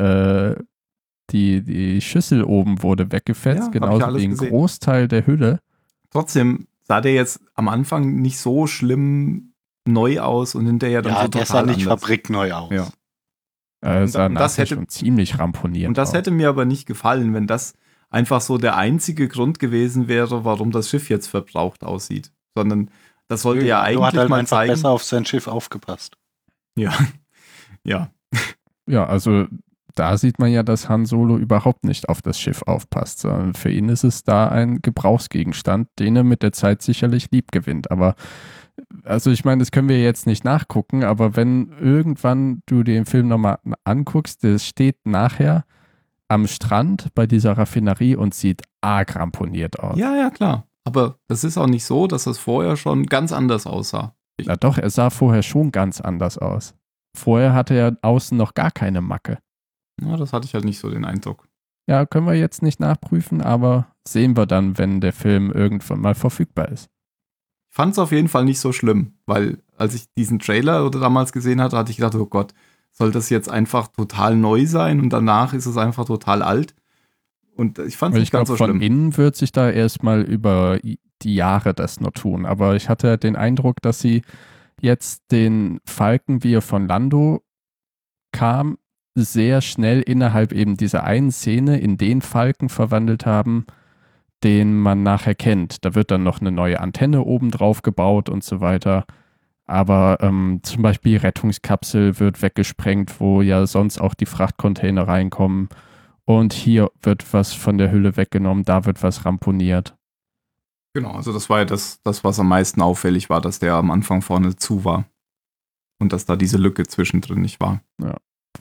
Die Schüssel oben wurde weggefetzt, Ja, hab ich genauso alles wie ein gesehen. Großteil der Hülle. Trotzdem sah der jetzt am Anfang nicht so schlimm neu aus und hinterher dann Ja, so der total sah nicht anders. fabrikneu aus. Ja. Sah und das nachher hätte- schon ziemlich ramponiert Und das aus. hätte mir aber nicht gefallen, wenn das einfach so der einzige Grund gewesen wäre, warum das Schiff jetzt verbraucht aussieht. Sondern das sollte ja Du eigentlich hat halt mal einfach zeigen. besser auf sein Schiff aufgepasst. Ja. Ja. Ja, also da sieht man ja, dass Han Solo überhaupt nicht auf das Schiff aufpasst, sondern für ihn ist es da ein Gebrauchsgegenstand, den er mit der Zeit sicherlich lieb gewinnt. Aber, also ich meine, das können wir jetzt nicht nachgucken, aber wenn irgendwann du den Film nochmal anguckst, der steht nachher am Strand bei dieser Raffinerie und sieht arg ramponiert aus. Ja, ja, klar. Aber es ist auch nicht so, dass das vorher schon ganz anders aussah. Na doch, er sah vorher schon ganz anders aus. Vorher hatte er außen noch gar keine Macke. Ja, das hatte ich halt nicht so den Eindruck. Ja, können wir jetzt nicht nachprüfen, aber sehen wir dann, wenn der Film irgendwann mal verfügbar ist. Ich fand es auf jeden Fall nicht so schlimm, weil als ich diesen Trailer oder damals gesehen hatte, hatte ich gedacht, oh Gott, soll das jetzt einfach total neu sein und danach ist es einfach total alt? Und ich fand es nicht ganz so schlimm. Von innen wird sich da erstmal über die Jahre das nur tun, aber ich hatte den Eindruck, dass sie jetzt den Falken, wie er von Lando kam, sehr schnell innerhalb eben dieser einen Szene in den Falken verwandelt haben, den man nachher kennt. Da wird dann noch eine neue Antenne oben drauf gebaut und so weiter. Aber zum Beispiel die Rettungskapsel wird weggesprengt, wo ja sonst auch die Frachtcontainer reinkommen. Und hier wird was von der Hülle weggenommen, da wird was ramponiert. Genau, also das war ja das, was am meisten auffällig war, dass der am Anfang vorne zu war. Und dass da diese Lücke zwischendrin nicht war. Ja.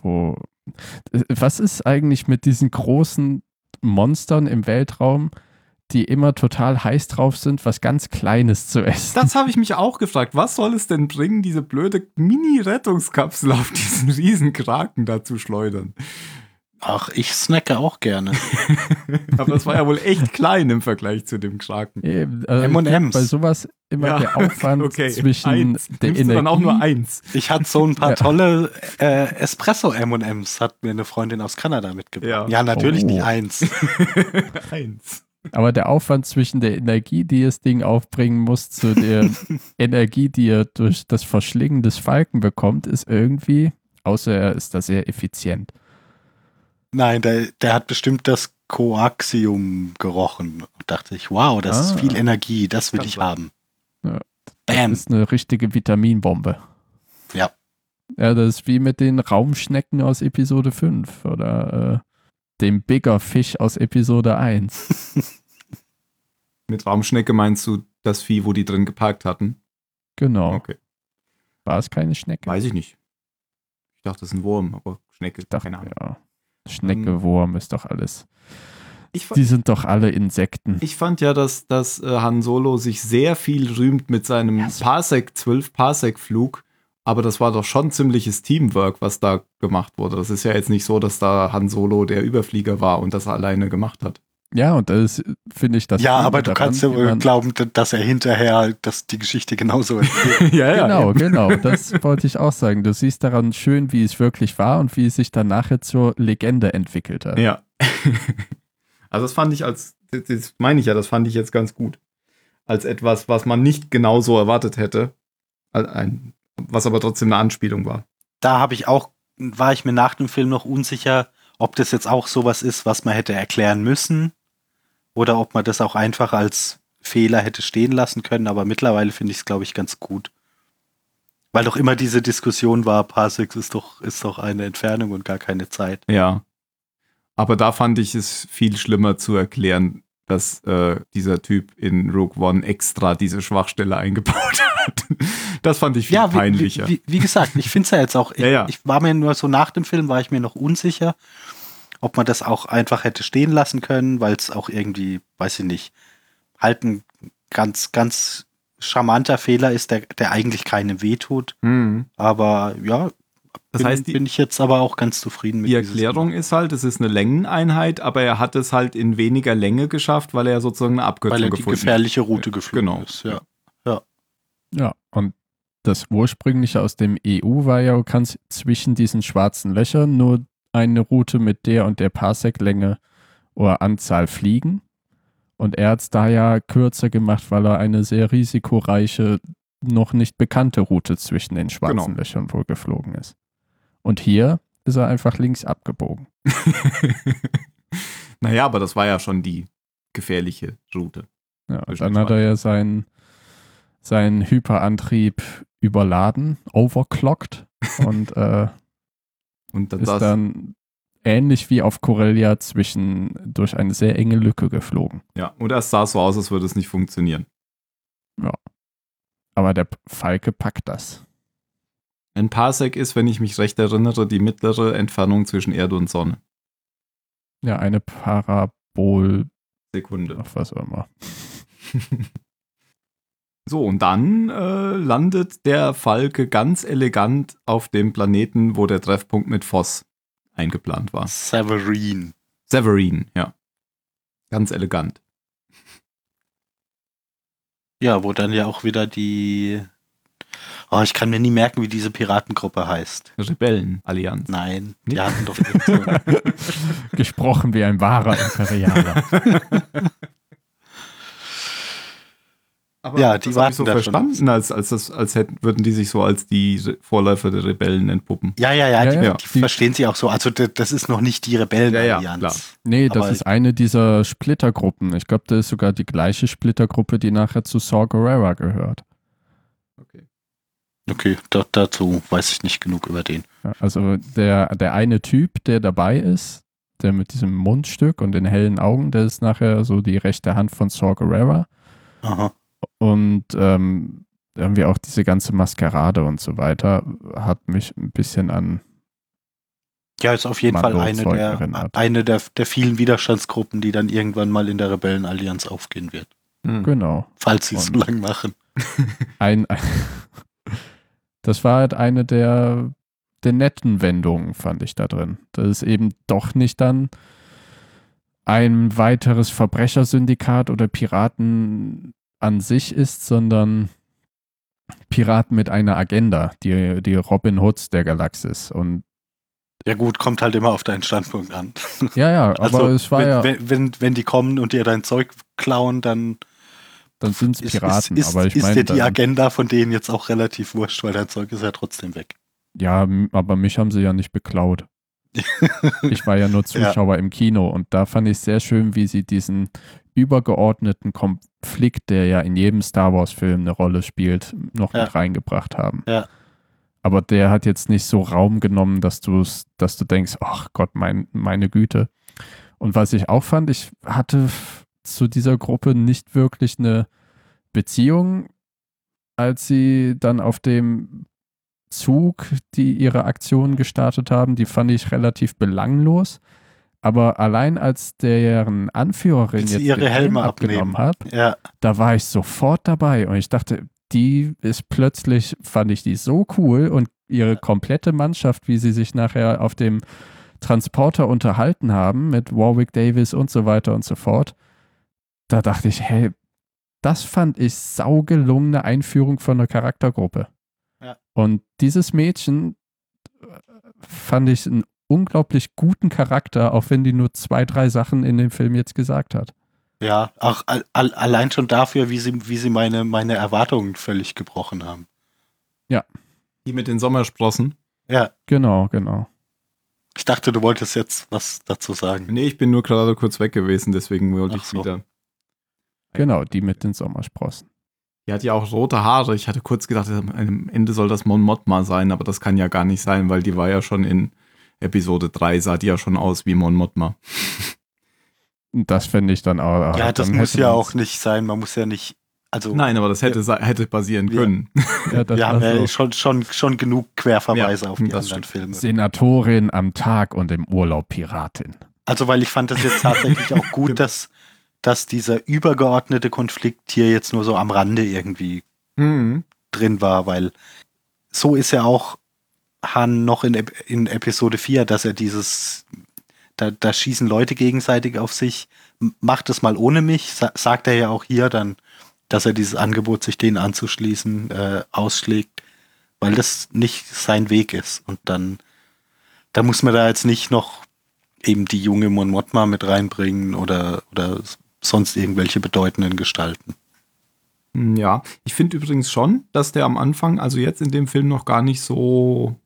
Was ist eigentlich mit diesen großen Monstern im Weltraum, die immer total heiß drauf sind, was ganz Kleines zu essen? Das habe ich mich auch gefragt. Was soll es denn bringen, diese blöde Mini-Rettungskapsel auf diesen riesen Kraken da zu schleudern? Ach, ich snacke auch gerne. Aber das war ja wohl echt klein im Vergleich zu dem Kraken. M&M's. Bei sowas immer der Aufwand zwischen eins. der Nimmst Energie. du dann auch nur eins. Ich hatte so ein paar tolle Espresso-M&M's, hat mir eine Freundin aus Kanada mitgebracht. Ja, natürlich nicht eins. Eins. Aber der Aufwand zwischen der Energie, die das Ding aufbringen muss, zu der Energie, die er durch das Verschlingen des Falken bekommt, ist irgendwie, außer er ist da sehr effizient. Nein, der hat bestimmt das Koaxium gerochen. Und dachte ich, wow, das ist viel Energie, das will ich haben. Ja, das ist eine richtige Vitaminbombe. Ja. Ja, das ist wie mit den Raumschnecken aus Episode 5 oder dem Bigger Fish aus Episode 1. Mit Raumschnecke meinst du das Vieh, wo die drin geparkt hatten? Genau. Okay. War es keine Schnecke? Weiß ich nicht. Ich dachte, das ist ein Wurm, aber Schnecke, keine Ahnung. Ja. Schnecke, Wurm ist doch alles. Die sind doch alle Insekten. Ich fand ja, dass Han Solo sich sehr viel rühmt mit seinem 12 Parsec-Flug, aber das war doch schon ziemliches Teamwork, was da gemacht wurde. Das ist ja jetzt nicht so, dass da Han Solo der Überflieger war und das alleine gemacht hat. Ja, und das finde ich das. Ja, aber du kannst ja wohl glauben, dass er hinterher die Geschichte genauso erzählt. Genau. Das wollte ich auch sagen. Du siehst daran schön, wie es wirklich war und wie es sich dann nachher zur Legende entwickelt hat. Ja. Also das fand ich das fand ich jetzt ganz gut. Als etwas, was man nicht genau so erwartet hätte. Was aber trotzdem eine Anspielung war. Da war ich mir nach dem Film noch unsicher, ob das jetzt auch sowas ist, was man hätte erklären müssen oder ob man das auch einfach als Fehler hätte stehen lassen können, aber mittlerweile finde ich es, glaube ich, ganz gut. Weil doch immer diese Diskussion war, Parsecs ist doch eine Entfernung und gar keine Zeit. Ja. Aber da fand ich es viel schlimmer zu erklären, dass dieser Typ in Rogue One extra diese Schwachstelle eingebaut hat. Das fand ich viel peinlicher. Wie gesagt, ich finde es ja jetzt auch, ich war mir nur so nach dem Film, war ich mir noch unsicher, ob man das auch einfach hätte stehen lassen können, weil es auch irgendwie, weiß ich nicht, halt ein ganz, ganz charmanter Fehler ist, der eigentlich keinem wehtut. Aber ja, bin ich jetzt aber auch ganz zufrieden mit. Die Erklärung ist halt, es ist eine Längeneinheit, aber er hat es halt in weniger Länge geschafft, weil er sozusagen eine Abkürzung gefunden hat. Weil er die gefährliche Route geflogen ist. Ja, und das Ursprüngliche aus dem EU war ja, du kannst zwischen diesen schwarzen Löchern nur eine Route mit der und der Parsec-Länge oder Anzahl fliegen. Und er hat es da ja kürzer gemacht, weil er eine sehr risikoreiche, noch nicht bekannte Route zwischen den schwarzen Löchern wohl geflogen ist. Und hier ist er einfach links abgebogen. Naja, aber das war ja schon die gefährliche Route. Ja, und dann hat er ja seinen Hyperantrieb überladen, overclockt und ist dann ähnlich wie auf Corellia durch eine sehr enge Lücke geflogen. Ja, und es sah so aus, als würde es nicht funktionieren. Ja. Aber der Falke packt das. Ein Parsec ist, wenn ich mich recht erinnere, die mittlere Entfernung zwischen Erde und Sonne. Ja, eine Parabol, Sekunde. auf was auch immer. So, und dann landet der Falke ganz elegant auf dem Planeten, wo der Treffpunkt mit Voss eingeplant war. Severin, ja. Ganz elegant. Ja, wo dann ja auch wieder die... Oh, ich kann mir nie merken, wie diese Piratengruppe heißt. Rebellenallianz. Nein, Nicht? die hatten doch irgend Gesprochen wie ein wahrer Imperialer. Aber Ja, das die hab ich warten so da schon. verstanden, als würden die sich so als die Vorläufer der Rebellen entpuppen. Ja, Ja, die verstehen sie auch so. Also das ist noch nicht die Rebellenallianz. klar. Nee, das Aber- ist eine dieser Splittergruppen. Ich glaube, das ist sogar die gleiche Splittergruppe, die nachher zu Saw Gerrera gehört. Okay, dazu weiß ich nicht genug über den. Ja, also der eine Typ, der dabei ist, der mit diesem Mundstück und den hellen Augen, der ist nachher so die rechte Hand von Saw Gerrera. Aha. Und irgendwie auch diese ganze Maskerade und so weiter hat mich ein bisschen an Ja, ist auf jeden Fall Mando-Zeug erinnert. eine der vielen Widerstandsgruppen, die dann irgendwann mal in der Rebellenallianz aufgehen wird. Genau. Falls sie es so Und- lang machen. Das war halt eine der netten Wendungen, fand ich da drin. Dass es eben doch nicht dann ein weiteres Verbrechersyndikat oder Piraten an sich ist, sondern Piraten mit einer Agenda, die Robin Hoods der Galaxis. Und Ja gut, kommt halt immer auf deinen Standpunkt an. ja, aber Also, es war wenn die kommen und dir dein Zeug klauen, dann sind es Piraten. ist Aber ich dir meine, die Agenda von denen jetzt auch relativ wurscht, weil dein Zeug ist ja trotzdem weg. ja, aber mich haben sie ja nicht beklaut. Ich war ja nur Zuschauer im Kino und da fand ich sehr schön, wie sie diesen übergeordneten Konflikt, der ja in jedem Star Wars-Film eine Rolle spielt, noch mit reingebracht haben. Ja. Aber der hat jetzt nicht so Raum genommen, dass du denkst, ach Gott, meine Güte. Und was ich auch fand, ich hatte zu dieser Gruppe nicht wirklich eine Beziehung, als sie dann auf dem Zug, die ihre Aktion gestartet haben, die fand ich relativ belanglos. Aber allein als deren Anführerin Als sie jetzt ihre den Helm Helme abgenommen hat, Ja, da war ich sofort dabei und ich dachte, die ist plötzlich, fand ich die so cool und ihre komplette Mannschaft, wie sie sich nachher auf dem Transporter unterhalten haben mit Warwick Davis und so weiter und so fort, da dachte ich, hey, das fand ich saugelungene Einführung von einer Charaktergruppe. Ja. Und dieses Mädchen fand ich einen unglaublich guten Charakter, auch wenn die nur 2, 3 Sachen in dem Film jetzt gesagt hat. ja, auch allein schon dafür, wie sie meine Erwartungen völlig gebrochen haben. Die mit den Sommersprossen. Ja, Genau. ich dachte, du wolltest jetzt was dazu sagen. Nee, ich bin nur gerade kurz weg gewesen, deswegen wollte Ach ich so. wieder. Genau, die mit den Sommersprossen. Die hat ja auch rote Haare. Ich hatte kurz gedacht, am Ende soll das Mon Mothma sein, aber das kann ja gar nicht sein, weil die war ja schon in Episode 3, sah die ja schon aus wie Mon Mothma. Das fände ich dann auch. Ja, das dann muss hätte ja man's- auch nicht sein. Man muss ja nicht, also Nein, aber das hätte passieren Wir- können. Ja, das wir haben war ja so. schon genug Querverweise Ja, auf die das anderen Filme. Senatorin am Tag und im Urlaub Piratin. Also, weil ich fand das jetzt tatsächlich auch gut, dass dieser übergeordnete Konflikt hier jetzt nur so am Rande irgendwie drin war, weil so ist ja auch Han noch in Episode 4, dass er da schießen Leute gegenseitig auf sich, macht es mal ohne mich, sagt er ja auch hier dann, dass er dieses Angebot, sich denen anzuschließen, ausschlägt, weil das nicht sein Weg ist. Und dann muss man da jetzt nicht noch eben die junge Mon Mothma mit reinbringen oder sonst irgendwelche bedeutenden Gestalten. Ja, ich finde übrigens schon, dass der am Anfang, also jetzt in dem Film, noch gar nicht so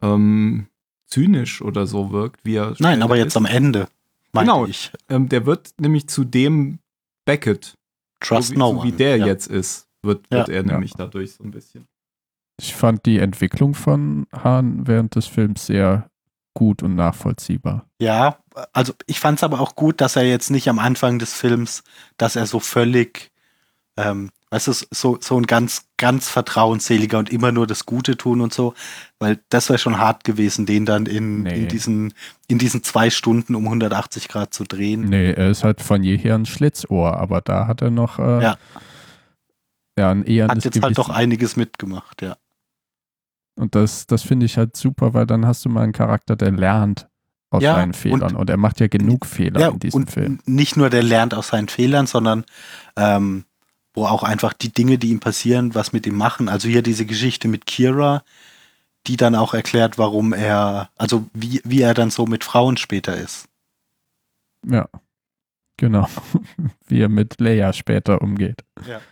zynisch oder so wirkt, wie er Nein, aber später jetzt ist. am Ende, meinte Genau. ich. Der wird nämlich zu dem Beckett, Trust so wie, no so wie one. der Ja. jetzt ist, wird Ja. er nämlich dadurch so ein bisschen. Ich fand die Entwicklung von Han während des Films sehr gut und nachvollziehbar. Ja, also ich fand es aber auch gut, dass er jetzt nicht am Anfang des Films, dass er so völlig Weißt du, so ein ganz, ganz vertrauensseliger und immer nur das Gute tun und so, weil das wäre schon hart gewesen, den dann in diesen 2 Stunden um 180 Grad zu drehen. Nee, er ist halt von jeher ein Schlitzohr, aber da hat er noch ein eher hat jetzt halt doch einiges mitgemacht, ja. Und das finde ich halt super, weil dann hast du mal einen Charakter, der lernt aus seinen Fehlern. Und er macht ja genug Fehler in diesem Film. Nicht nur der lernt aus seinen Fehlern, sondern wo auch einfach die Dinge, die ihm passieren, was mit ihm machen. Also hier diese Geschichte mit Kira, die dann auch erklärt, warum also wie er dann so mit Frauen später ist. Ja, genau. Wie er mit Leia später umgeht. Ja.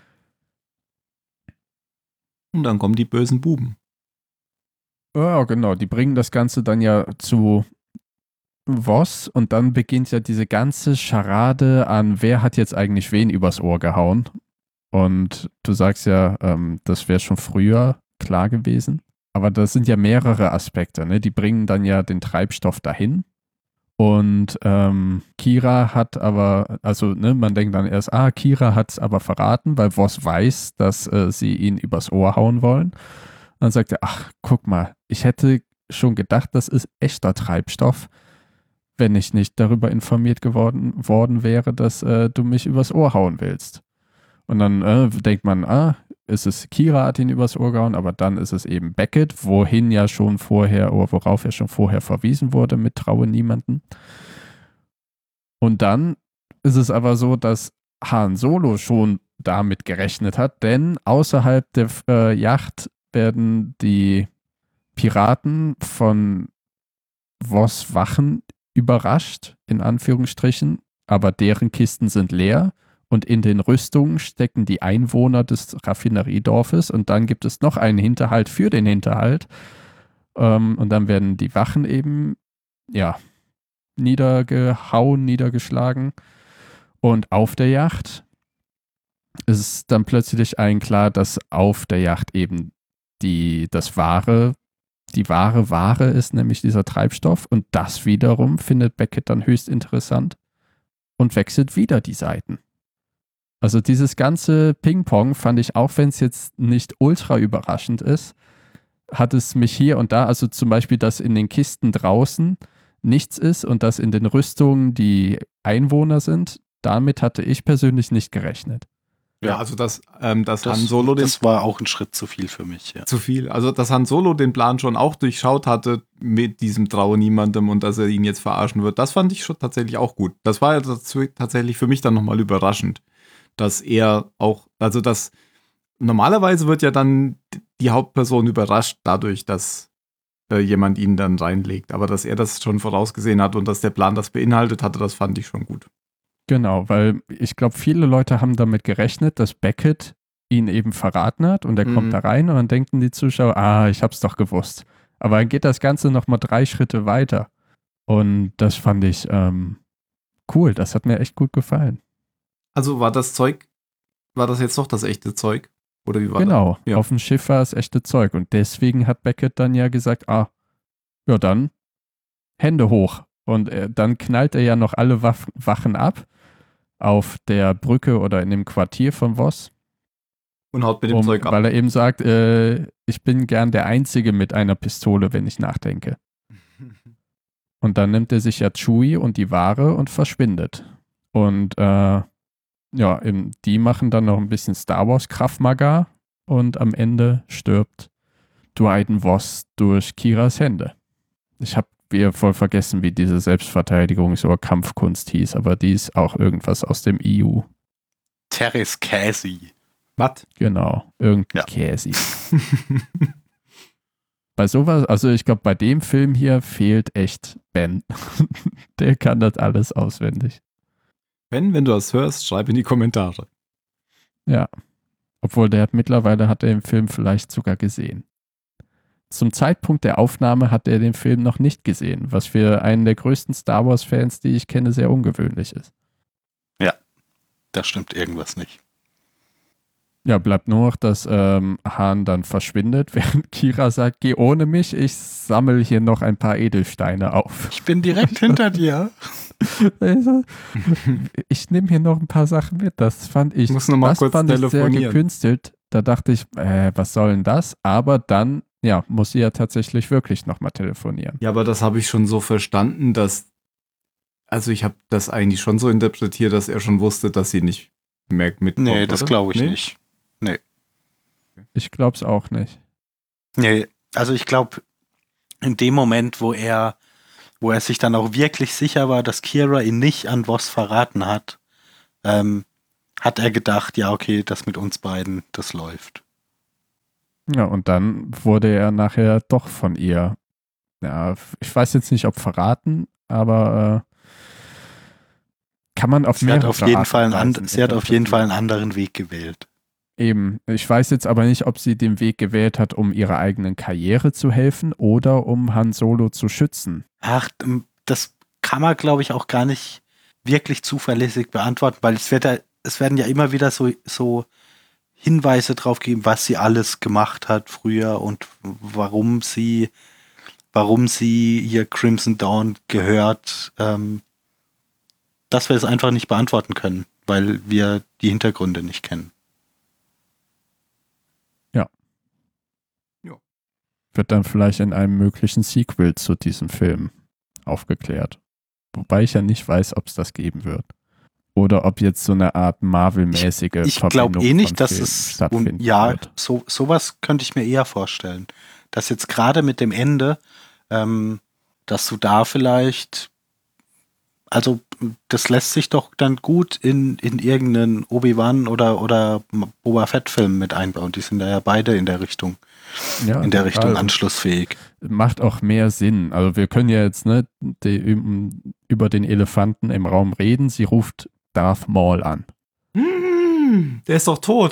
Und dann kommen die bösen Buben. Ja, genau. Die bringen das Ganze dann ja zu Voss und dann beginnt ja diese ganze Scharade an, wer hat jetzt eigentlich wen übers Ohr gehauen. Und du sagst ja, das wäre schon früher klar gewesen. Aber das sind ja mehrere Aspekte. Ne? Die bringen dann ja den Treibstoff dahin. Und Kira hat aber, also man denkt dann erst, Kira hat es aber verraten, weil Voss weiß, dass sie ihn übers Ohr hauen wollen. Und dann sagt er, ach, guck mal, ich hätte schon gedacht, das ist echter Treibstoff, wenn ich nicht darüber informiert worden wäre, dass du mich übers Ohr hauen willst. Und dann denkt man, Kira hat ihn übers Ohr gehauen, aber dann ist es eben Beckett, worauf ja schon vorher verwiesen wurde mit Traue niemanden. Und dann ist es aber so, dass Han Solo schon damit gerechnet hat, denn außerhalb der Yacht werden die Piraten von Voss Wachen überrascht, in Anführungsstrichen, aber deren Kisten sind leer. Und in den Rüstungen stecken die Einwohner des Raffineriedorfes und dann gibt es noch einen Hinterhalt für den Hinterhalt. Und dann werden die Wachen eben, niedergehauen, niedergeschlagen. Und auf der Yacht ist dann plötzlich allen klar, dass auf der Yacht eben die wahre Ware ist, nämlich dieser Treibstoff. Und das wiederum findet Beckett dann höchst interessant und wechselt wieder die Seiten. Also dieses ganze Ping-Pong fand ich, auch wenn es jetzt nicht ultra überraschend ist, hat es mich hier und da, also zum Beispiel, dass in den Kisten draußen nichts ist und dass in den Rüstungen die Einwohner sind, damit hatte ich persönlich nicht gerechnet. Ja, also dass Han Solo das war auch ein Schritt zu viel für mich. Ja. Zu viel. Also dass Han Solo den Plan schon auch durchschaut hatte mit diesem Traue niemandem und dass er ihn jetzt verarschen wird, das fand ich schon tatsächlich auch gut. Das war ja tatsächlich für mich dann nochmal überraschend, dass er auch, also dass normalerweise wird ja dann die Hauptperson überrascht dadurch, dass jemand ihn dann reinlegt. Aber dass er das schon vorausgesehen hat und dass der Plan das beinhaltet hatte, das fand ich schon gut. Genau, weil ich glaube, viele Leute haben damit gerechnet, dass Beckett ihn eben verraten hat und er kommt da rein und dann denken die Zuschauer, ich hab's doch gewusst. Aber dann geht das Ganze nochmal 3 Schritte weiter. Und das fand ich cool, das hat mir echt gut gefallen. Also war das jetzt doch das echte Zeug? Oder wie war das? Genau, ja. Auf dem Schiff war es echte Zeug und deswegen hat Beckett dann ja gesagt, ja dann, Hände hoch. Und dann knallt er ja noch alle Wachen ab auf der Brücke oder in dem Quartier von Voss. Und haut mit dem Zeug ab. Weil er eben sagt, ich bin gern der Einzige mit einer Pistole, wenn ich nachdenke. Und dann nimmt er sich ja Chewie und die Ware und verschwindet. Und die machen dann noch ein bisschen Star Wars Krav Maga und am Ende stirbt Dryden Voss durch Kiras Hände. Ich habe voll vergessen, wie diese Selbstverteidigungs- oder Kampfkunst hieß, aber die ist auch irgendwas aus dem EU. Teres Käsi. Was? Genau, irgendein Käsi. Bei sowas, also ich glaube, bei dem Film hier fehlt echt Ben. Der kann das alles auswendig. Ben, wenn du das hörst, schreib in die Kommentare. Ja, obwohl mittlerweile hat er den Film vielleicht sogar gesehen. Zum Zeitpunkt der Aufnahme hat er den Film noch nicht gesehen, was für einen der größten Star Wars-Fans, die ich kenne, sehr ungewöhnlich ist. Ja, da stimmt irgendwas nicht. Ja, bleibt nur noch, dass Han dann verschwindet, während Kira sagt, geh ohne mich, ich sammle hier noch ein paar Edelsteine auf. Ich bin direkt hinter dir. Also, ich nehme hier noch ein paar Sachen mit. Das fand ich, Muss noch mal kurz fand ich sehr telefonieren. gekünstelt. Da dachte ich, was soll denn das? Aber dann, ja, muss sie ja tatsächlich wirklich nochmal telefonieren. Ja, aber das habe ich schon so verstanden, also ich habe das eigentlich schon so interpretiert, dass er schon wusste, dass sie nicht mehr mitkommt. Nee, das oder? glaube ich Nee? nicht. Ich glaube es auch nicht. Nee, also ich glaube, in dem Moment, wo er sich dann auch wirklich sicher war, dass Kira ihn nicht an Voss verraten hat, hat er gedacht, ja, okay, das mit uns beiden, das läuft. Ja, und dann wurde er nachher doch von ihr, ja, ich weiß jetzt nicht, ob verraten, aber kann man auf Sie hat mehrere auf jeden Arten Fall und Weisen sie hat auf jeden interpretieren. Fall einen anderen Weg gewählt. Eben. Ich weiß jetzt aber nicht, ob sie den Weg gewählt hat, um ihrer eigenen Karriere zu helfen oder um Han Solo zu schützen. Ach, das kann man, glaube ich, auch gar nicht wirklich zuverlässig beantworten, weil es werden ja immer wieder so Hinweise drauf geben, was sie alles gemacht hat früher und warum sie ihr Crimson Dawn gehört, dass wir es einfach nicht beantworten können, weil wir die Hintergründe nicht kennen. Wird dann vielleicht in einem möglichen Sequel zu diesem Film aufgeklärt. Wobei ich ja nicht weiß, ob es das geben wird. Oder ob jetzt so eine Art Marvel-mäßige Ich glaube Verbindung eh nicht, von dass Filmen es stattfinden ja, wird. sowas könnte ich mir eher vorstellen. Dass jetzt gerade mit dem Ende, dass du da vielleicht, also das lässt sich doch dann gut in irgendeinen Obi-Wan oder Boba Fett-Film mit einbauen. Die sind da ja beide in der Richtung total. anschlussfähig. Macht auch mehr Sinn. Also wir können ja jetzt über den Elefanten im Raum reden. Sie ruft Darth Maul an. Der ist doch tot.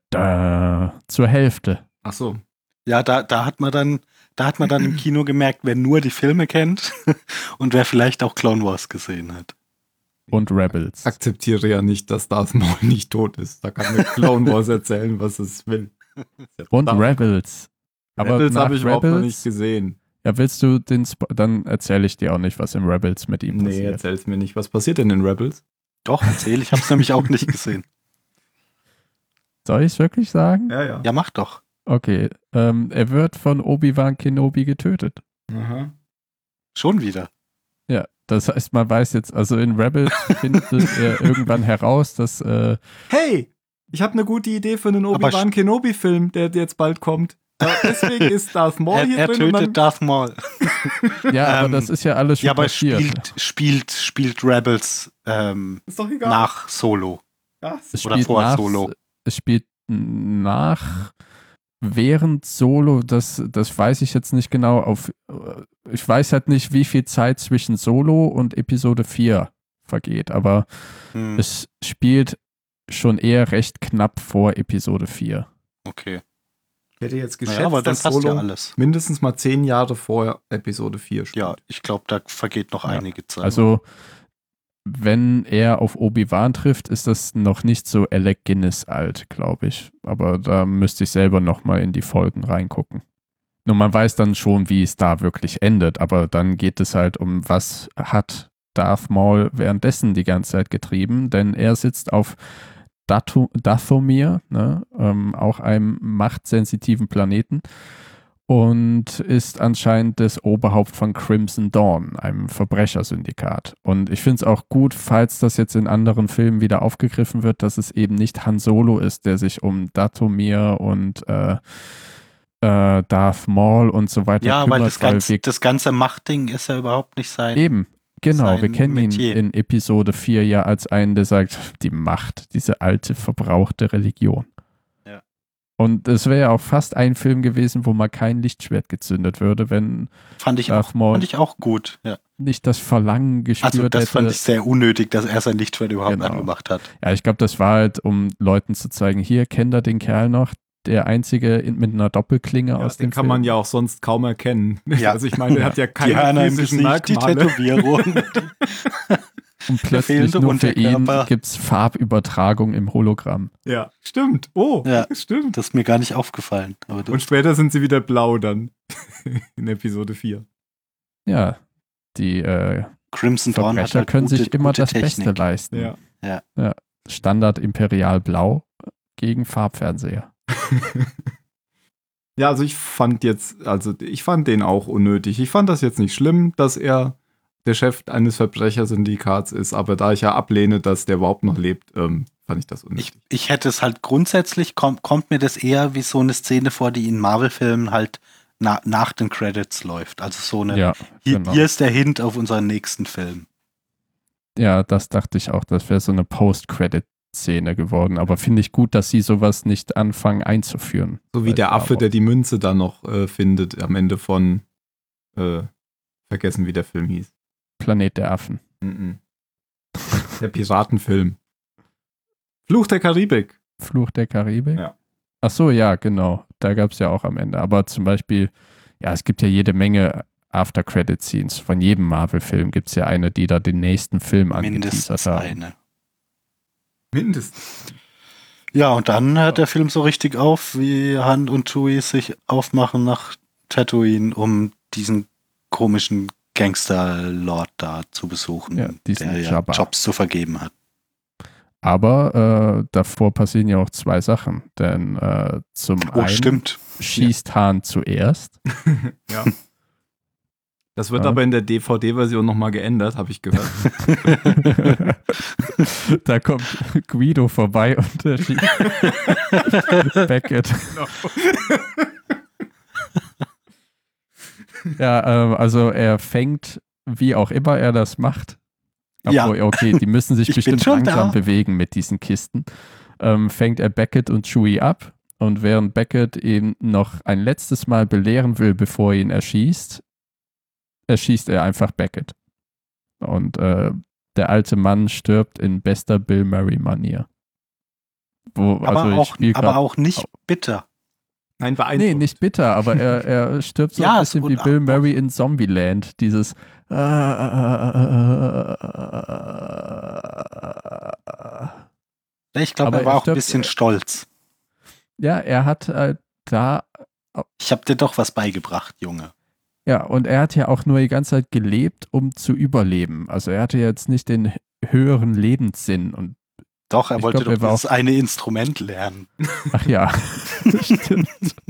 Zur Hälfte. Ach so. Ja, da hat man dann im Kino gemerkt, wer nur die Filme kennt und wer vielleicht auch Clone Wars gesehen hat. Und Rebels. Akzeptiere ja nicht, dass Darth Maul nicht tot ist. Da kann mir Clone Wars erzählen, was es will. Und Rebels. Aber Rebels nach habe ich überhaupt noch nicht gesehen. Ja, willst du dann erzähle ich dir auch nicht, was in Rebels mit ihm Nee, passiert. erzähl's mir nicht. Was passiert denn in Rebels? Doch, erzähl, ich habe es nämlich auch nicht gesehen. Soll ich es wirklich sagen? Ja. Ja, mach doch. Okay. Er wird von Obi-Wan Kenobi getötet. Aha. Schon wieder. Ja, das heißt, man weiß jetzt, also in Rebels findet er irgendwann heraus, dass Hey, ich habe eine gute Idee für einen Obi-Wan Kenobi-Film, der jetzt bald kommt. Deswegen ist Darth Maul hier Er drin. tötet Darth Maul. ja, aber das ist ja alles schon Ja, aber passiert. spielt Rebels Ist doch egal. nach Solo. Es oder spielt vor nach, Solo. Es spielt nach, während Solo, das weiß ich jetzt nicht genau. Ich weiß halt nicht, wie viel Zeit zwischen Solo und Episode 4 vergeht, aber es spielt schon eher recht knapp vor Episode 4. Okay. Ich hätte jetzt geschätzt, Ja, aber dann dass passt Solo ja alles. mindestens mal 10 Jahre vor Episode 4 spielt. Ja, ich glaube, da vergeht noch einige Zeit. Also, wenn er auf Obi-Wan trifft, ist das noch nicht so Alec Guinness alt, glaube ich. Aber da müsste ich selber nochmal in die Folgen reingucken. Nur man weiß dann schon, wie es da wirklich endet. Aber dann geht es halt um, was hat Darth Maul währenddessen die ganze Zeit getrieben. Denn er sitzt auf Dathomir, ne, auch einem machtsensitiven Planeten, und ist anscheinend das Oberhaupt von Crimson Dawn, einem Verbrechersyndikat. Und ich finde es auch gut, falls das jetzt in anderen Filmen wieder aufgegriffen wird, dass es eben nicht Han Solo ist, der sich um Dathomir und Darth Maul und so weiter ja, kümmert. weil das ganze Machtding ist ja überhaupt nicht sein. Eben. Genau, sein wir kennen Metier. ihn in Episode 4 ja als einen, der sagt, die Macht, diese alte, verbrauchte Religion. Ja. Und es wäre ja auch fast ein Film gewesen, wo mal kein Lichtschwert gezündet würde, wenn Fand ich Darth Maul auch gut. Ja. nicht das Verlangen gespürt Also das hätte. fand ich sehr unnötig, dass er sein Lichtschwert überhaupt Genau. angemacht hat. Ja, ich glaube, das war halt, um Leuten zu zeigen, hier, kennt ihr den Kerl noch? Der einzige mit einer Doppelklinge aus dem Den kann Film. man ja auch sonst kaum erkennen. Ja. Also ich meine, er hat ja Die keine Hörner im physischen Gesicht, die Merkmale. Tätowierung. Und plötzlich nur für ihn gibt es Farbübertragung im Hologramm. Ja, stimmt. Oh, ja, stimmt. Das ist mir gar nicht aufgefallen. Aber und später sind sie wieder blau dann. In Episode 4. Ja, die Crimson Dawn Verbrecher hat halt können sich immer das Technik. Beste leisten. Ja. Standard Imperial Blau gegen Farbfernseher. Ja, also ich fand den auch unnötig. Ich fand das jetzt nicht schlimm, dass er der Chef eines Verbrechersyndikats ist, aber da ich ja ablehne, dass der überhaupt noch lebt, fand ich das unnötig. Ich hätte es halt grundsätzlich, kommt mir das eher wie so eine Szene vor, die in Marvel-Filmen halt nach den Credits läuft. Also so eine, hier ist der Hint auf unseren nächsten Film. Ja, das dachte ich auch, das wäre so eine Post-Credit-Szene geworden, aber finde ich gut, dass sie sowas nicht anfangen einzuführen. So wie der Affe, der die Münze dann noch findet am Ende von vergessen, wie der Film hieß. Planet der Affen. Der Piratenfilm. Fluch der Karibik. Fluch der Karibik? Ja. Ach so, ja, genau. Da gab es ja auch am Ende. Aber zum Beispiel, ja, es gibt ja jede Menge After-Credit-Scenes. Von jedem Marvel-Film gibt es ja eine, die da den nächsten Film angeteasert haben. Eine. Mindestens. Ja, und dann hört der Film so richtig auf, wie Han und Chewie sich aufmachen nach Tatooine, um diesen komischen Gangster-Lord da zu besuchen, der ja Jobs zu vergeben hat. Aber davor passieren ja auch zwei Sachen, denn zum einen schießt Han zuerst. Ja. Das wird aber in der DVD-Version nochmal geändert, habe ich gehört. Da kommt Guido vorbei und der schießt Beckett. Genau. Ja, also er fängt, wie auch immer er das macht. Obwohl, okay, die müssen sich bestimmt langsam bewegen mit diesen Kisten. Fängt er Beckett und Chewie ab und während Beckett ihn noch ein letztes Mal belehren will, bevor er ihn erschießt er einfach Beckett. Und der alte Mann stirbt in bester Bill Murray-Manier. Aber auch nicht bitter. Nein, beeindruckend. Nee, nicht bitter, aber er stirbt so ein bisschen wie Bill Murray in Zombieland. Dieses Ich glaube, er war auch ein bisschen stolz. Ja, er hat da... Ich habe dir doch was beigebracht, Junge. Ja, und er hat ja auch nur die ganze Zeit gelebt, um zu überleben. Also er hatte jetzt nicht den höheren Lebenssinn. Und doch, er wollte doch das eine Instrument lernen. Ach ja, stimmt.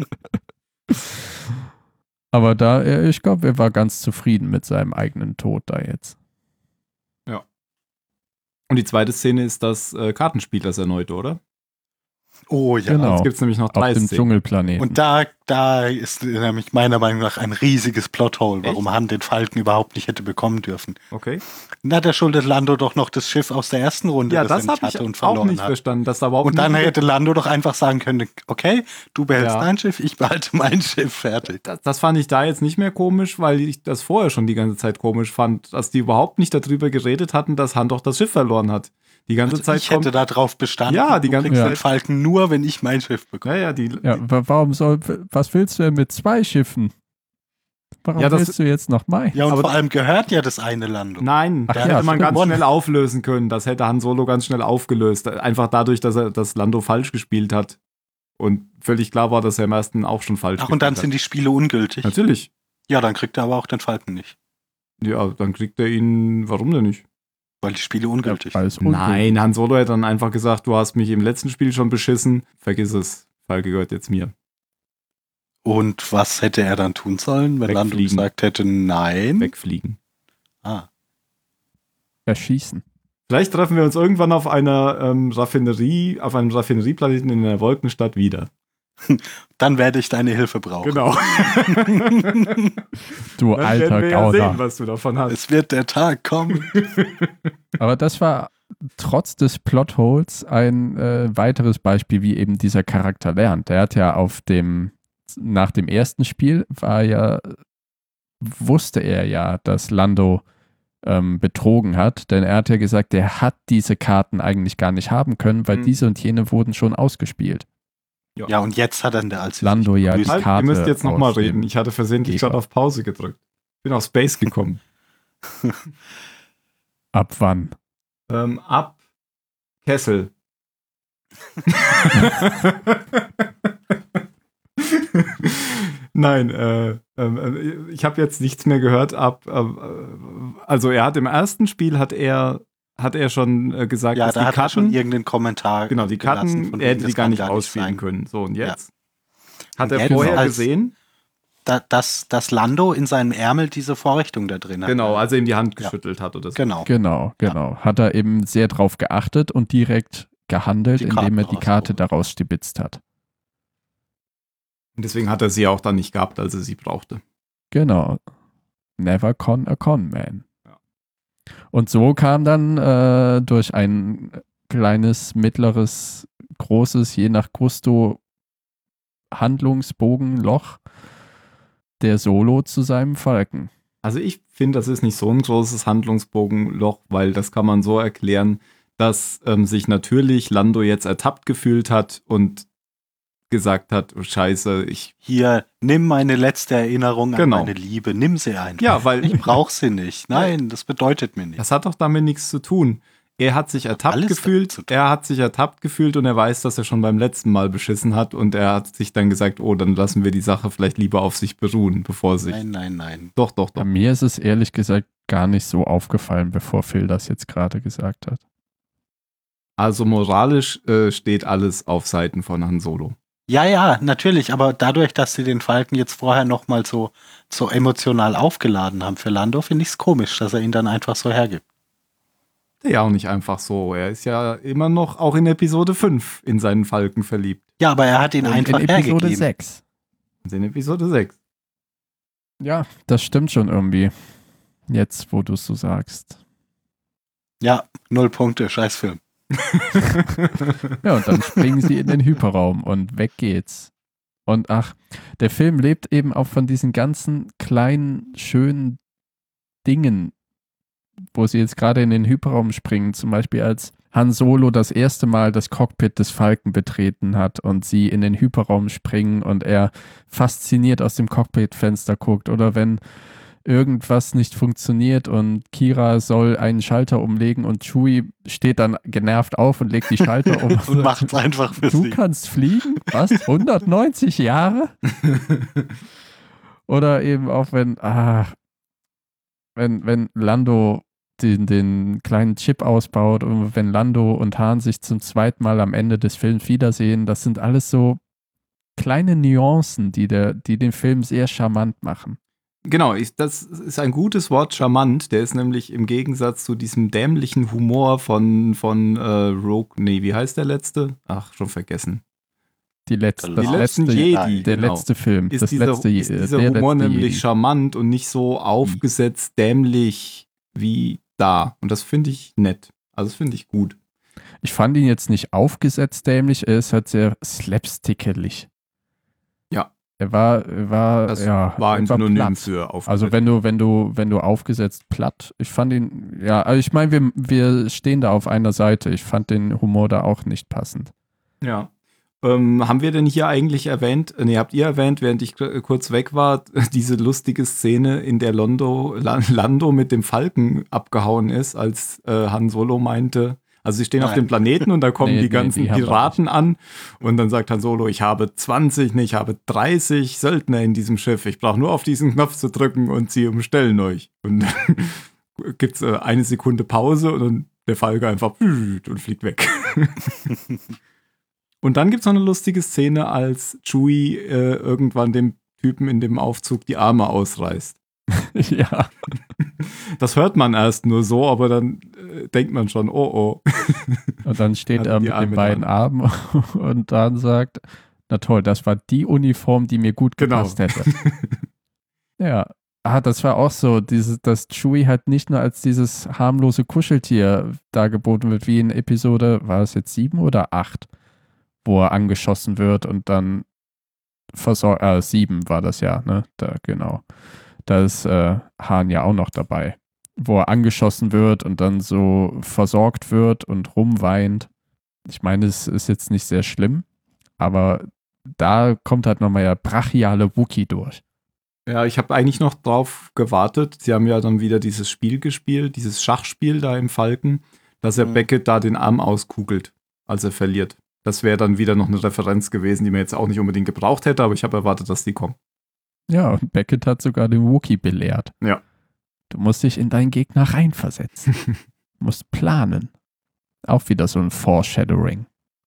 Aber ich glaube, er war ganz zufrieden mit seinem eigenen Tod da jetzt. Ja. Und die zweite Szene ist das Kartenspiel, das erneute, oder? Oh ja, genau. Jetzt gibt es nämlich noch 3 auf dem Dschungelplaneten. Und da ist nämlich meiner Meinung nach ein riesiges Plothole, warum Han den Falken überhaupt nicht hätte bekommen dürfen. Okay. Na, der schuldet Lando doch noch das Schiff aus der ersten Runde, das habe ich und auch nicht verstanden. Dass da überhaupt und dann hätte Lando doch einfach sagen können, okay, du behältst dein Schiff, ich behalte mein Schiff, fertig. Das fand ich da jetzt nicht mehr komisch, weil ich das vorher schon die ganze Zeit komisch fand, dass die überhaupt nicht darüber geredet hatten, dass Han doch das Schiff verloren hat. Die ganze Zeit ich hätte da drauf bestanden, ja, die ganze Zeit den Falken nur, wenn ich mein Schiff bekomme. Was willst du denn mit 2 Schiffen? Warum willst du jetzt noch mein? Ja, und vor allem gehört ja das eine Lando. Nein, das hätte man ganz schnell auflösen können. Das hätte Han Solo ganz schnell aufgelöst. Einfach dadurch, dass er das Lando falsch gespielt hat. Und völlig klar war, dass er im ersten auch schon falsch gespielt hat. Und dann sind die Spiele ungültig. Natürlich. Ja, dann kriegt er aber auch den Falken nicht. Ja, dann kriegt er ihn, warum denn nicht? Weil die Spiele ungültig sind. Nein, Han Solo hätte dann einfach gesagt, du hast mich im letzten Spiel schon beschissen. Vergiss es. Falke gehört jetzt mir. Und was hätte er dann tun sollen, wenn Lando gesagt hätte, nein? Wegfliegen. Erschießen. Vielleicht treffen wir uns irgendwann auf einer Raffinerie, auf einem Raffinerieplaneten in einer Wolkenstadt wieder. Dann werde ich deine Hilfe brauchen. Genau. Du dann alter werden wir Gauner. Ja sehen, was du davon hast. Es wird der Tag kommen. Aber das war trotz des Plotholes ein weiteres Beispiel, wie eben dieser Charakter lernt. Der hat ja nach dem ersten Spiel wusste er ja, dass Lando betrogen hat, denn er hat ja gesagt, er hat diese Karten eigentlich gar nicht haben können, weil diese und jene wurden schon ausgespielt. Ja, und jetzt hat er der als Lando ja die Karte. Ihr müsst jetzt nochmal reden. Ich hatte versehentlich gerade auf Pause gedrückt. Bin auf Space gekommen. Ab wann? Ab Kessel. Nein, ich habe jetzt nichts mehr gehört. Also er hat im ersten Spiel hat er schon gesagt, Ja, dass da die hat er schon Karten, irgendeinen Kommentar genau, die gelassen, Karten, von er wegen, hätte das die gar kann nicht ausspielen sein. können. So, und jetzt Und hat er jetzt vorher als- gesehen, Dass Lando in seinem Ärmel diese Vorrichtung da drin hat. genau, als er ihm die Hand Ja. geschüttelt hat oder so. Genau. Genau. Hat er eben sehr drauf geachtet und direkt gehandelt, Die indem er Karten die Karte rausgeholt. daraus stibitzt hat. Und deswegen hat er sie auch dann nicht gehabt, als er sie brauchte. Genau. Never con a con man. Ja. Und so kam dann durch ein kleines, mittleres, großes, je nach Gusto, Handlungsbogenloch der Solo zu seinem Falken. Also ich finde, das ist nicht so ein großes Handlungsbogenloch, weil das kann man so erklären, dass sich natürlich Lando jetzt ertappt gefühlt hat und gesagt hat, oh, Scheiße, Hier, nimm meine letzte Erinnerung Genau. an meine Liebe, nimm sie einfach. Ja, weil Ich brauche sie nicht. Nein, das bedeutet mir nichts. das hat doch damit nichts zu tun. Er hat sich ertappt alles gefühlt, damit zu tun. er hat sich ertappt gefühlt und er weiß, dass er schon beim letzten Mal beschissen hat und er hat sich dann gesagt, oh, dann lassen wir die Sache vielleicht lieber auf sich beruhen, bevor sich... Nein. Doch. Bei mir ist es ehrlich gesagt gar nicht so aufgefallen, bevor Phil das jetzt gerade gesagt hat. Also moralisch steht alles auf Seiten von Han Solo. Ja, natürlich, aber dadurch, dass sie den Falken jetzt vorher nochmal so emotional aufgeladen haben für Lando, finde ich es komisch, dass er ihn dann einfach so hergibt. Ja, auch nicht einfach so. Er ist ja immer noch auch in Episode 5 in seinen Falken verliebt. Ja, aber er hat ihn Und einfach in Episode hergegeben. 6. In Episode 6. Ja, das stimmt schon irgendwie. Jetzt, wo du es so sagst. Ja, 0 Punkte, scheiß Film. Ja, und dann springen sie in den Hyperraum und weg geht's. Und ach, der Film lebt eben auch von diesen ganzen kleinen, schönen Dingen, wo sie jetzt gerade in den Hyperraum springen. Zum Beispiel als Han Solo das erste Mal das Cockpit des Falken betreten hat und sie in den Hyperraum springen und er fasziniert aus dem Cockpitfenster guckt. Oder wenn irgendwas nicht funktioniert und Kira soll einen Schalter umlegen und Chewie steht dann genervt auf und legt die Schalter um. Und macht's einfach für Du sie. kannst fliegen? Was? 190 Jahre? Oder eben auch wenn Lando den kleinen Chip ausbaut und wenn Lando und Han sich zum zweiten Mal am Ende des Films wiedersehen, das sind alles so kleine Nuancen, die den Film sehr charmant machen. Genau, das ist ein gutes Wort, charmant. Der ist nämlich im Gegensatz zu diesem dämlichen Humor von Rogue, nee, wie heißt der letzte? Ach, schon vergessen. Die letzte letzten Jedi, der genau. letzte Film. Ist Das dieser der Humor letzte nämlich Jedi. charmant und nicht so aufgesetzt dämlich wie da. Und das finde ich nett. Also das finde ich gut. Ich fand ihn jetzt nicht aufgesetzt dämlich, er ist halt sehr slapstickelig. Ja. Er war Das ja, war ein er war Synonym platt. für aufgesetzt. Also wenn du aufgesetzt platt, ich fand ihn, ja, also ich meine, wir stehen da auf einer Seite. Ich fand den Humor da auch nicht passend. Ja. Haben wir denn hier eigentlich erwähnt, habt ihr erwähnt, während ich kurz weg war, diese lustige Szene, in der Lando mit dem Falken abgehauen ist, als Han Solo meinte, also sie stehen auf dem Planeten und da kommen die ganzen die haben wir Piraten an und dann sagt Han Solo, ich habe 30 Söldner in diesem Schiff, ich brauche nur auf diesen Knopf zu drücken und sie umstellen euch. Und dann gibt's eine Sekunde Pause und dann der Falke einfach und fliegt weg. Und dann gibt es noch eine lustige Szene, als Chewie irgendwann dem Typen in dem Aufzug die Arme ausreißt. Ja. Das hört man erst nur so, aber dann denkt man schon, oh. Und dann steht Hat er die mit Arme den beiden Armen und dann sagt, na toll, das war die Uniform, die mir gut gepasst hätte. Ja. Das war auch so, dass Chewie halt nicht nur als dieses harmlose Kuscheltier dargeboten wird, wie in Episode, war es jetzt 7 oder 8? Wo er angeschossen wird und dann 7 war das ja, ne? Da, genau. Da ist Han ja auch noch dabei. Wo er angeschossen wird und dann so versorgt wird und rumweint. Ich meine, es ist jetzt nicht sehr schlimm, aber da kommt halt nochmal der brachiale Wookie durch. Ja, ich habe eigentlich noch drauf gewartet. Sie haben ja dann wieder dieses Spiel gespielt, dieses Schachspiel da im Falken. dass er Beckett da den Arm auskugelt, als er verliert. Das wäre dann wieder noch eine Referenz gewesen, die man jetzt auch nicht unbedingt gebraucht hätte, aber ich habe erwartet, dass die kommt. Ja, und Beckett hat sogar den Wookie belehrt. Ja. Du musst dich in deinen Gegner reinversetzen. Du musst planen. Auch wieder so ein Foreshadowing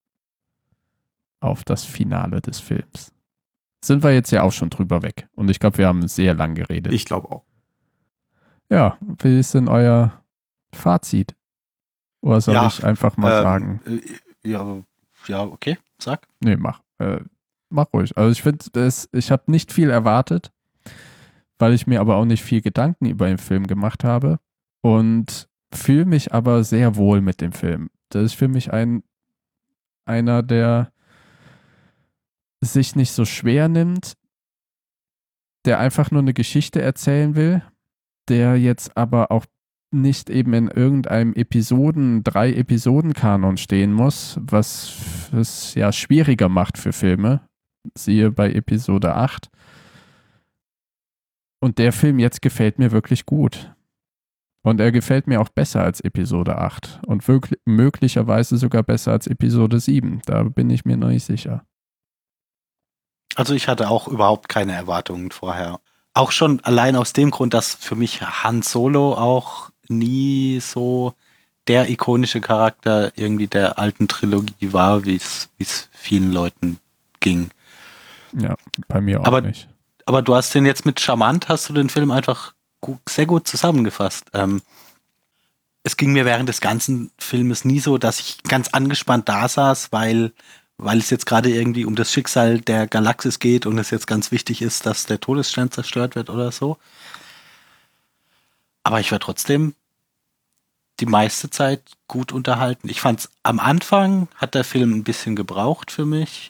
auf das Finale des Films. Sind wir jetzt ja auch schon drüber weg. Und ich glaube, wir haben sehr lang geredet. Ich glaube auch. Ja, wie ist denn euer Fazit? Oder soll ich einfach mal sagen? Ja, okay, sag. Nee, mach ruhig. Also ich finde, ich habe nicht viel erwartet, weil ich mir aber auch nicht viel Gedanken über den Film gemacht habe und fühle mich aber sehr wohl mit dem Film. Das ist für mich einer, der sich nicht so schwer nimmt, der einfach nur eine Geschichte erzählen will, der jetzt aber auch nicht eben in irgendeinem 3-Episoden-Kanon stehen muss, was es ja schwieriger macht für Filme. Siehe bei Episode 8. Und der Film jetzt gefällt mir wirklich gut. Und er gefällt mir auch besser als Episode 8. Und möglicherweise sogar besser als Episode 7. Da bin ich mir noch nicht sicher. Also ich hatte auch überhaupt keine Erwartungen vorher. Auch schon allein aus dem Grund, dass für mich Han Solo auch nie so der ikonische Charakter irgendwie der alten Trilogie war, wie es vielen Leuten ging. Ja, bei mir auch nicht. Aber du hast den jetzt mit Charmant, hast du den Film einfach sehr gut zusammengefasst. Es ging mir während des ganzen Filmes nie so, dass ich ganz angespannt da saß, weil es jetzt gerade irgendwie um das Schicksal der Galaxis geht und es jetzt ganz wichtig ist, dass der Todesstern zerstört wird oder so. Aber ich war trotzdem die meiste Zeit gut unterhalten. Ich fand's am Anfang hat der Film ein bisschen gebraucht für mich.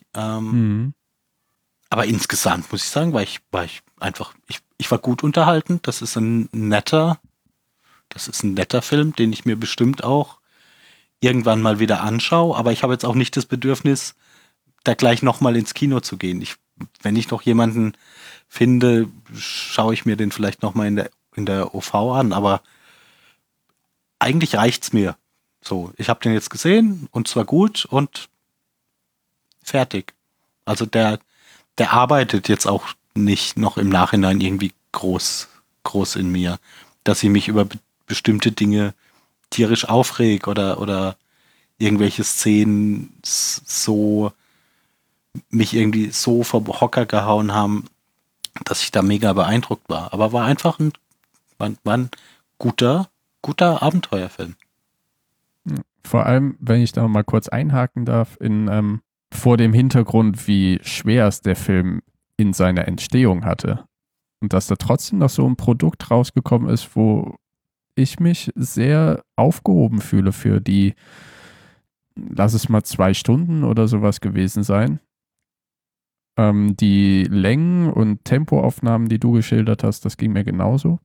Aber insgesamt muss ich sagen, war ich war gut unterhalten. Das ist ein netter Film, den ich mir bestimmt auch irgendwann mal wieder anschaue. Aber ich habe jetzt auch nicht das Bedürfnis, da gleich nochmal ins Kino zu gehen. Wenn ich noch jemanden finde, schaue ich mir den vielleicht nochmal in der OV an. Aber eigentlich reicht's mir. So, ich habe den jetzt gesehen und zwar gut und fertig. Also der arbeitet jetzt auch nicht noch im Nachhinein irgendwie groß in mir, dass ich mich über bestimmte Dinge tierisch aufreg oder irgendwelche Szenen mich irgendwie so vom Hocker gehauen haben, dass ich da mega beeindruckt war. Aber war einfach ein guter Abenteuerfilm. Vor allem, wenn ich da mal kurz einhaken darf, vor dem Hintergrund, wie schwer es der Film in seiner Entstehung hatte. Und dass da trotzdem noch so ein Produkt rausgekommen ist, wo ich mich sehr aufgehoben fühle für die, lass es mal 2 Stunden oder sowas gewesen sein. Die Längen und Tempoaufnahmen, die du geschildert hast, das ging mir genauso.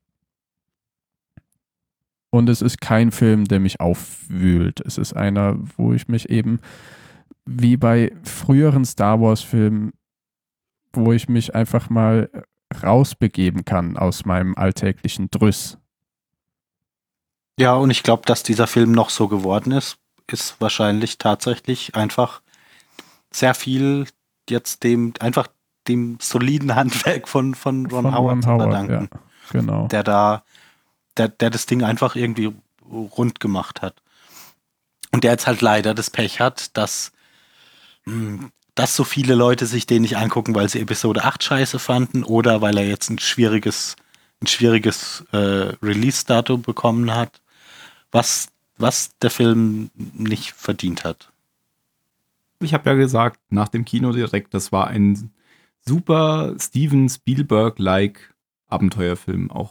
Und es ist kein Film, der mich aufwühlt. Es ist einer, wo ich mich eben wie bei früheren Star Wars-Filmen, wo ich mich einfach mal rausbegeben kann aus meinem alltäglichen Drüss. Ja, und ich glaube, dass dieser Film noch so geworden ist wahrscheinlich tatsächlich einfach sehr viel jetzt dem soliden Handwerk von Ron Howard zu verdanken. Ja, genau. Der das Ding einfach irgendwie rund gemacht hat. Und der jetzt halt leider das Pech hat, dass so viele Leute sich den nicht angucken, weil sie Episode 8 scheiße fanden oder weil er jetzt ein schwieriges Release-Datum bekommen hat, was der Film nicht verdient hat. Ich habe ja gesagt, nach dem Kino direkt, das war ein super Steven Spielberg-like Abenteuerfilm auch.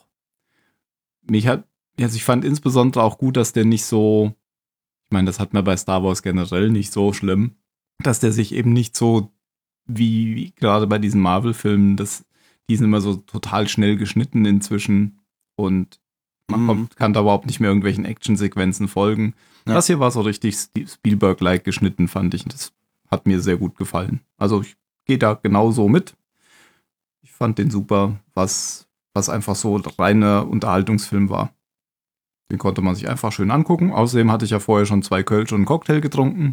Ich fand insbesondere auch gut, dass der nicht so, ich meine, das hat man bei Star Wars generell nicht so schlimm, dass der sich eben nicht so wie gerade bei diesen Marvel-Filmen, die sind immer so total schnell geschnitten inzwischen und man kann da überhaupt nicht mehr irgendwelchen Actionsequenzen folgen. Ja. Das hier war so richtig Spielberg-like geschnitten, fand ich. Das hat mir sehr gut gefallen. Also ich gehe da genauso mit. Ich fand den super, was einfach so reiner Unterhaltungsfilm war. Den konnte man sich einfach schön angucken. Außerdem hatte ich ja vorher schon 2 Kölsch und einen Cocktail getrunken.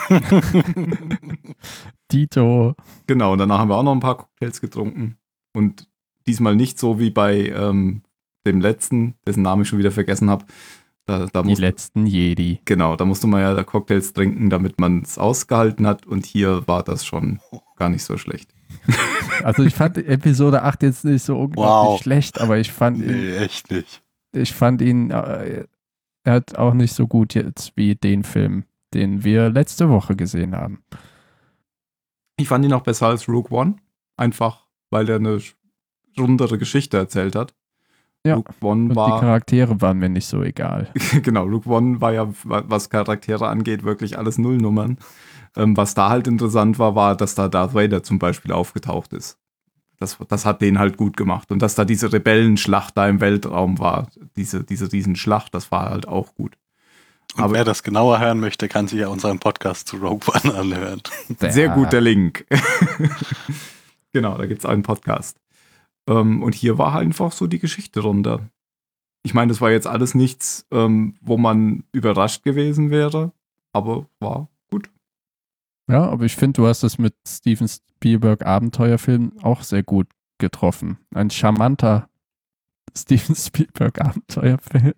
Dito. Genau, und danach haben wir auch noch ein paar Cocktails getrunken. Und diesmal nicht so wie bei dem letzten, dessen Namen ich schon wieder vergessen habe. Die letzten Jedi. Genau, da musste man ja Cocktails trinken, damit man es ausgehalten hat. Und hier war das schon gar nicht so schlecht. Also ich fand Episode 8 jetzt nicht so unglaublich schlecht, aber ich fand echt nicht. Ich fand ihn, er hat auch nicht so gut jetzt wie den Film, den wir letzte Woche gesehen haben. Ich fand ihn auch besser als Rogue One, einfach weil er eine rundere Geschichte erzählt hat. Ja, Rogue One und die Charaktere waren mir nicht so egal. Genau, Rogue One war ja, was Charaktere angeht, wirklich alles Nullnummern. Was da halt interessant war, dass da Darth Vader zum Beispiel aufgetaucht ist. Das hat den halt gut gemacht. Und dass da diese Rebellenschlacht da im Weltraum war, diese Riesenschlacht, das war halt auch gut. Und wer das genauer hören möchte, kann sich ja unseren Podcast zu Rogue One anhören. Sehr gut, der Link. Genau, da gibt es einen Podcast. Und hier war halt einfach so die Geschichte runter. Ich meine, das war jetzt alles nichts, wo man überrascht gewesen wäre, aber war gut. Ja, aber ich finde, du hast das mit Steven Spielberg Abenteuerfilm auch sehr gut getroffen. Ein charmanter Steven Spielberg Abenteuerfilm.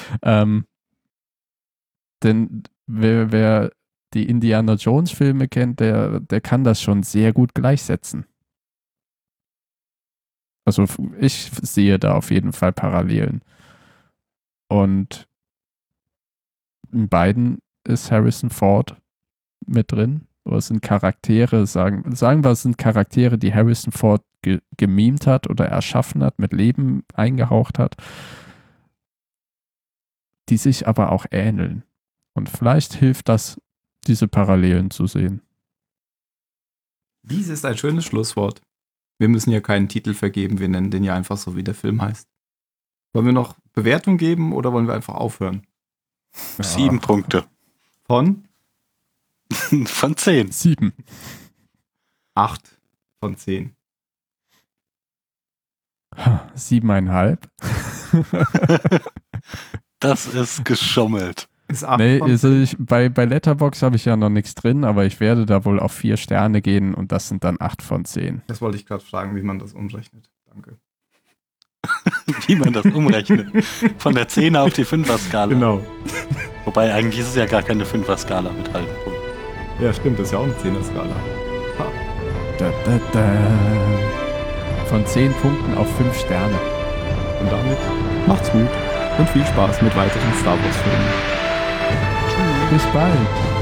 Denn wer die Indiana Jones Filme kennt, der kann das schon sehr gut gleichsetzen. Also ich sehe da auf jeden Fall Parallelen. Und in beiden ist Harrison Ford mit drin. Oder es sind Charaktere, sagen wir, es sind Charaktere, die Harrison Ford gemimt hat oder erschaffen hat, mit Leben eingehaucht hat, die sich aber auch ähneln. Und vielleicht hilft das, diese Parallelen zu sehen. Dies ist ein schönes Schlusswort. Wir müssen ja keinen Titel vergeben, wir nennen den ja einfach so, wie der Film heißt. Wollen wir noch Bewertung geben oder wollen wir einfach aufhören? 7 Punkte. Von? Von 10. 7. 8 von 10. 7,5. Das ist geschummelt. Ist 8 Nee, von also bei Letterboxd habe ich ja noch nichts drin, aber ich werde da wohl auf 4 Sterne gehen und das sind dann 8 von 10. Das wollte ich gerade fragen, wie man das umrechnet. Danke. Wie man das umrechnet. Von der 10er auf die 5er-Skala. Genau. Wobei eigentlich ist es ja gar keine 5er-Skala mit halben Punkten. Ja, stimmt, das ist ja auch eine 10er-Skala. Da, da, da. Von 10 Punkten auf 5 Sterne. Und damit macht's gut und viel Spaß mit weiteren Star Wars Filmen. Bis bald.